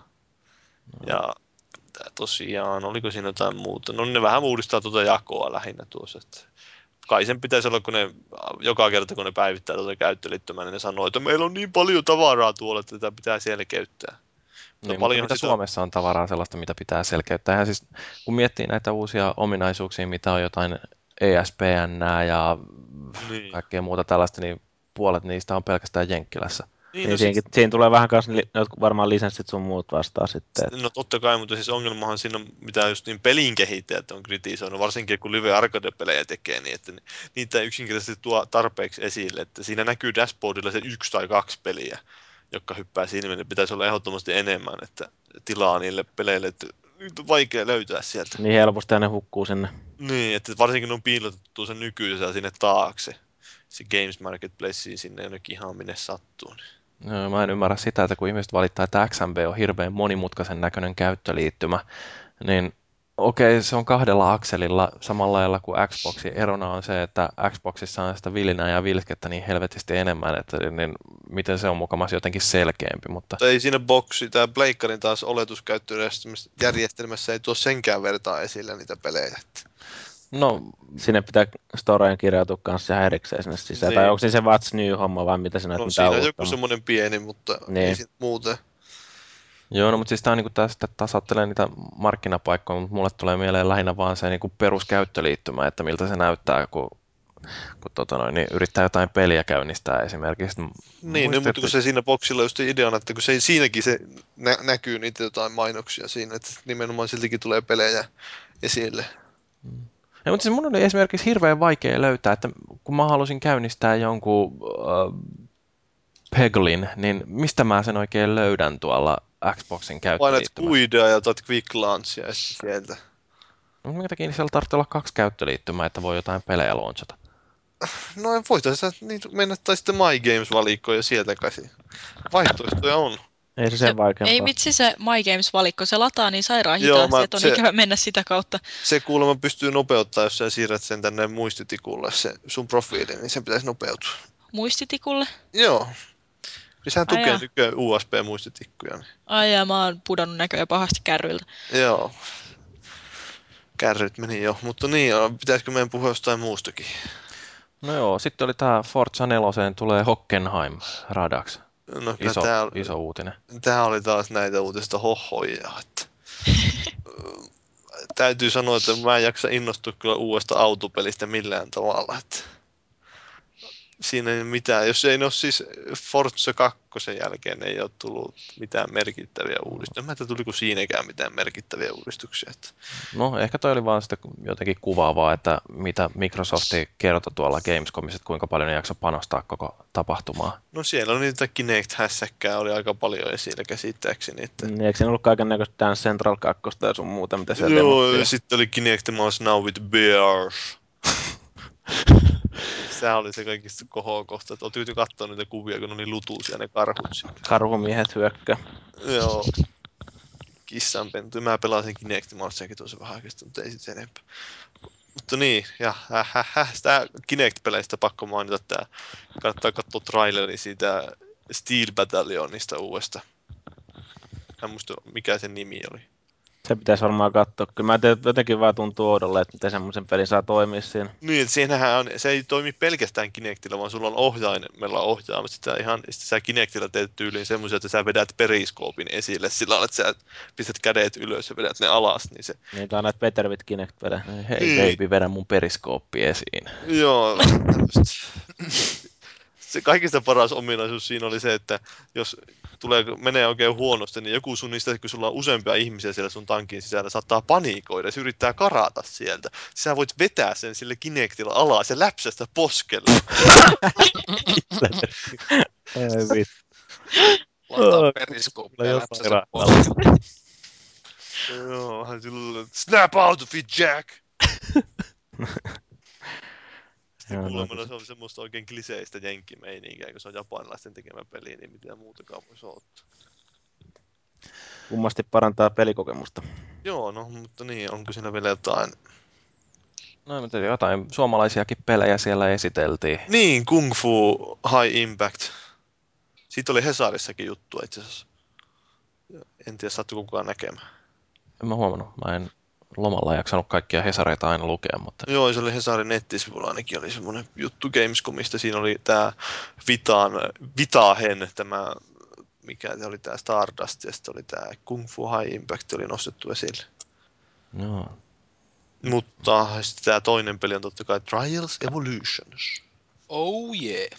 Ja tää tosiaan, oliko siinä jotain muuta? No ne vähän uudistaa tuota jakoa lähinnä tuossa. Että kai sen pitäisi olla, kun ne joka kerta kun ne päivittää tuota käyttöliittymää, niin ne sanoo, että meillä on niin paljon tavaraa tuolla, että tätä pitää selkeyttää. Niin, mutta mitä Suomessa on tavaraa sellaista, mitä pitää selkeyttää? Eihän siis, kun miettii näitä uusia ominaisuuksia, mitä on jotain E S P N ja niin. kaikkea muuta tällaista, niin puolet niistä on pelkästään Jenkkilässä. Niin, no siinäkin, sit... siinä tulee vähän kanssa li, varmaan lisenssit sun muut vastaan sitten. No totta kai, mutta siis ongelmahan siinä, mitä just niin pelin kehittäjät on kritisoinut, varsinkin kun Live Arcade-pelejä tekee, niin että niitä ei yksinkertaisesti tuo tarpeeksi esille, että siinä näkyy dashboardilla se yksi tai kaksi peliä, jotka hyppää silmiin, niin pitäisi olla ehdottomasti enemmän, että tilaa niille peleille, että nyt on vaikea löytää sieltä. Niin helposti ne hukkuu sinne. Niin, että varsinkin on piilotettu sen nykyisellä sinne taakse, se Games Marketplace sinne jonnekin ihan minne sattuu. Niin. No, mä en ymmärrä sitä, että kun ihmiset valittaa, että X M B on hirveän monimutkaisen näköinen käyttöliittymä, niin okei, se on kahdella akselilla samalla lailla kuin Xboxin. Erona on se, että Xboxissa on sitä vilinää ja vilskettä niin helvetisti enemmän, että niin miten se on mukamassa jotenkin selkeämpi. Mutta... Ei siinä boksi, tämä Pleikkarin taas oletuskäyttöjärjestelmässä ei tuo senkään vertaa esille niitä pelejä. No, sinne pitää storeen kirjautua kanssa ihan erikseen sinne sisään. Niin. Tai onko se What's New-homma vai mitä sinä no, mitä siinä on uutta joku semmoinen pieni, mutta niin. Ei sit muuten. Joo, no mutta siis tämä on niin tästä tasauttelee niitä markkinapaikkoja, mutta mulle tulee mieleen lähinnä vaan se niin peruskäyttöliittymä, että miltä se näyttää, kun, kun tota noin, niin yrittää jotain peliä käynnistää esimerkiksi. Niin, Muistat, no, mutta kun se siinä boksilla just ideana, että kun se, siinäkin se nä- näkyy niitä jotain mainoksia siinä, että nimenomaan siltikin tulee pelejä esille. Hmm. Ja, mutta siis mun oli esimerkiksi hirveän vaikea löytää, että kun mä halusin käynnistää jonkun äh, Peglin, niin mistä mä sen oikein löydän tuolla Xboxin käyttöliittymässä? Painat kuidea ja otat quick launchia sieltä. No, minkä takia siellä tarvitsee olla kaksi käyttöliittymää, että voi jotain pelejä launchata? No voitaisiin niin mennä tai sitten My Games-valikkoon ja sieltä käsin. Vaihtoehtoja on. Ei se sen vaikeampaa. Ei vitsi se My Games-valikko, se lataa niin sairaan Joo, hitaasti, mä, että on se, ikävä mennä sitä kautta. Se kuulemma pystyy nopeuttaa, jos sä siirrät sen tänne muistitikulle, se sun profiili, niin sen pitäisi nopeutua. Muistitikulle? Joo. Niin sehän tukee Ai nykyään U S B-muistitikkuja. Niin. Ai ja mä oon pudonnut näköjään pahasti kärryiltä. Joo. Kärryt meni jo, mutta niin, pitäisikö meidän puhua jostain muustakin? No joo, sitten oli tää Forza neljä, tulee Hockenheim radaksi. No, iso, tää, iso uutinen. Tää oli taas näitä uutista hohoja. Että... Täytyy sanoa, että mä en jaksa innostua kyllä uudesta autopelistä millään tavalla. Että... Siinä ei mitään. Jos ei ole siis Forza kaksi jälkeen ei ole tullut mitään merkittäviä uudistuksia. Mä en tiedä, tuliko siinäkään mitään merkittäviä uudistuksia. Että... No ehkä toi oli vaan sitten jotenkin kuvaavaa, että mitä Microsoft kertoi tuolla Gamescomissa, että kuinka paljon ne jakso panostaa koko tapahtumaan. No siellä on niitä Kinect-hässäkkää, oli aika paljon esillä käsittääkseni. Että... Mm, eikö siinä ollut kaiken näköistä Dance Central kaksi ja sun muuta, mitä siellä Joo, demottiin? ja sitten oli Kinect Mouse Now with Bears. Sehän oli se kaikista kohokohta, että oot katsoa niitä kuvia, kun on niin lutuisia ne karhut sitten. Karhumiehet hyökkää. Joo. Kissanpentu. Mä pelasin Kinect Mouseakin tuossa vähän oikeasti, mutta ei sitten enempää. Mutta niin, ja häh, häh, häh, sitä Kinect-peleistä pakko mainita tää. Kannattaa katsoa traileri siitä Steel Battalionista uudesta. En muista mikä sen nimi oli. Se pitäisi varmaan katsoa. Kyllä mä tiedän, jotenkin vaan tuntuu oudolle, että miten semmoisen pelin saa toimia siinä. Niin, että siinähän on, se ei toimi pelkästään Kinectillä, vaan sulla on ohjaimella ohjaamassa sitä ihan, sitten sä Kinectillä teet tyyliin semmoisia, että sä vedät periskoopin esille sillä lailla, että sä pistät kädet ylös ja vedät ne alas, niin se... Niin, tää on näitä Better with Kinect-pelejä. Hei niin. baby, vedä mun periskooppi esiin. Joo, se kaikista paras ominaisuus siinä oli se, että jos tulee, menee oikein huonosti, niin joku sun niistä, kun sulla on useampia ihmisiä siellä sun tankin sisällä, saattaa paniikoida ja se yrittää karata sieltä. Sä voit vetää sen sille Kinectilla alas ja läpsästä poskelle. Ei vittu. Lataa periskooppia ja läpsänsä poskelle. Joo, hän silloin, snap out of it, Jack! Sitten kuulemma se on semmoista oikein kliseistä jenkkimeininkiä, kun se on japanilaisten tekemä peli, niin mitään muutakaan voisi ottaa. Kummasti parantaa pelikokemusta. Joo, no, mutta niin, onko siinä vielä jotain No, mutta jotain suomalaisiakin pelejä siellä esiteltiin. Niin, Kung Fu High Impact. Siitä oli Hesarissakin juttu itse asiassa. En tiedä, sattuiko kukaan näkemään. En mä huomannut. Mä en lomalla jaksanut kaikkia Hesareita aina lukea, mutta... Joo, se oli Hesarin nettisivulla ainakin oli semmoinen juttu Gamescomista. Siinä oli tää Vitaan, Vitahen, tämä, mikä se oli tää Stardust, ja sitten oli tää Kung Fu High Impact oli nostettu esille. No. Mutta sitten tää toinen peli on totta kai Trials Evolutions. Oh yeah.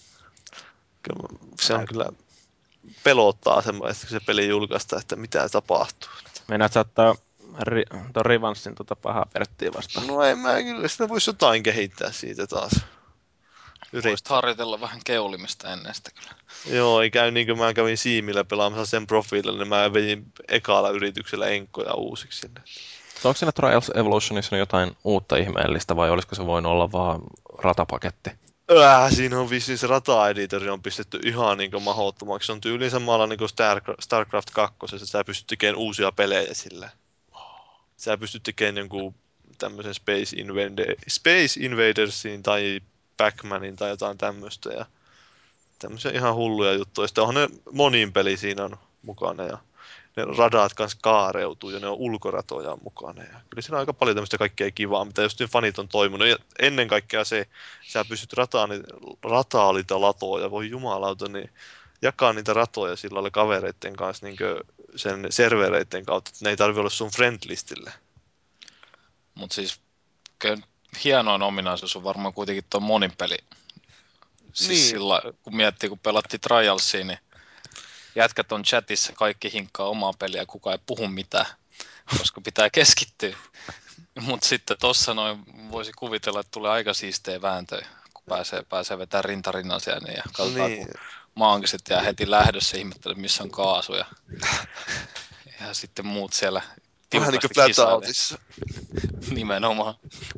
Se on kyllä pelottaa semmoista, kun se peli julkaistaan, että mitä tapahtuu. Meinaat saattaa ri, tuon Rivanssin tuota pahaa Perttiä vastaan. No en mä kyllä, sitä voisi jotain kehittää siitä taas. Voisit harjoitella vähän keulimista ennen sitä kyllä. Joo, ei käy niin kuin mä kävin Siimillä pelaamassa sen profiililla, niin mä vedin ekalla yrityksellä enkkoja uusiksi sinne. Onko siinä Trials Evolutionissa jotain uutta ihmeellistä vai olisiko se voinut olla vaan ratapaketti? Äh, siinä on vissiin se rata-editori on pistetty ihan niin mahdottomaksi. Se on tyyliin samalla niin kuin Star, StarCraft kaksi, että sä pystyt tekemään uusia pelejä sillä. Sä pystyt tekemään jonkun tämmöisen Space, Invader, Space Invadersin tai Pac-Manin tai jotain tämmöistä. Ja tämmöisiä ihan hulluja juttuja. Sitten onhan ne monin peli siinä on mukana ja ne radat kanssa kaareutuu ja ne on ulkoratoja mukana. Ja kyllä siinä on aika paljon tämmöistä kaikkea kivaa, mitä just fanit on toimunut. Ja ennen kaikkea se, sä pystyt rataan, rataalita latoja, voi jumalauta, niin jakaa niitä ratoja sillä lailla kavereiden kanssa niin sen servereiden kautta, että ne ei tarvitse olla sun friendlistille. Mut siis kyllä hienoin ominaisuus on varmaan kuitenkin tuo monin peli. Siis Niin. sillä, kun miettii, kun pelattiin Trialsia, niin jätkät on chatissa, kaikki hinkkaa omaa peliä, kukaan ei puhu mitään, koska pitää keskittyä. Mutta sitten tossa noin voisi kuvitella, että tulee aika siistejä vääntöjä, kun pääsee, pääsee vetämään rintarinnan siellä ja katsotaan, Niin. kun maankiset jää heti lähdössä ihmettelee, missä on kaasu. Ja, ja sitten muut siellä Vähän niin tiukasti kuin kisailee. Flatoutsissa. Nimenomaan.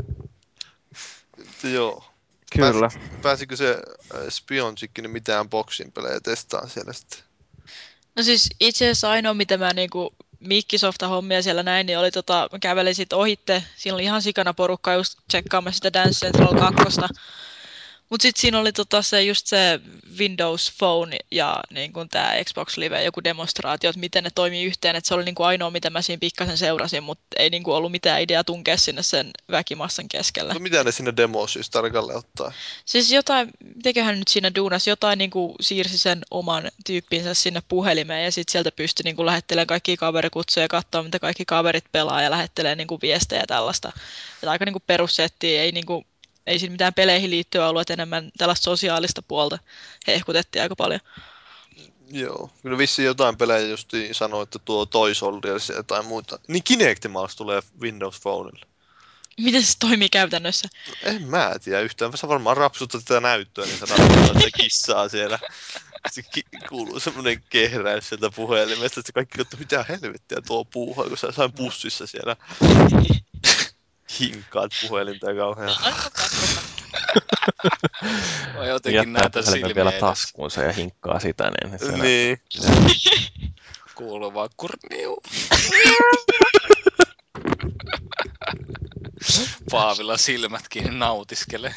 Joo. Kyllä. Pääs, pääsikö se äh, Spionchikki niin mitään boksin pelejä testaan siellä sitten? No siis itse asiassa ainoa, mitä mä niinku Mikkisofta-hommia siellä näin, niin oli tota, mä kävelin sit ohitte. Siinä oli ihan sikana porukkaa just tsekkaamassa sitä Dance Central kaksi. Mut sit siinä oli tota se just se Windows Phone ja niin kun tää Xbox Live, joku demonstraatio, että miten ne toimii yhteen. Et se oli niinku ainoa, mitä mä siinä pikkasen seurasin, mutta ei niinku ollut mitään ideaa tunkea sinne sen väkimassan keskelle. No mitä ne sinne demos siis tarkalleen ottaa? Siis jotain, mitenköhän nyt siinä duunasi, jotain niinku siirsi sen oman tyyppinsä sinne puhelimeen ja sitten sieltä pystyi niinku lähettelemään kaikkia kaverikutsuja ja katsoa, mitä kaikki kaverit pelaa ja lähettelee niinku viestejä ja tällaista. Että aika niinku perussettiä, ei, niinku, ei siinä mitään peleihin liittyä ollut, että enemmän tällaista sosiaalista puolta hehkutettiin aika paljon. Joo. Kyllä vissiin jotain pelejä just sanoi, että tuo Toy Soldiers ja jotain muuta. Niin Kinectimals tulee Windows Phonelle. Miten se toimii käytännössä? No, en mä tiedä yhtään. Sä varmaan rapsuttat tätä näyttöä, niin sä rapsuttat sitä kissaa siellä. Se ki- kuuluu semmoinen kehräys sieltä puhelimesta, että kaikki katsoo, mitä helvettiä tuo puuhaa, kun sä sain bussissa siellä hinkkaat puhelinta ja kauhean. Mä jotenkin Jättää näytän puhelimen silmiä vielä edes. taskuunsa ja hinkkaa sitä, niin se Niin. Kuuluu vaan kurniu. Paavilla silmät kiinni nautiskelee.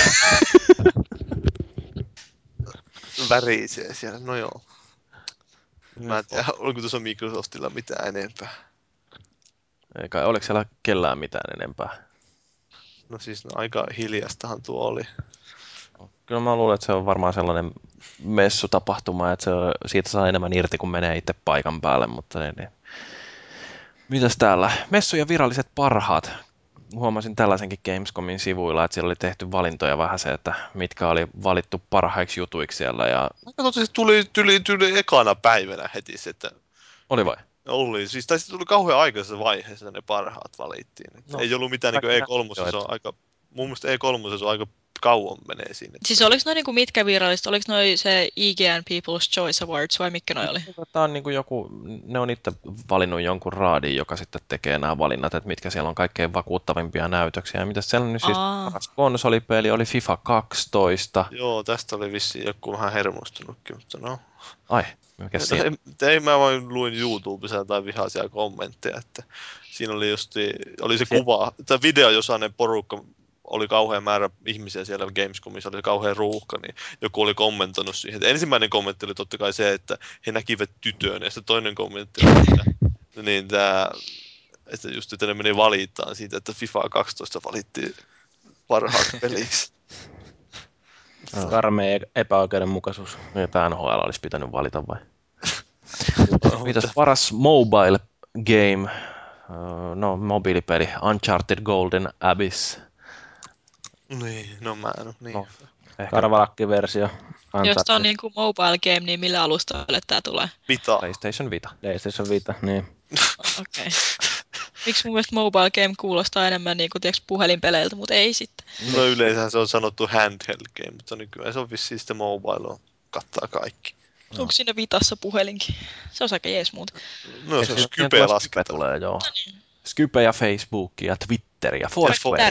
Värisee siellä, no joo. Mä en tiedä, oliko tuossa Microsoftilla mitään enempää. Eikä, oliko siellä kellään mitään enempää? No siis no, aika hiljastahan tuo oli. Kyllä mä luulen, että se on varmaan sellainen messutapahtuma, että se on, siitä saa enemmän irti, kun menee itse paikan päälle, mutta niin, niin. Mitäs täällä? Messujen viralliset parhaat. Huomasin tällaisenkin Gamescomin sivuilla, että siellä oli tehty valintoja vähän se, että mitkä oli valittu parhaiksi jutuiksi siellä. Ja... Katsotaan, se tuli, tuli, tuli ekana päivänä heti se, että Oli vai? oli. Siis, tai sitten tuli kauhean aikaisessa vaiheessa ne parhaat valittiin. No, Ei ollut mitään niin E kolme, se on aika, mun mielestä E kolme se on aika kauan menee siinä. Siis oliko noin niinku mitkä viralliset? Oliko noin se I G N People's Choice Awards vai mitkä noi oli? Tämä on niin kuin joku, ne on itse valinnut jonkun raadin, joka sitten tekee nämä valinnat, että mitkä siellä on kaikkein vakuuttavimpia näytöksiä. Ja mitä siellä nyt siis Aa. paras konsolipeli oli FIFA kaksitoista. Joo, tästä oli vissiin joku vähän hermostunutkin, mutta no. Ai, mikä siinä? Ei, ei mä vain luin YouTubessa tai vihaisia kommentteja, että siinä oli just, oli se kuva, tai video, jossa ne porukka oli kauhean määrä ihmisiä siellä Gamescomissa, oli kauhean ruuhka, niin joku oli kommentoinut siihen. Että ensimmäinen kommentti oli totta kai se, että he näkivät tytön, ja sitten toinen kommentti oli, että, niin tää, että just että ne meni valitaan siitä, että FIFA kaksitoista valittiin parhaaksi peliksi. No. Karmea epäoikeudenmukaisuus. Niin, että N H L olisi pitänyt valita vai? Mitäs paras mobile game? No, mobiilipeli. Uncharted Golden Abyss. Niin, no mä en ole niin. No, Karvalakki-versio. Jos tää on niinku mobile game, niin millä alustalle tää tulee? Vita. PlayStation Vita. PlayStation Vita, niin. Okei. Okay. Miksi mun mielestä mobile game kuulostaa enemmän niinku tiiäks puhelinpeleiltä, mutta ei sitten. No yleensä se on sanottu handheld game, mutta nykyään se on vissiin sitten mobile, on, kattaa kaikki. No. Onko siinä Vitassa puhelinkin? Se on aika jees muuta. No se on Skype lasketa. Tulee, joo. Skype ja Facebook ja Twitter ja Foursquare.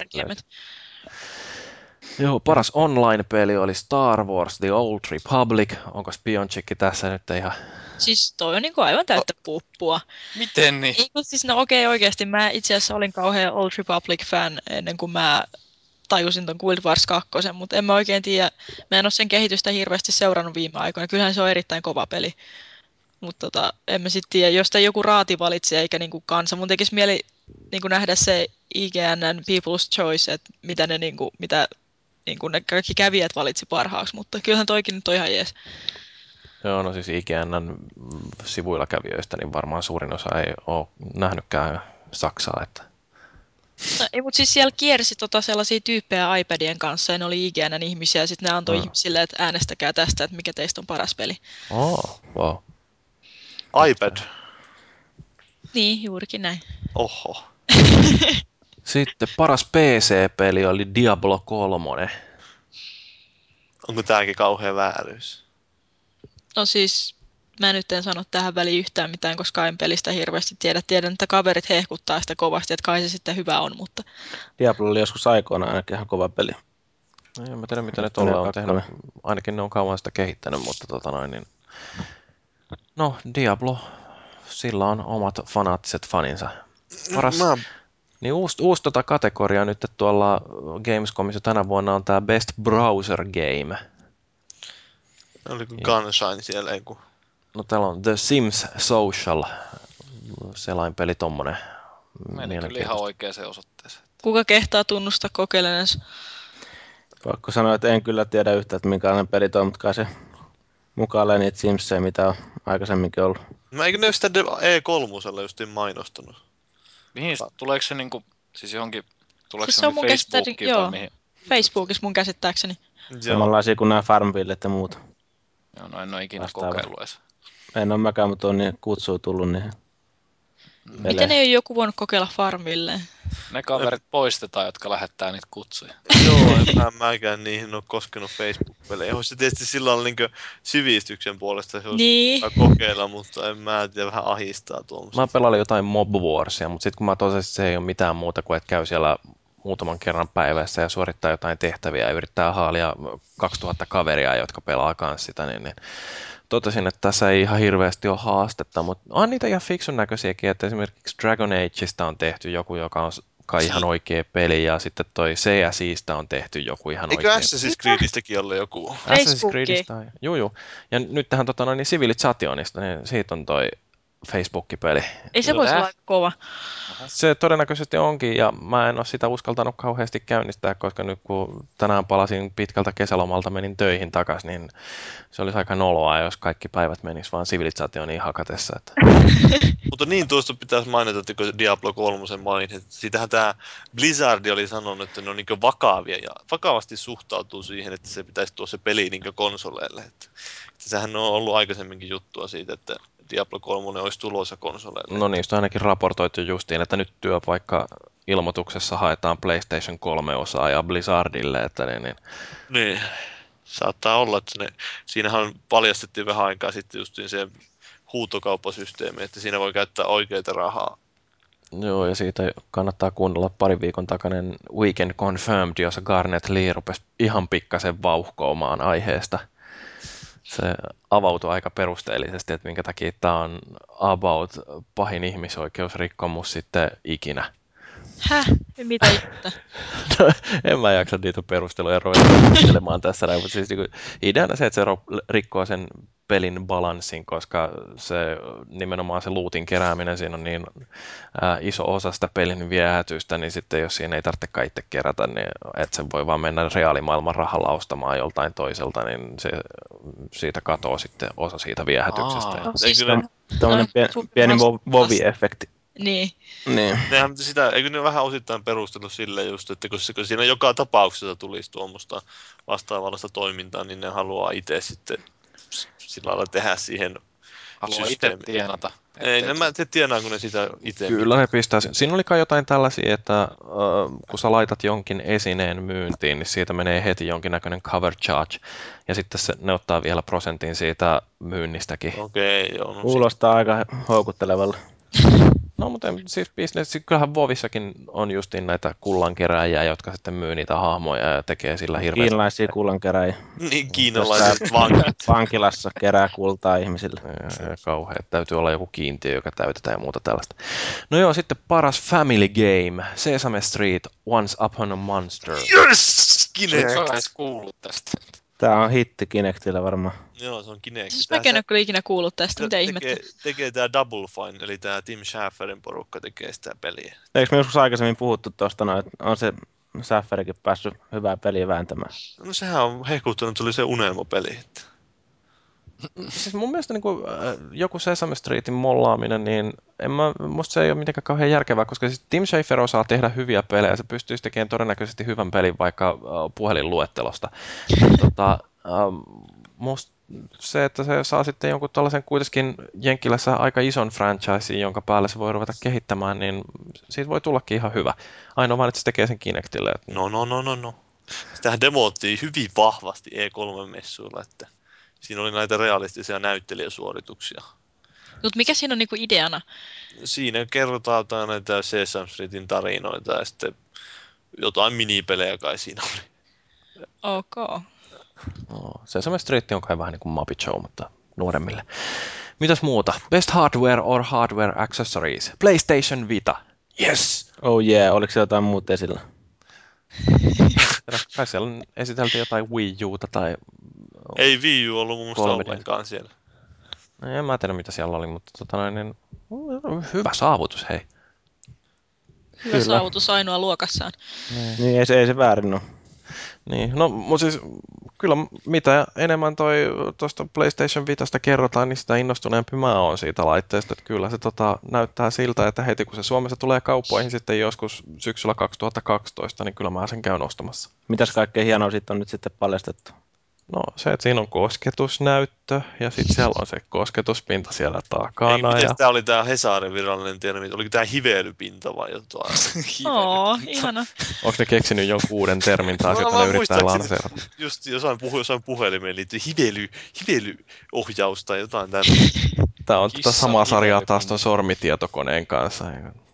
Joo, paras online-peli oli Star Wars The Old Republic. Onko Spionchikki tässä nyt ihan... Siis toi on niinku aivan täyttä puppua. Miten niin? Ei, siis no okei okay, oikeesti. Mä itse asiassa olin kauhean Old Republic-fan ennen kuin mä tajusin ton Guild Wars kaksi, mutta en mä oikein tiedä. Mä en oo sen kehitystä hirveästi seurannut viime aikoina. Kyllähän se on erittäin kova peli. Mutta tota, en mä sit tiedä, jos joku raati valitsi eikä niinku kansa. Mun tekisi mieli niinku nähdä se I G N:n People's Choice, että mitä ne niinku, mitä niinku ne kaikki kävijät valitsi parhaaksi, mutta kyllähän toikin nyt on ihan jees. Joo, no siis I G N:n sivuilla kävijöistä, niin varmaan suurin osa ei ole nähnytkään Saksaa, että... No, ei, mutta siis siellä kiersi tota sellaisia tyyppejä iPadien kanssa, ja ne oli I G N:n ihmisiä, ja sitten ne antoi mm. ihmisille, että äänestäkää tästä, että mikä teistä on paras peli. Oh, wow. iPad. Niin, juurikin näin. Oho. Sitten paras P C-peli oli Diablo kolme. Onko tääkin kauhean vääryys? No siis, mä nyt en sano tähän väliin yhtään mitään, koska en pelistä hirveästi tiedä. Tiedän, että kaverit hehkuttaa sitä kovasti, että kai se sitten hyvä on, mutta... Diablo oli joskus aikoina ainakin ihan kova peli. No, en mä tiedä, mitä ne tuolla on tehnyt. Ainakin ne on kauan sitä kehittänyt, mutta tota noin, niin... No, Diablo, sillä on omat fanaattiset faninsa. Paras... Mä... Niin uusi, uusi tota kategoria nyt tuolla Gamescomissa tänä vuonna on tää Best Browser Game. Oliko Gunshine siellä eiku? No täällä on The Sims Social, selainpeli tommonen. Meni kyllä ihan oikeaan osoitteeseen. Kuka kehtaa tunnustaa kokeillensa? Pakko sanoa, että en kyllä tiedä yhtään, että minkälainen peli toi, mutta kai se mukaan niitä Simsejä, mitä on aikaisemminkin ollut. No eikö ne ole sitä E kolme justiin mainostanut? Mihin, tuleeko se niinku, siis johonkin, tuleeko siis se, se Facebookiin joo, vai mihin? Facebookissa mun käsittääkseni. Samanlaisia kuin nämä Farmvillet ja muut. Joo, no en ole ikinä vastaavat. kokeillut edes. En ole mäkään, mutta on niin kutsua tullut niihin. Mm. Miten ei ole joku voinut kokeilla Farmvilleen? Ne kaverit poistetaan, jotka lähettää niitä kutsuja. Joo, en mä mäkään niihin ole koskenut Facebook-pelejä. Olisi se tietysti sillä on niin sivistyksen puolesta se olisi niin. kokeilla, mutta en mä tiedä, vähän ahistaa tuommoista. Mä pelailin jotain Mob Warsia, mutta sitten kun mä totesin, että se ei ole mitään muuta kuin, että käy siellä muutaman kerran päivässä ja suorittaa jotain tehtäviä ja yrittää haalia kaksituhatta kaveria, jotka pelaa kanssa sitä, niin, niin totesin, että tässä ei ihan hirveästi ole haastetta, mutta on niitä ihan fiksun näköisiäkin, että esimerkiksi Dragon Ageista on tehty joku, joka on kai ihan oikea peli, ja sitten toi C S I:stä on tehty joku ihan Eikö oikea peli. Eikö Assassin's Creedistäkin ole joku? Assassin's Creedistä, juu, juu. Ja nyt tähän tota, noin, niin Civilizationista, niin siitä on toi Facebook-peli. Ei se voisi olla aika kova. Se todennäköisesti onkin, ja mä en ole sitä uskaltanut kauheasti käynnistää, koska nyt kun tänään palasin pitkältä kesälomalta, menin töihin takaisin, niin se olisi aika noloa, jos kaikki päivät menis vaan Civilizationiin hakatessa. Että... Mutta niin tuosta pitäisi mainita, että kun Diablo kolme mainitsi, siitähän tämä Blizzard oli sanonut, että ne on niin vakavia ja vakavasti suhtautuu siihen, että se pitäisi tuoda se peli niin konsoleille. Että, että sehän on ollut aikaisemminkin juttua siitä, että Diablo kolme olisi tulossa konsoleille. No niistä on ainakin raportoitu justiin, että nyt työpaikka ilmoituksessa haetaan PlayStation kolme osaa ja Blizzardille, että niin, niin. niin. Saattaa olla, että ne, siinähän paljastettiin vähän aikaa sitten justiin se huutokauppasysteemi, että siinä voi käyttää oikeita rahaa. Joo, ja siitä kannattaa kuunnella parin viikon takainen Weekend Confirmed, jossa Garnet Lee rupesi ihan pikkasen vauhkoamaan aiheesta. se avautui aika perusteellisesti, että minkä takia tämä on about pahin ihmisoikeusrikkomus sitten ikinä. Häh? Mitä ihmettä? No, en mä jaksa niitä perusteluja ruveta perustelemaan tässä näin, mutta siis niin ideana se, että se rikkoo sen pelin balanssin, koska se nimenomaan se lootin kerääminen siinä on niin ää, iso osa sitä pelin viehätystä, niin sitten jos siinä ei tarvitsekaan itse kerätä, niin että se voi vaan mennä reaalimaailman rahalla ostamaan joltain toiselta, niin se, siitä katoo sitten osa siitä viehätyksestä. Aa. No, siis, Eikö ne, Tämmöinen Ai, pieni, sun pieni vasta- vo- vovi-efekti. Niin. Niin. nehän sitä, eikö ne vähän osittain perustelu sille just, että kun, se, kun siinä joka tapauksessa tulisi tuommoista vastaavallista toimintaa, niin ne haluaa itse sitten s- sillä lailla tehdä siihen Haluaa itse systeemiin. tienata. Ei, ettei ne mä en tiedä, tienaanko ne sitä itse. Kyllä ne pistää. Siinä oli kai jotain tällaisia, että äh, kun sä laitat jonkin esineen myyntiin, niin siitä menee heti jonkinnäköinen cover charge. Ja sitten se, ne ottaa vielä prosentin siitä myynnistäkin. Okei, okay, joo. No, Kuulostaa aika houkuttelevalle. No, mutta en- siis business, kyllähän Vovissakin on justiin näitä kullankeräjiä, jotka sitten myy niitä hahmoja ja tekee sillä hirveästi. Kiinalaisia kullankeräjiä. niin kiinalaiset vankit. Vankilassa kerää kultaa ihmisille. Ja, ja kauheat. Täytyy olla joku kiintiö, joka täytetään ja muuta tällaista. No joo, sitten paras family game. Sesame Street, Once Upon a Monster. Yes! Kinect! Oletko sä edes kuullut tästä? Tää on hitti Kinectillä varmaan. Joo, se on Kinect. Siis Tää mäkin en se- ole kyllä ikinä kuullut tästä. Mitä tekee, ihmettä? tekee tää Double Fine, eli tää Tim Schaferin porukka tekee sitä peliä. Eikö me joskus aikaisemmin puhuttu tuosta, no, että on se Safferikin päässyt hyvää peliä vääntämään? No sehän on hehkuttanut, tuli se unelmopeli. Että. Siis mun mielestä niin kuin, äh, joku Sesame Streetin mollaaminen, niin en mä, musta se ei ole mitenkään kauhean järkevää, koska siis Tim Schafer osaa tehdä hyviä pelejä. Se pystyisi tekemään todennäköisesti hyvän pelin vaikka äh, puhelinluettelosta. tota, äh, musta se, että se saa sitten jonkun tällaisen kuitenkin Jenkkilässä aika ison franchisein, jonka päälle se voi ruveta kehittämään, niin siitä voi tullakin ihan hyvä. Ainoa vaan, että se tekee sen Kinectille. Että... No, no, no, no, no. Sitähän demottiin hyvin vahvasti E kolme -messuilla, että siinä oli näitä realistisia näyttelijäsuorituksia. Mutta mikä siinä on niinku ideana? Siinä kerrotaan jotain näitä Sesame Streetin tarinoita ja sitten jotain minipelejä kai siinä oli. Ok. No, Sesame Street on kai vähän niin kuin Muppet Show, mutta nuoremmille. Mitäs muuta? Best hardware or hardware accessories? PlayStation Vita. Yes! Oh yeah, oliko se jotain muuta esillä? Kai siellä esiteltiin jotain Wii Uta tai... Ei Wii U ollut mun mielestä kolme D. ollenkaan siellä. No, en mä tiedä mitä siellä oli, mutta tota noin, niin... hyvä saavutus, hei. Hyvä Kyllä. saavutus ainoa luokassaan. Niin ei se, ei se väärin ole. Niin, no mutta siis kyllä mitä enemmän toi tuosta PlayStation Vitasta kerrotaan, niin sitä innostuneempi mä oon siitä laitteesta. Että kyllä se tota, näyttää siltä, että heti kun se Suomessa tulee kauppoihin sitten joskus syksyllä kaksituhattakaksitoista, niin kyllä mä sen käyn ostamassa. Mitäs kaikkea hienoa siitä on nyt sitten paljastettu? No se, että siinä on kosketusnäyttö ja sitten siellä on se kosketuspinta siellä Ei, takana. miten Ja... tämä oli tämä Hesarin virallinen termi? Oliko tämä hivelypinta vai jotain? Oo, ihana. Onko ne keksinyt jonkun uuden termin taas, No, jota mä ne yrittää muistaakseni lanseerata? Just jossain, puhu, jossain puhelimeen liittyy hively, hivelyohjaus tai jotain tämmöistä. Tämä on tätä Kissan samaa sarjaa taas hivelypinta. ton sormitietokoneen kanssa.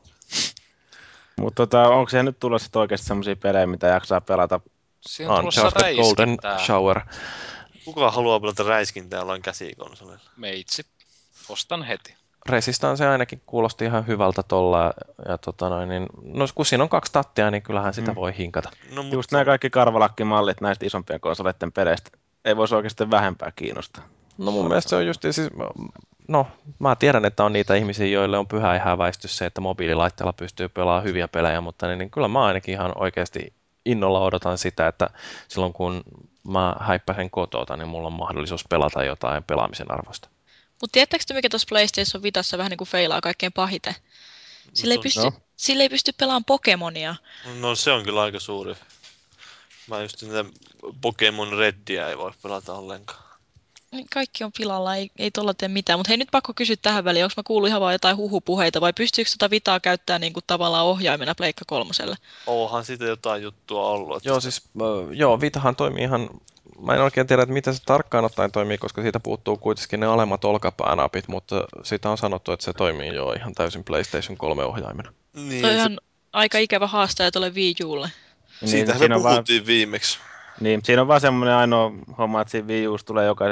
Mutta tota, onko se nyt tulossa sit oikeasti semmoisia pelejä, mitä jaksaa pelata? Siinä on tulossa Uncharted Golden räiskintää. Shower. Kuka haluaa pelata räiskintää jollain käsikonsolilla? Meitsi. Ostan heti. Resistance ainakin kuulosti ihan hyvältä tolla. Ja tota noin, niin, no kun siinä on kaksi tattia, niin kyllähän sitä Mm. voi hinkata. No, mut Just nämä kaikki karvalakkimallit näistä isompien konsoleiden peleistä. Ei voisi oikeasti vähempää kiinnostaa. No mun mielestä se on just siis, no mä tiedän, että on niitä ihmisiä, joille on pyhä ja häväistys se, että mobiililaitteella pystyy pelaamaan hyviä pelejä, mutta niin, niin kyllä mä ainakin ihan oikeasti innolla odotan sitä, että silloin kun mä häippäsen kotota, niin mulla on mahdollisuus pelata jotain pelaamisen arvosta. Mutta tiedättekö te, mikä tuossa PlayStation Vitassa vähän niin kuin feilaa kaikkein pahiten? Sillä ei No, pysty, no. sillä ei pysty pelaamaan Pokemonia. no se on kyllä aika suuri. Mä just niitä Pokemon Redia ei voi pelata ollenkaan. Niin kaikki on pilalla, ei, ei tuolla tee mitään. Mutta hei, nyt pakko kysyä tähän väliin, onko mä kuullut ihan vaan jotain huhupuheita, vai pystyykö tota Vitaa käyttämään niin kuin tavallaan ohjaimena Pleikka kolmoselle? Onhan siitä jotain juttua ollut. Että Joo, siis äh, joo, Vitahan toimii ihan, mä en oikein tiedä, että miten se tarkkaan ottaen toimii, koska siitä puuttuu kuitenkin ne alemmat olkapäänapit, mutta siitä on sanottu, että se toimii jo ihan täysin PlayStation kolme ohjaimena. Niin, Toi on se, ihan aika ikävä haastaja tuolle Wii Ulle. siitähän siinä me on vaan, puhuttiin viimeksi. niin, siinä on vaan semmoinen ainoa homma, että siinä Wii U:ssa tulee jokaisessa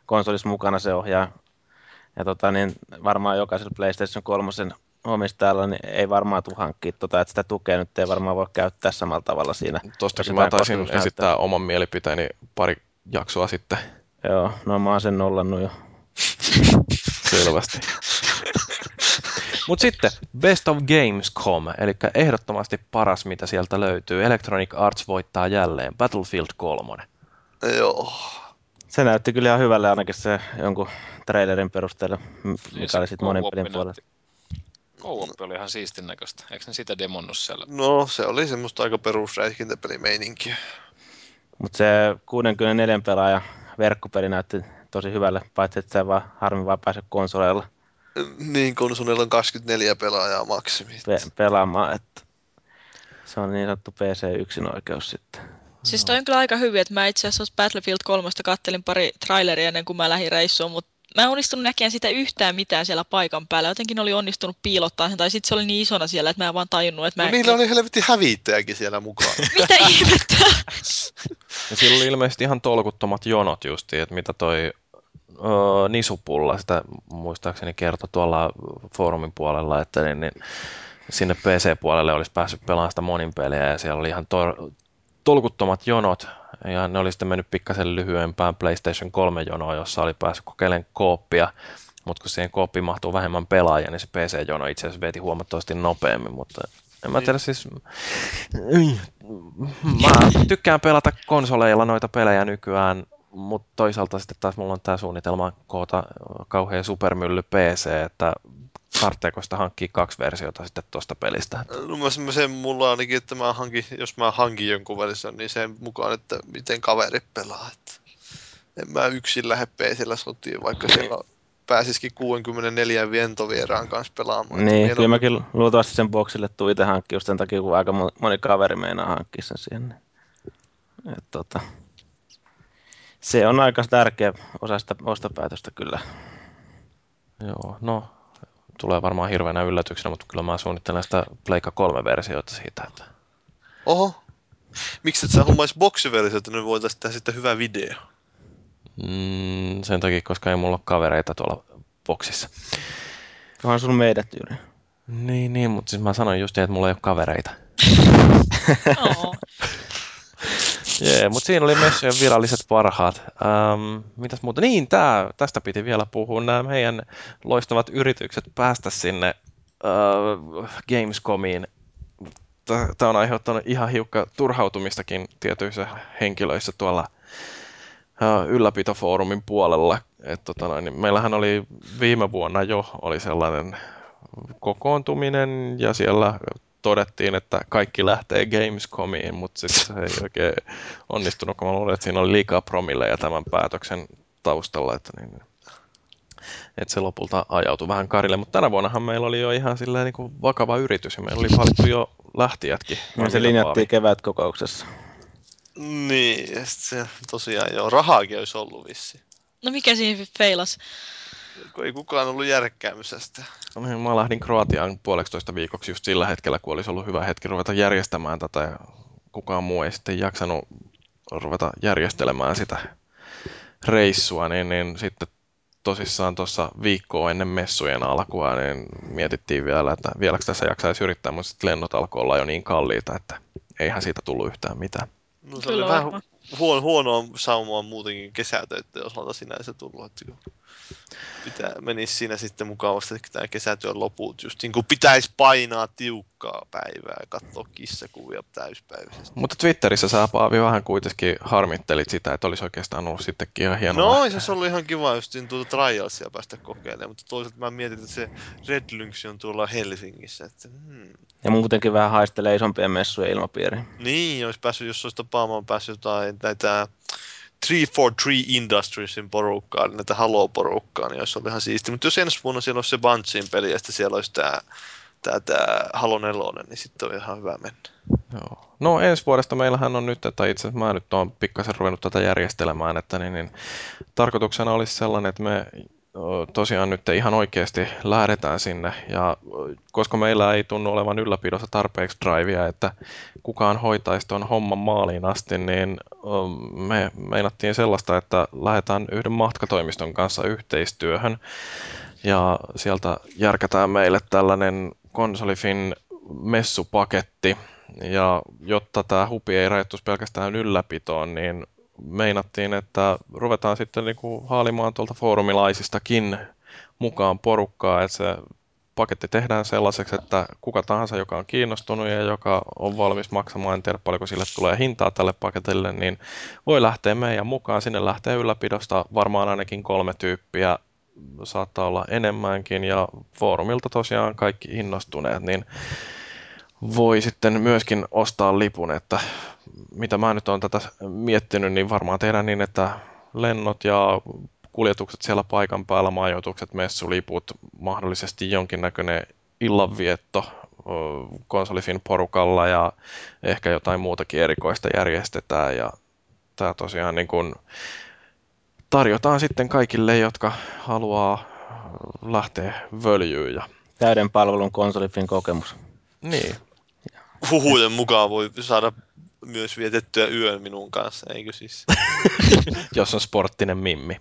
konsolissa mukana se ohjaa. Ja tota, niin varmaan jokaisella PlayStation kolme omistajalla niin ei varmaan tule hankkia tota, että sitä tukea nyt ei varmaan voi käyttää samalla tavalla siinä. Tostakin mä taisin esittää oman mielipiteeni pari jaksoa sitten. Joo, no mä oon sen nollannut jo. Selvästi. Mutta sitten Best of Gamescom, eli ehdottomasti paras, mitä sieltä löytyy. Electronic Arts voittaa jälleen Battlefield kolme. Joo. Se näytti kyllä ihan hyvälle ainakin se jonkun trailerin perusteella, mikä oli sitten monin pelin puolella. Co-op oli ihan siistin näköistä. Eikö ne sitä demonnut siellä? No, se oli semmoista aika perusräiskintäpelimeininkiä. Mutta se kuusikymmentäneljä pelaaja verkkopeli näytti tosi hyvälle, paitsi että se vaan harmi vaan pääse konsoleilla. Niin, konsoleilla on kaksikymmentäneljä pelaajaa maksimit. Pe- pelaamaan, että se on niin sanottu P C yksinoikeus sitten. Siis toi on kyllä aika hyvin, että mä itse asiassa Battlefield kolme kattelin pari traileria ennen kuin mä lähdin reissuun, mutta mä en onnistunut näkemään sitä yhtään mitään siellä paikan päällä. Jotenkin oli onnistunut piilottaa sen, tai sitten se oli niin isona siellä, että mä en vaan tajunnut, että mä... No en... niillä oli helvetti hävittäjäkin siellä mukaan. Mitä ihmettä? Ja sillä oli ilmeisesti ihan tolkuttomat jonot justiin, että mitä toi ö, Nisupulla, sitä muistaakseni kertoi tuolla foorumin puolella, että niin, niin sinne P C-puolelle olisi päässyt pelaamaan sitä monin peliä ja siellä oli ihan to- tolkuttomat jonot ja ne oli sitten mennyt pikkasen lyhyempään PlayStation kolme jonoon, jossa oli päässyt kokeilemaan kooppia, mutta kun siihen kooppiin mahtuu vähemmän pelaajia, niin se P C-jono itse asiassa veti huomattavasti nopeammin, mutta en mä tiedä siis... Mä tykkään pelata konsoleilla noita pelejä nykyään, mutta toisaalta sitten taas mulla on tää suunnitelma koota kauhea supermylly P C, että tarvitseeko sitä hankkia kaksi versiota sitten tuosta pelistä. No mä sen mulla ainakin, että mä hankin, jos mä hankin jonkun version, niin sen mukaan, että miten kaveri pelaa. Että en mä yksin lähde P C:llä sotiin, vaikka siellä pääsisikin kuusikymmentäneljä vientovieraan kanssa pelaamaan. Niin, että kyllä mäkin luultavasti sen boksille tuu itse hankkia just sen takia, kun aika moni kaveri meinaa hankkia sen siihen. Et, tota, se on aika tärkeä osa sitä ostopäätöstä kyllä. Joo, no tulee varmaan hirveänä yllätyksenä, mutta kyllä mä suunnittelen sitä Pleikka kolme-versiota siitä. Että... Oho, miksi et sä hommais boksiversiota, niin voitaisiin tehdä sitten hyvä video. Mm, sen takia, koska ei mulla ole kavereita tuolla boksissa. Onhan sun meidät tyyli. Niin, niin, mutta siis mä sanoin just niin, että mulla ei ole kavereita. Oh. Jee, yeah, mutta siinä oli messujen viralliset parhaat. Ähm, mitäs muuta? Niin, tää, tästä piti vielä puhua. Nämä meidän loistavat yritykset päästä sinne äh, Gamescomiin. Tämä on aiheuttanut ihan hiukka turhautumistakin tietyissä henkilöissä tuolla äh, ylläpitofoorumin puolella. Et, tota noin, niin meillähän oli viime vuonna jo oli sellainen kokoontuminen ja siellä todettiin, että kaikki lähtee Gamescomiin, mutta sitten se ei oikein onnistunut, kun mä luulen, että siinä oli liikaa promilleja tämän päätöksen taustalla, että, niin, että se lopulta ajautui vähän karille. Mutta tänä vuonnahan meillä oli jo ihan silleen niin kuin vakava yritys ja meillä oli valittu jo lähtijätkin. Ja se linjattiin kevätkokouksessa. Niin, ja sit se tosiaan joo, rahaakin olisi ollut vissi. No mikä siinä feilas? Kun ei kukaan ollut järkkäämässä sitä. No, mä lähdin Kroatiaan puoleksitoista viikoksi just sillä hetkellä, kun olisi ollut hyvä hetki ruveta järjestämään tätä ja kukaan muu ei sitten jaksanut ruveta järjestelemään sitä reissua, niin, niin sitten tosissaan tuossa viikkoa ennen messujen alkua niin mietittiin vielä, että vieläkö tässä jaksaisi yrittää, mutta sitten lennot alkoi olla jo niin kalliita, että eihän siitä tullut yhtään mitään. No se oli vähän huono, huonoa saumaa muutenkin kesätöiden osalta sinänsä tullut, että pitää, menisi siinä sitten mukavasti tämä kesätyön loput, just niin kuin pitäisi painaa tiukkaa päivää ja katsoa kissakuvia täyspäiväisesti. Mutta Twitterissä sä, Paavi, vähän kuitenkin harmittelit sitä, että olisi oikeastaan ollut sittenkin ihan hienoa. No, se olisi ollut ihan kiva just tuota trialsia päästä kokeilemaan, mutta toisaalta mä mietin, että se Red Lynx on tuolla Helsingissä. Että, hmm. Ja muutenkin vähän haistelee isompien messujen ilmapiiriin. Niin, olisi päässyt, jos olisi tapaamaan päässyt jotain näitä kolme neljä kolme Industriesin porukkaa, näitä Halo-porukkaa, niin olisi ollut ihan siisti. Mutta jos ensi vuonna siellä olisi se Bungien peli ja sitten siellä olisi tämä, tämä, tämä Halo neljä, niin sitten on ihan hyvä mennä. Joo. No ensi vuodesta meillähän on nyt, että itse asiassa mä nyt olen pikkasen ruvennut tätä järjestelemään, että niin, niin, tarkoituksena olisi sellainen, että me tosiaan nyt ihan oikeasti lähdetään sinne. Ja koska meillä ei tunnu olevan ylläpidossa tarpeeksi drivea, että kukaan hoitaisi tuon homman maaliin asti, niin me meinattiin sellaista, että lähdetään yhden matkatoimiston kanssa yhteistyöhön. Ja sieltä järkätään meille tällainen Konsolifin messupaketti. Ja jotta tämä hupi ei rajoittuisi pelkästään ylläpitoon, niin meinattiin, että ruvetaan sitten niinku haalimaan tuolta foorumilaisistakin mukaan porukkaa, että se paketti tehdään sellaiseksi, että kuka tahansa, joka on kiinnostunut ja joka on valmis maksamaan, en tiedä paljonko sille tulee hintaa tälle paketille, niin voi lähteä meidän mukaan. Sinne lähtee ylläpidosta varmaan ainakin kolme tyyppiä, saattaa olla enemmänkin, ja foorumilta tosiaan kaikki innostuneet, niin voi sitten myöskin ostaa lipun, että mitä mä nyt olen tätä miettinyt, niin varmaan tehdään niin, että lennot ja kuljetukset siellä paikan päällä, majoitukset, messuliput, mahdollisesti jonkinnäköinen illanvietto Konsolifin porukalla ja ehkä jotain muutakin erikoista järjestetään. Ja tämä tosiaan niin kuin tarjotaan sitten kaikille, jotka haluaa lähteä völjyyn. Ja täyden palvelun Konsolifin kokemus. niin. Huhujen mukaan voi saada myös vietettyä yön minun kanssa, eikö siis? Jos on sporttinen mimmi.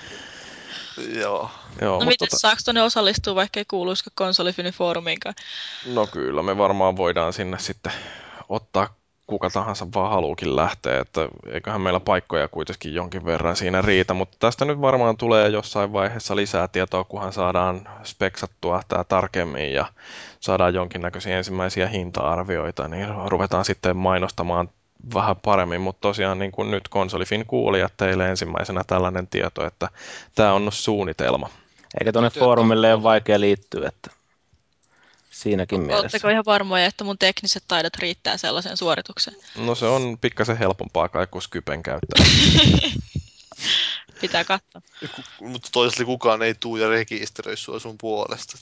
Joo. Joo, No mutta miten tota, saako tuonne osallistua, vaikka ei kuuluisikaan Konsolifinin foorumiinkaan? no kyllä, me varmaan voidaan sinne sitten ottaa kuka tahansa vaan haluukin lähteä, että eiköhän meillä paikkoja kuitenkin jonkin verran siinä riitä, mutta tästä nyt varmaan tulee jossain vaiheessa lisää tietoa, kunhan saadaan speksattua tämä tarkemmin ja saadaan jonkinnäköisiä ensimmäisiä hinta-arvioita, niin ruvetaan sitten mainostamaan vähän paremmin, mutta tosiaan niin kuin nyt Konsolifin kuulijat teille ensimmäisenä tällainen tieto, että tämä on suunnitelma. Eikä tuonne Nyt foorumille on- ole vaikea liittyä, että siinäkin mielessä. Oletteko ihan varmoja, että mun tekniset taidot riittää sellaiseen suoritukseen? No se on pikkasen helpompaa kai kuin Skypen käyttää. Pitää katsoa. Ku- mutta toisaalta kukaan ei tuu ja rekisteröi sua sun puolesta.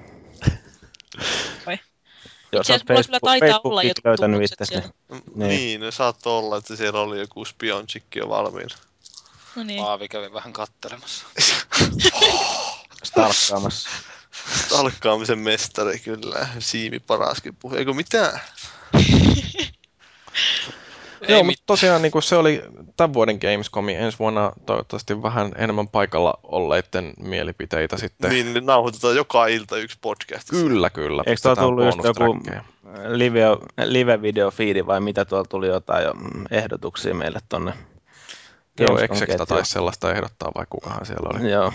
Oi. Jos Itse olet asiassa mulla kyllä Facebook, taitaa olla Facebookista jotkut löytänyt tunnukset itsesi, siellä. niin Niin, Niin. niin no, saattoi olla, että siellä oli joku spionchikki jo valmiina. No niin. Aavi kävi vähän kattelemassa. stalkkaamassa. Talkkaamisen mestari kyllä, Siimi paraskin puhui. Eikö mitään? Joo, Ei mutta tosiaan niin kuin se oli tämän vuoden Gamescomi. Ensi vuonna toivottavasti vähän enemmän paikalla olleiden mielipiteitä sitten. Niin, niin nauhoitetaan joka ilta yksi podcast. Kyllä, kyllä. Eikö tuolla pistetään tullut just joku bonustrackeja. live, live-video-fiidi vai mitä tuolla tuli jotain jo mm, ehdotuksia meille tonne Joo, Gamescom Exeksta ketjuun? taisi sellaista ehdottaa, vai kukahan siellä oli. Joo.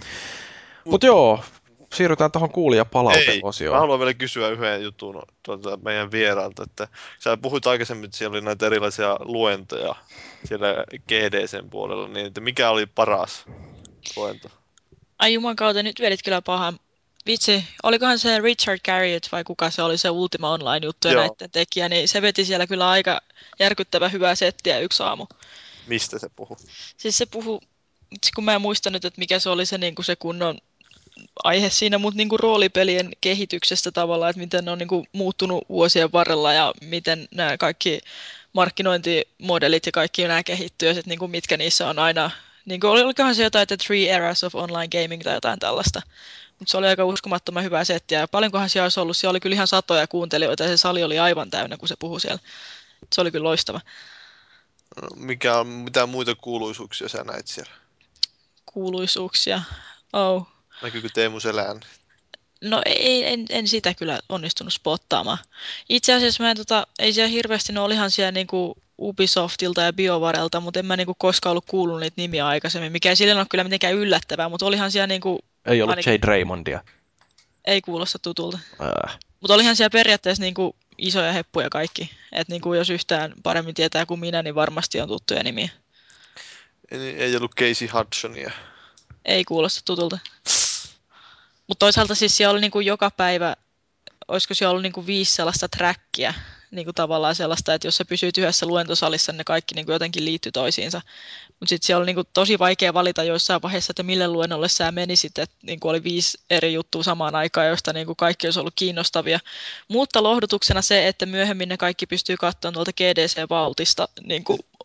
Mutta joo, siirrytään tuohon Ei, kuulijapalauteosioon. mä haluan vielä kysyä yhden jutun tuolta meidän vieraalta, että sä puhuit aikaisemmin, että siellä oli näitä erilaisia luentoja siellä G D C:n puolella, niin että mikä oli paras luento? Ai juman kautta, nyt vedit kyllä pahan. Vitsi, olikohan se Richard Garriott vai kuka se oli se Ultima Online-juttu ja Joo. näiden tekijä, niin se veti siellä kyllä aika järkyttävän hyvää settiä yksi aamu. Mistä se puhuu? Siis se puhu, vitsi, kun mä en muista nyt, että mikä se oli se, niin kuin se kunnon aihe siinä, mutta niin kuin roolipelien kehityksestä tavallaan, että miten ne on niin kuin muuttunut vuosien varrella ja miten nämä kaikki markkinointimodelit ja kaikki nämä kehittyy ja sit niin kuin mitkä niissä on aina, niin kuin olikohan se jotain, että three eras of online gaming tai jotain tällaista. Mutta se oli aika uskomattoman hyvä settiä ja paljonkohan siellä olisi ollut, siellä oli kyllä ihan satoja kuuntelijoita ja se sali oli aivan täynnä, kun se puhui siellä. Se oli kyllä loistava. No, mikä on, mitä muita kuuluisuuksia sä näit siellä? Kuuluisuuksia. Oh. Näkyykö Teemu Selän? No ei, en, en sitä kyllä onnistunut spottaamaan. Itse asiassa mä en, tota, ei siellä hirveästi, no olihan siellä niinku Ubisoftilta ja BioWarelta, mutta en mä niinku koskaan ollut kuullut niitä nimiä aikaisemmin, mikä ei silleen ole kyllä mitenkään yllättävää, mutta olihan siellä niinku, Ei ollut ainakin- Jade Raymondia. ei kuulosta tutulta. Äh. Mutta olihan siellä periaatteessa niinku isoja heppuja kaikki, että niinku jos yhtään paremmin tietää kuin minä, niin varmasti on tuttuja nimiä. Ei, ei ollut Casey Hudsonia. Ei kuulosta tutulta. Mutta toisaalta siis siellä oli niinku joka päivä, olisiko siellä ollut niinku viisi sellaista trackia, niinku tavallaan sellaista, että jos sä pysyit yhdessä luentosalissa, niin ne kaikki niinku jotenkin liittyi toisiinsa. Mutta sitten siellä oli niinku tosi vaikea valita joissain vaiheessa, että mille luennolle sä menisit, että niinku oli viisi eri juttua samaan aikaan, joista niinku kaikki olisi ollut kiinnostavia. Mutta lohdutuksena se, että myöhemmin ne kaikki pystyy katsomaan tuolta G D C-valtista niinku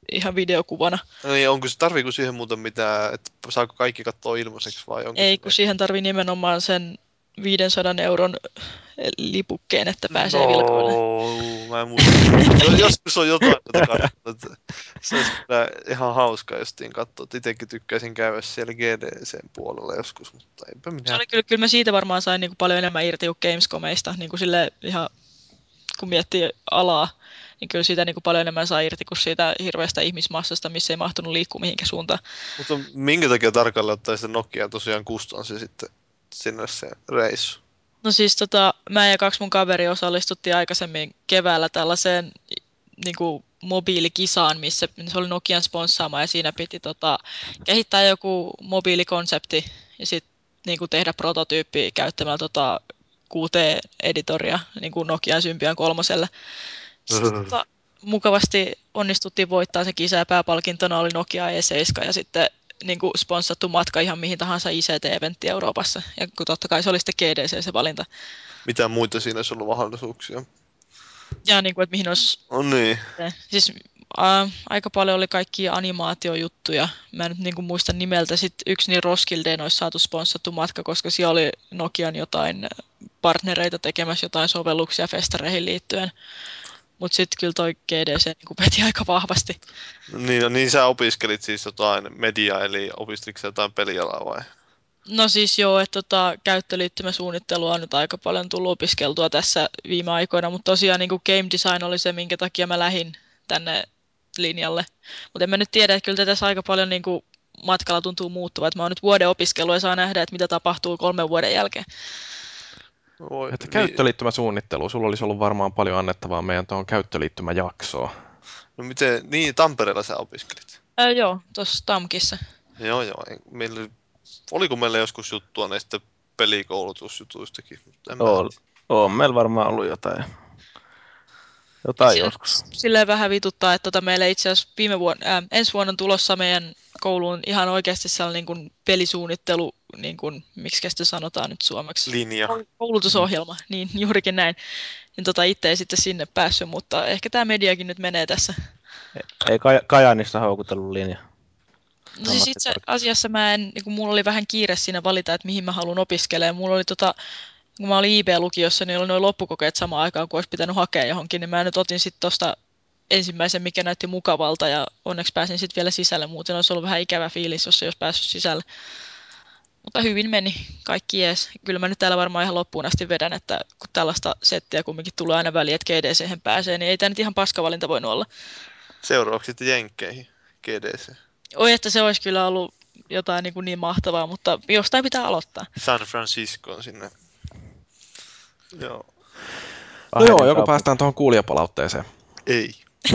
ihan videokuvana. No niin, onko se, tarviiko siihen muuta mitään, että saako kaikki katsoa ilmaiseksi vai onko Ei, se... kun siihen tarvii nimenomaan sen viisisataa euron lipukkeen, että pääsee No, vilkoille. mä en muista. Jo- Joskus on jotain, jota katsonut. Se olisi kyllä ihan hauskaa justiin katsoa. Itsekin tykkäisin käydä siellä G D C:n puolella joskus, mutta eipä Se minä. oli kyllä, kyllä mä siitä varmaan sain niin kuin paljon enemmän irti kuin Gamescomista, niin kuin sille ihan, kun miettii alaa, niin kyllä siitä niin kuin paljon enemmän sai irti kuin siitä hirveästä ihmismassasta, missä ei mahtunut liikkua mihinkään suuntaan. Mutta minkä takia tarkalleen ottaen sitä Nokia tosiaan kustansi sitten sinne se reissu? No siis tota, mä ja kaksi mun kaveri osallistuttiin aikaisemmin keväällä tällaiseen niin kuin mobiilikisaan, missä se oli Nokian sponssaama ja siinä piti tota, kehittää joku mobiilikonsepti ja sitten niin kuin tehdä prototyyppi käyttämällä tota, Q T-editoria niin kuin Nokian Symbian kolmoselle. Sitten, tota, mukavasti onnistuttiin voittaa se kisa ja pääpalkintona oli Nokia E seitsemän ja sitten niin kuin sponssattu matka ihan mihin tahansa I C T-eventti Euroopassa. Ja kun totta kai se oli sitten G D C se valinta. Mitä muita siinä olisi ollut mahdollisuuksia? Ja niin kuin, että mihin olisi... No niin. Siis äh, aika paljon oli kaikkia animaatiojuttuja. Mä en nyt niin kuin muista nimeltä. Sitten yksi niin Roskildeen olisi saatu sponssattu matka, koska siellä oli Nokian jotain partnereita tekemässä jotain sovelluksia festareihin liittyen. Mutta sitten kyllä toi G D C niin veti aika vahvasti. Niin, no niin sä opiskelit siis jotain mediaa, eli opiskelit sä jotain pelialaa vai? No siis joo, että tota, käyttöliittymäsuunnittelua on nyt aika paljon tullut opiskeltua tässä viime aikoina, mutta tosiaan niin kuin game design oli se, minkä takia mä lähdin tänne linjalle. Mutta en mä nyt tiedä, että kyllä tässä aika paljon niin kuin matkalla tuntuu muuttuva. Että mä oon nyt vuoden opiskellut ja saa nähdä, että mitä tapahtuu kolmen vuoden jälkeen. Voi, Että niin. käyttöliittymäsuunnittelu, sulla olisi ollut varmaan paljon annettavaa meidän tuohon käyttöliittymäjaksoon. No miten, niin Tampereella sä opiskelit? Ää, joo, tuossa Tamkissa. Joo, joo. ei- Meillä, oliko meillä joskus juttua näistä pelikoulutusjutuistakin? Mutta en mä... On, on meillä varmaan ollut jotain, jotain joskus. Silleen vähän vituttaa, että tota meillä itse asiassa viime vuonna, äh, ensi vuonna on tulossa meidän kouluun ihan oikeasti sellainen niin kuin pelisuunnittelu, niin kuin, miksi sitä sanotaan nyt suomeksi? Linja. Koulutusohjelma, niin juurikin näin. Niin tota itse ei sitten sinne päässyt, mutta ehkä tämä mediakin nyt menee tässä. Ei Kaj- Kajaanissa houkutellut linja. No siis itse asiassa mä en, niin kun mulla oli vähän kiire siinä valita, että mihin mä haluan opiskelemaan. Mulla oli tota, kun mä olin I B-lukiossa, niin oli noin loppukokeet samaan aikaan, kun olisi pitänyt hakea johonkin, niin mä nyt otin sitten tosta ensimmäisen, mikä näytti mukavalta, ja onneksi pääsin sitten vielä sisälle. Muuten olisi ollut vähän ikävä fiilis, jos ei olisi päässyt sisälle. Mutta hyvin meni, kaikki jees. Kyllä mä nyt täällä varmaan ihan loppuun asti vedän, että kun tällaista settiä kumminkin tulee aina väliin, että G D C:hen pääsee, niin ei tämä nyt ihan paskavalinta voinut olla. Seuraavaksi sitten Jenkkeihin, G D C. Oi, että se olisi kyllä ollut jotain niin, kuin niin mahtavaa, mutta jostain pitää aloittaa. San Franciscoon sinne. Joo. No joo, joku päästään tuohon kuulijapalautteeseen. Ei.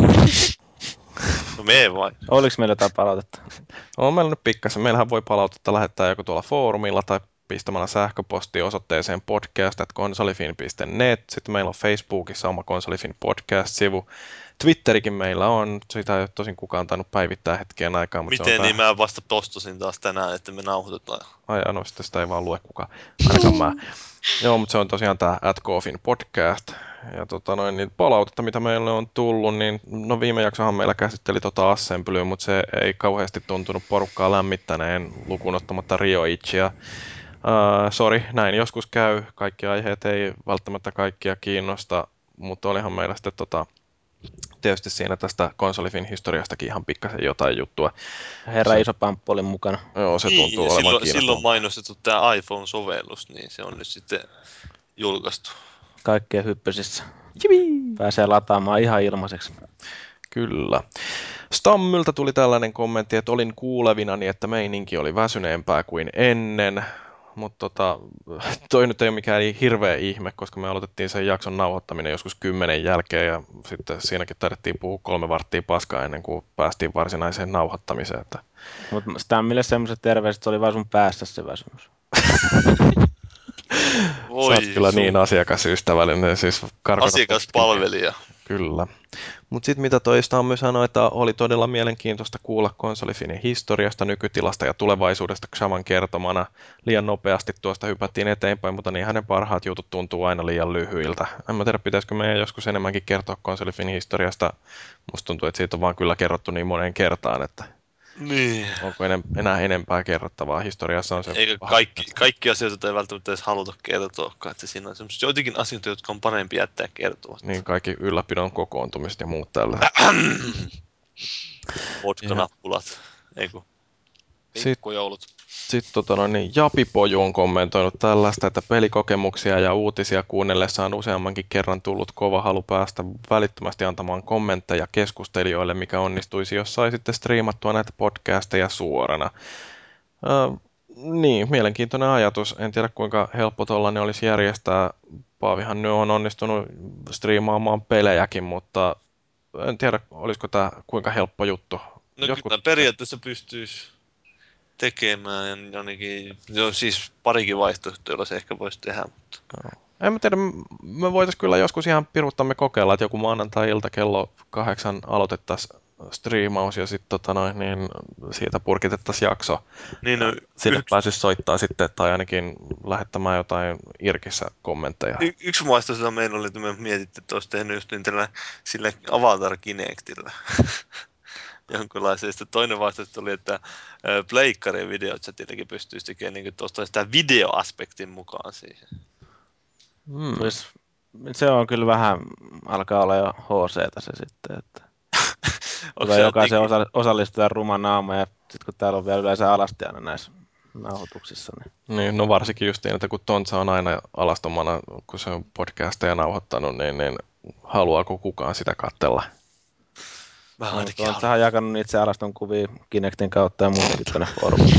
No me vai. Oliko meillä jotain palautetta? On meillä nyt pikkasen. Meillähän voi palautetta lähettää joko tuolla foorumilla tai pistämällä sähköpostia osoitteeseen podcast at konsolifin piste net. Sitten meillä on Facebookissa oma Konsolifin podcast-sivu. Twitterikin meillä on. Sitä ei ole tosin kukaan tainnut päivittää hetkeen aikaa. Mutta Miten se on niin tää... mä vasta postasin taas tänään, että me nauhoitetaan. Ai no, sitten sitä ei vaan lue kukaan. Ainakaan mä. Joo, mutta se on tosiaan tämä AtCoffin podcast. Ja tota noin, niin palautetta, mitä meille on tullut, niin no viime jaksohan meillä käsitteli tota Assemblyä, mutta se ei kauheasti tuntunut porukkaa lämmittäneen lukuun ottamatta Rioichia. Uh, Sori, näin joskus käy. Kaikki aiheet ei välttämättä kaikkia kiinnosta, mutta olihan meillä sitten tota, tietysti siinä tästä konsolifin historiastakin ihan pikkasen jotain juttua. Herra se, iso pamppu oli mukana. Joo, se niin, tuntuu olevan silloin, kiinnostavaa. silloin mainostettu tämä iPhone-sovellus, niin se on nyt sitten julkaistu. Kaikkea hyppysissä. Pääsee lataamaan ihan ilmaiseksi. Kyllä. Stammyltä tuli tällainen kommentti, että olin kuulevinani, että meininki oli väsyneempää kuin ennen. Mutta tota, toi nyt ei ole mikään hirveä ihme, koska me aloitettiin sen jakson nauhoittaminen joskus kymmenen jälkeen ja sitten siinäkin taidettiin puhua kolme varttia paskaa ennen kuin päästiin varsinaiseen nauhoittamiseen. Että... Mutta Stammille semmoiset terveiset, se oli vaan sun päässä se väsymys. Voi Sä oot kyllä sun niin asiakasystävällinen. Siis asiakaspalvelija. Kyllä. Mutta sitten mitä toista on myös sanoi, että oli todella mielenkiintoista kuulla konsolifinin historiasta, nykytilasta ja tulevaisuudesta Xavan kertomana. Liian nopeasti tuosta hypättiin eteenpäin, mutta niin hänen parhaat jutut tuntuu aina liian lyhyiltä. En mä tiedä, pitäisikö meidän joskus enemmänkin kertoa konsolifinin historiasta. Musta tuntuu, että siitä on vaan kyllä kerrottu niin moneen kertaan, että Niin. onko enää enempää kerrottavaa. Historiassa on se... Eikä kaikki, kaikki asiat ei välttämättä edes haluta kertoa, että siinä on semmoisia joitakin asioita, jotka on parempi jättää kertomatta. Niin, kaikki ylläpidon kokoontumiset ja muut tällaiset. Vodka-nappulat, eiku. Pikkujoulut. Sitten tota, no, niin, Japipoju on kommentoinut tällaista, että pelikokemuksia ja uutisia kuunnellessa on useammankin kerran tullut kova halu päästä välittömästi antamaan kommentteja keskustelijoille, mikä onnistuisi, jos saisitte striimattua näitä podcasteja suorana. Äh, niin, mielenkiintoinen ajatus. En tiedä kuinka helppo tollainen olisi järjestää. Paavihan nyt on onnistunut striimaamaan pelejäkin, mutta en tiedä, olisiko tämä kuinka helppo juttu. No Jotkut... kyllä periaatteessa pystyisi tekemään ainakin, jo siis parikin vaihtoehtoa, jolla se ehkä voisi tehdä. Mutta... No. En mä tiedä, me voitaisiin kyllä joskus ihan piruttamme kokeilla, että joku maanantai-ilta kello kahdeksan aloitettaisiin striimaus ja sitten tota noin, niin siitä purkitettaisiin jakso. Niin, no, Sinne yks... pääsisi soittaa sitten tai ainakin lähettämään jotain Irkissä kommentteja. Y- yksi vaihtoehto sitä meillä oli, että me mietittiin, että olisi tehnyt just niin tällä sillä Avatar Kinectillä. Jonkinlaisia. Sitten toinen vaihtoehto oli, että pleikkarin videochatilläkin pystyisi tekemään niin tuosta sitä videoaspektin mukaan siihen. Hmm. Siis, se on kyllä vähän, alkaa olla jo H C:tä se sitten, että tulee jokaisen niin... osa- osallistujan ruma naama ja sitten kun täällä on vielä yleensä alasti aina näissä nauhoituksissa. Niin... niin, no varsinkin just niin, että kun Tontsa on aina alastomana, kun se on podcasteja nauhoittanut, niin, niin haluaako kukaan sitä katsella? Mä ainakin no, Tontsahan jakanut itse alaston kuvia Kinectin kautta ja muutenkin tuonne foorumiin.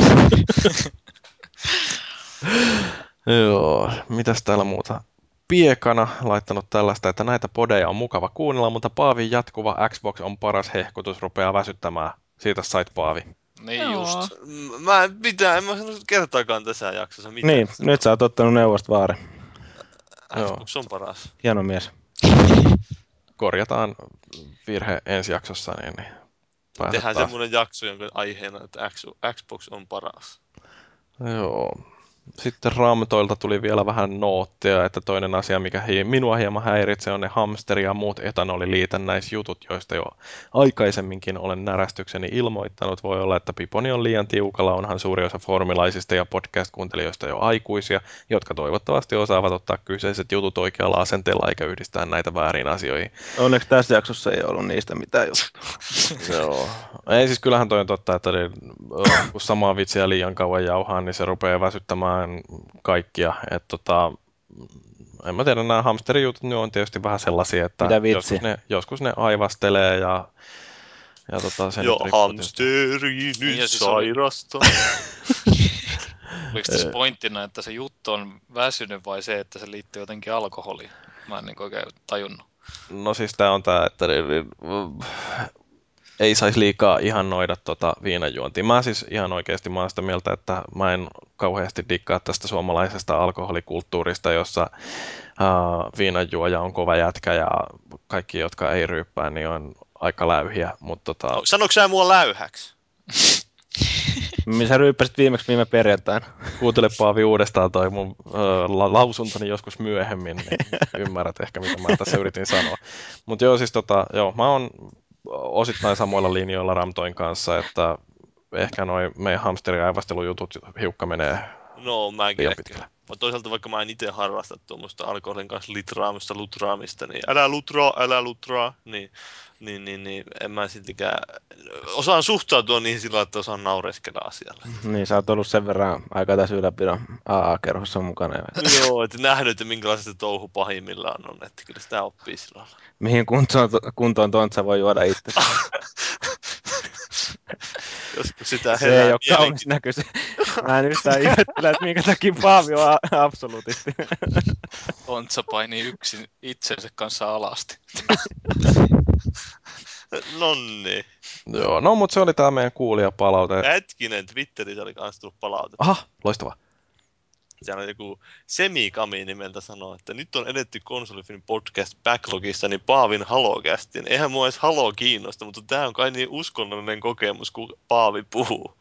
Joo, mitäs täällä muuta? Piekana laittanut tällaista, että näitä podeja on mukava kuunnella, mutta Paavin jatkuva Xbox on paras hehkutus rupeaa väsyttämään. Siitä sait Paavi. Niin Joo. just. Mä en mitään, en mä sanonut kertaakaan tässä jaksossa mitään. Niin, nyt sä oot ottanut neuvosta vaari. Xbox on paras. Hieno mies. Korjataan virhe ensi jaksossa, niin, niin tehdään taas. semmoinen jakso, jonka aiheena, että Xbox on paras. Joo. Sitten Ramtoilta tuli vielä vähän noottia, että toinen asia, mikä hi- minua hieman häiritsee, on ne hamsteri- ja muut etanoliliitännäisjutut, joista jo aikaisemminkin olen närästykseni ilmoittanut. Voi olla, että Piponi on liian tiukalla, onhan suuri osa formilaisista ja podcast-kuuntelijoista jo aikuisia, jotka toivottavasti osaavat ottaa kyseiset jutut oikealla asenteella eikä yhdistää näitä väärin asioihin. Onneksi tässä jaksossa ei ollut niistä mitään juttua. Joo. Ei siis kyllähän toi on totta, että kun samaa vitsiä liian kauan jauhaa, niin se rupeaa väsyttämään kaikkia. Et tota, en mä tiedä, nämä hamsterijutut nyt on tietysti vähän sellaisia, että joskus ne, joskus ne aivastelee ja, ja tota, sen Joo, hamsteri nyt niin, siis sairasta. Oli... Oliko tässä pointtina, että se juttu on väsynyt vai se, että se liittyy jotenkin alkoholiin? Mä en niin oikein tajunnut. No siis tää on tää, että ei saisi liikaa ihannoida tota viinanjuontia. Mä siis ihan oikeasti mä oon sitä mieltä, että mä en kauheasti dikkaa tästä suomalaisesta alkoholikulttuurista, jossa uh, viinanjuoja on kova jätkä ja kaikki, jotka ei ryyppää, niin on aika läyhiä. Mut, tota... no, sanoiko sä mua läyhäksi? Sä ryyppäsit viimeksi viime perjantaina. Kuuntele Paavi uudestaan toi mun uh, la- lausuntoni joskus myöhemmin, niin ymmärrät ehkä mitä mä tässä yritin sanoa. Mutta joo, siis tota, joo, mä oon osittain samoilla linjoilla Ramtoin kanssa, että ehkä noi meidän hamsteriaivastelujutut hiukka menee no, mäkin liian ehkä. pitkälle. Mutta toisaalta vaikka mä en itse harrasta tuommoista alkoholin kanssa litraamista, lutraamista, niin älä lutraa, älä lutraa, niin, niin, niin, niin en mä siltikään, osaan suhtautua niihin sillä, että osaan naureskella asialle. Niin, sä oot ollut sen verran aikaa tässä ylläpidon A A-kerhossa mukana. Joo, että nähnyt, että minkälaista touhu pahimmillaan on, että kyllä sitä oppii sillä lailla. Mihin kuntoon, kuntoon Tontsa voi juoda itse? Joskus sitä se ei ole kaunis näköistä. Mä en yhtään ihmettele, että minkä takia Paavi on absoluutisti. Tontsa painii yksin itsensä kanssa alasti. Nonni. Joo, no mutta se oli tää meidän kuulijapalaute. Hetkinen, Twitterissä oli kans tullut palautetta. Aha, loistavaa. siellä on joku Semikami nimeltä sanoo, että nyt on edetty Konsolifin podcast backlogissa, niin Paavin Halo-kästin. Eihän mua edes Halo kiinnosta, mutta tää on kai niin uskonnollinen kokemus, kun Paavi puhuu.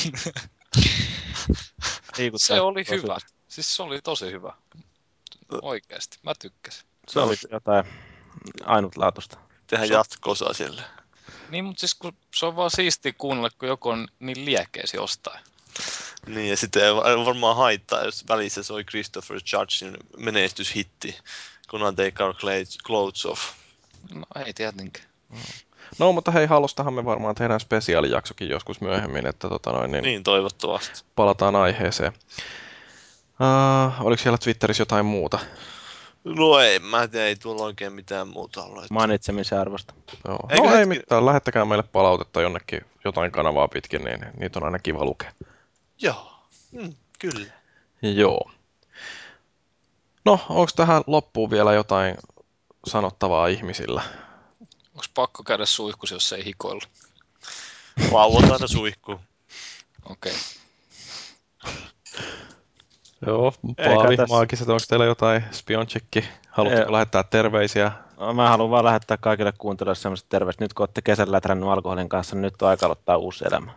Se oli hyvä. Siis se oli tosi hyvä. Oikeesti, mä tykkäsin. Se oli jotain ainutlaatuista. Tehdään jatko-osa sille. Niin, mutta siis kun se on vaan siistiä kuunnella, kun joku on niin liekkeesi jostain. Niin, ja sitten ei varmaan haittaa, jos välissä soi Christopher Judgein menestyshitti, kun I take our clothes off. No ei tietenkään. No, mutta hei, Halostahan me varmaan tehdään spesiaalijaksokin joskus myöhemmin, että tota noin, niin, Niin, toivottavasti. palataan aiheeseen. Uh, oliko siellä Twitterissä jotain muuta? No ei, mä tiedä, ei tuolla oikein mitään muuta ollut. Mainitsemisen arvosta. Joo. Eikö No ei hetki- mitään, lähettäkää meille palautetta jonnekin jotain kanavaa pitkin, niin niitä on aina kiva lukea. Joo, mm, kyllä. Joo. No, onko tähän loppuun vielä jotain sanottavaa ihmisillä? Onko pakko käydä suihkus, jos ei hikoillu? Vauvat aina suihkuu. Okei. Okay. Joo, Eikä Paavi, tässä. Maagiset, onko teillä jotain spionchikki? Haluatteko Ei. lähettää terveisiä? No, mä haluan vaan lähettää kaikille kuuntelijoille sellaiset terveiset. Nyt kun olette kesällä lätrännyt alkoholin kanssa, niin nyt on aika aloittaa uusi elämä.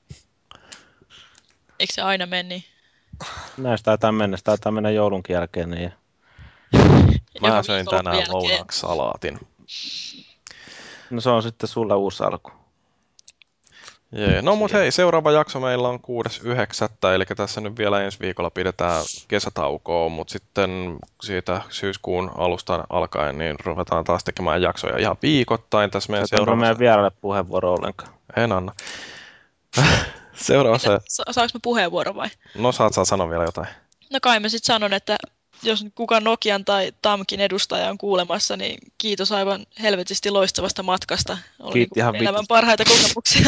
Eikö se aina mene niin? Näistä taitaa mennä, sitä taitaa mennä joulunkin jälkeen. Niin. Mä Joka söin viikonlopun tänään jälkeen. lounaaksi salaatin. No se on sitten sulle uusi alku. Jee. No mut hei, seuraava jakso meillä on kuudes yhdeksättä, eli tässä nyt vielä ensi viikolla pidetään kesätaukoa, mutta sitten siitä syyskuun alusta alkaen niin ruvetaan taas tekemään jaksoja ihan viikoittain tässä meidän Seuraava seuraavassa. meidän vieraille puheenvuoro ollenkaan. En anna. Seuraavassa. Mitä, sa- saanko mä puheenvuoro vai? No saat saa sanoa vielä jotain. No kai mä sit sanon, että jos nyt kuka Nokian tai Tamkin edustaja on kuulemassa, niin kiitos aivan helvetisti loistavasta matkasta. Oli Kiitti niinku ihan elämän vitusti. parhaita kokemuksia.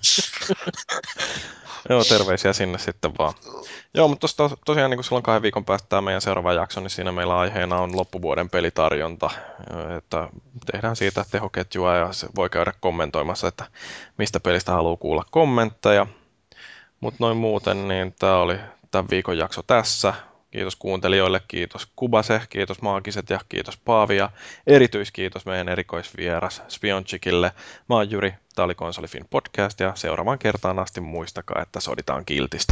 Joo, terveisiä sinne sitten vaan. Joo, mutta tos, tosiaan niin kuin silloin kahden viikon päästä tämä meidän seuraava jakso, niin siinä meillä aiheena on loppuvuoden pelitarjonta. Että tehdään siitä tehoketjua ja se voi käydä kommentoimassa, että mistä pelistä haluaa kuulla kommentteja. Mutta noin muuten, niin tämä oli tämän viikon jakso tässä. Kiitos kuuntelijoille, kiitos Kubase, kiitos Maagiset ja kiitos Paavi ja erityiskiitos meidän erikoisvieras Spionchikille. Mä oon Jyri, tää oli Konsolifin podcast ja seuraavaan kertaan asti muistakaa, että soditaan kiltisti.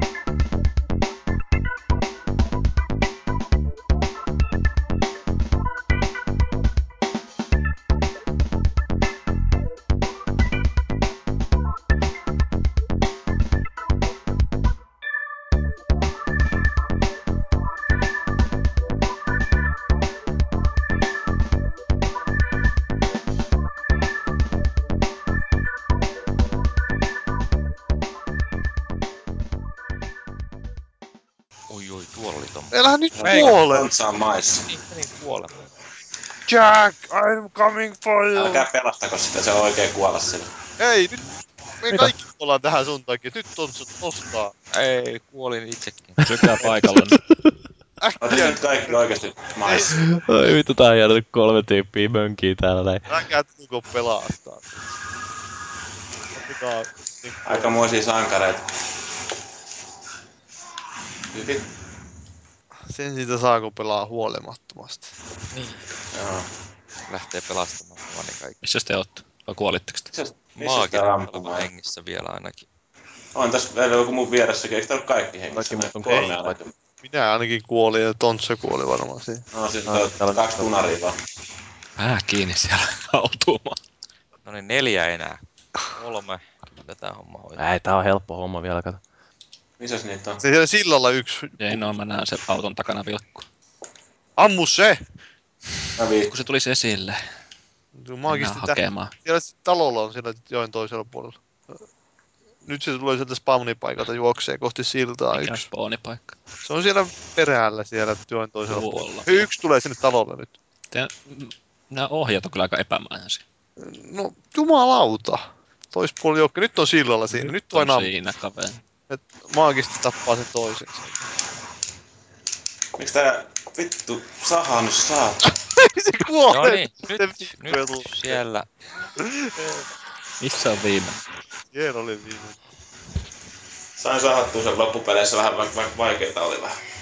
Oi oi, tuolla oli tommoinen. Elä nyt Meikä kuole! Tontsaa maissa. Niin kuolemaan. Jack, I'm coming for you! Älkää pelastako sitä, se on oikein kuolla sillä. Ei, nyt me Mitä? kaikki ollaan tähän sun takia. Nyt Tontsut ostaa. Ei, kuolin itsekin. Sykää paikalla. Ootte Äkkiä nyt kaikki oikeesti maissa. Ai vittu, tää on jäänyt kolme tyyppiä mönkiä täällä näin. äkää tulko pelastaa. Otetaan niin Aikamoisia sankareita. Hyvin. sen siitä saako pelaa huolimattomasti. Joo. Lähtee pelastamaan mani kaikki. Missä te ootte? Vai kuolitteko te? Missä, missä Maaginen sitä olevan ampumaan? hengissä vielä ainakin. On tässä vielä joku mun vieressäkin, eikö tää ole kaikki hengissä? Kaikki muut on Kolme kuolleet. ainakin. Minä ainakin kuolin ja Tontse kuoli varmaan siinä. No siis No, täällä on- kaksi tunaria vaan. Pää kiinni siellä hautuumaan. No niin, neljä enää. Kolme. Tätä hommaa hoitaa. Ei, tää on helppo homma vielä, kato. Missäs niitä on? Se siellä sillalla yksi. Ei no, mä näen sen auton takana vilkku. Ammu se! Mä viit. Kun se tulisi esille, Tuo mennään Maagisti tä- hakemaan. siellä talolla on siellä joen toisella puolella. Nyt se tulee sieltä spawnipaikalta juoksee kohti siltaa Mikä yksi. spaonipaikka? Se on siellä perällä siellä joen toisella Tuolla. puolella. Yksi tulee sinne talolle nyt. Te, nämä ohjat on kyllä aika epämääräisiä. No jumalauta. Toispuoli joukko. Nyt on sillalla siinä. Nyt, nyt vain on ammu. siinä kaveri. Et Maagisti tappaa sen toisen. Miks tää vittu saha nyt saa? Se kuolee! No niin, nyt, Se nyt vittu siellä. Missä on viime? Siellä oli viime. Sain sahattua sen loppupeleissä vähän, vaikka vaikka vaikeeta oli vähän.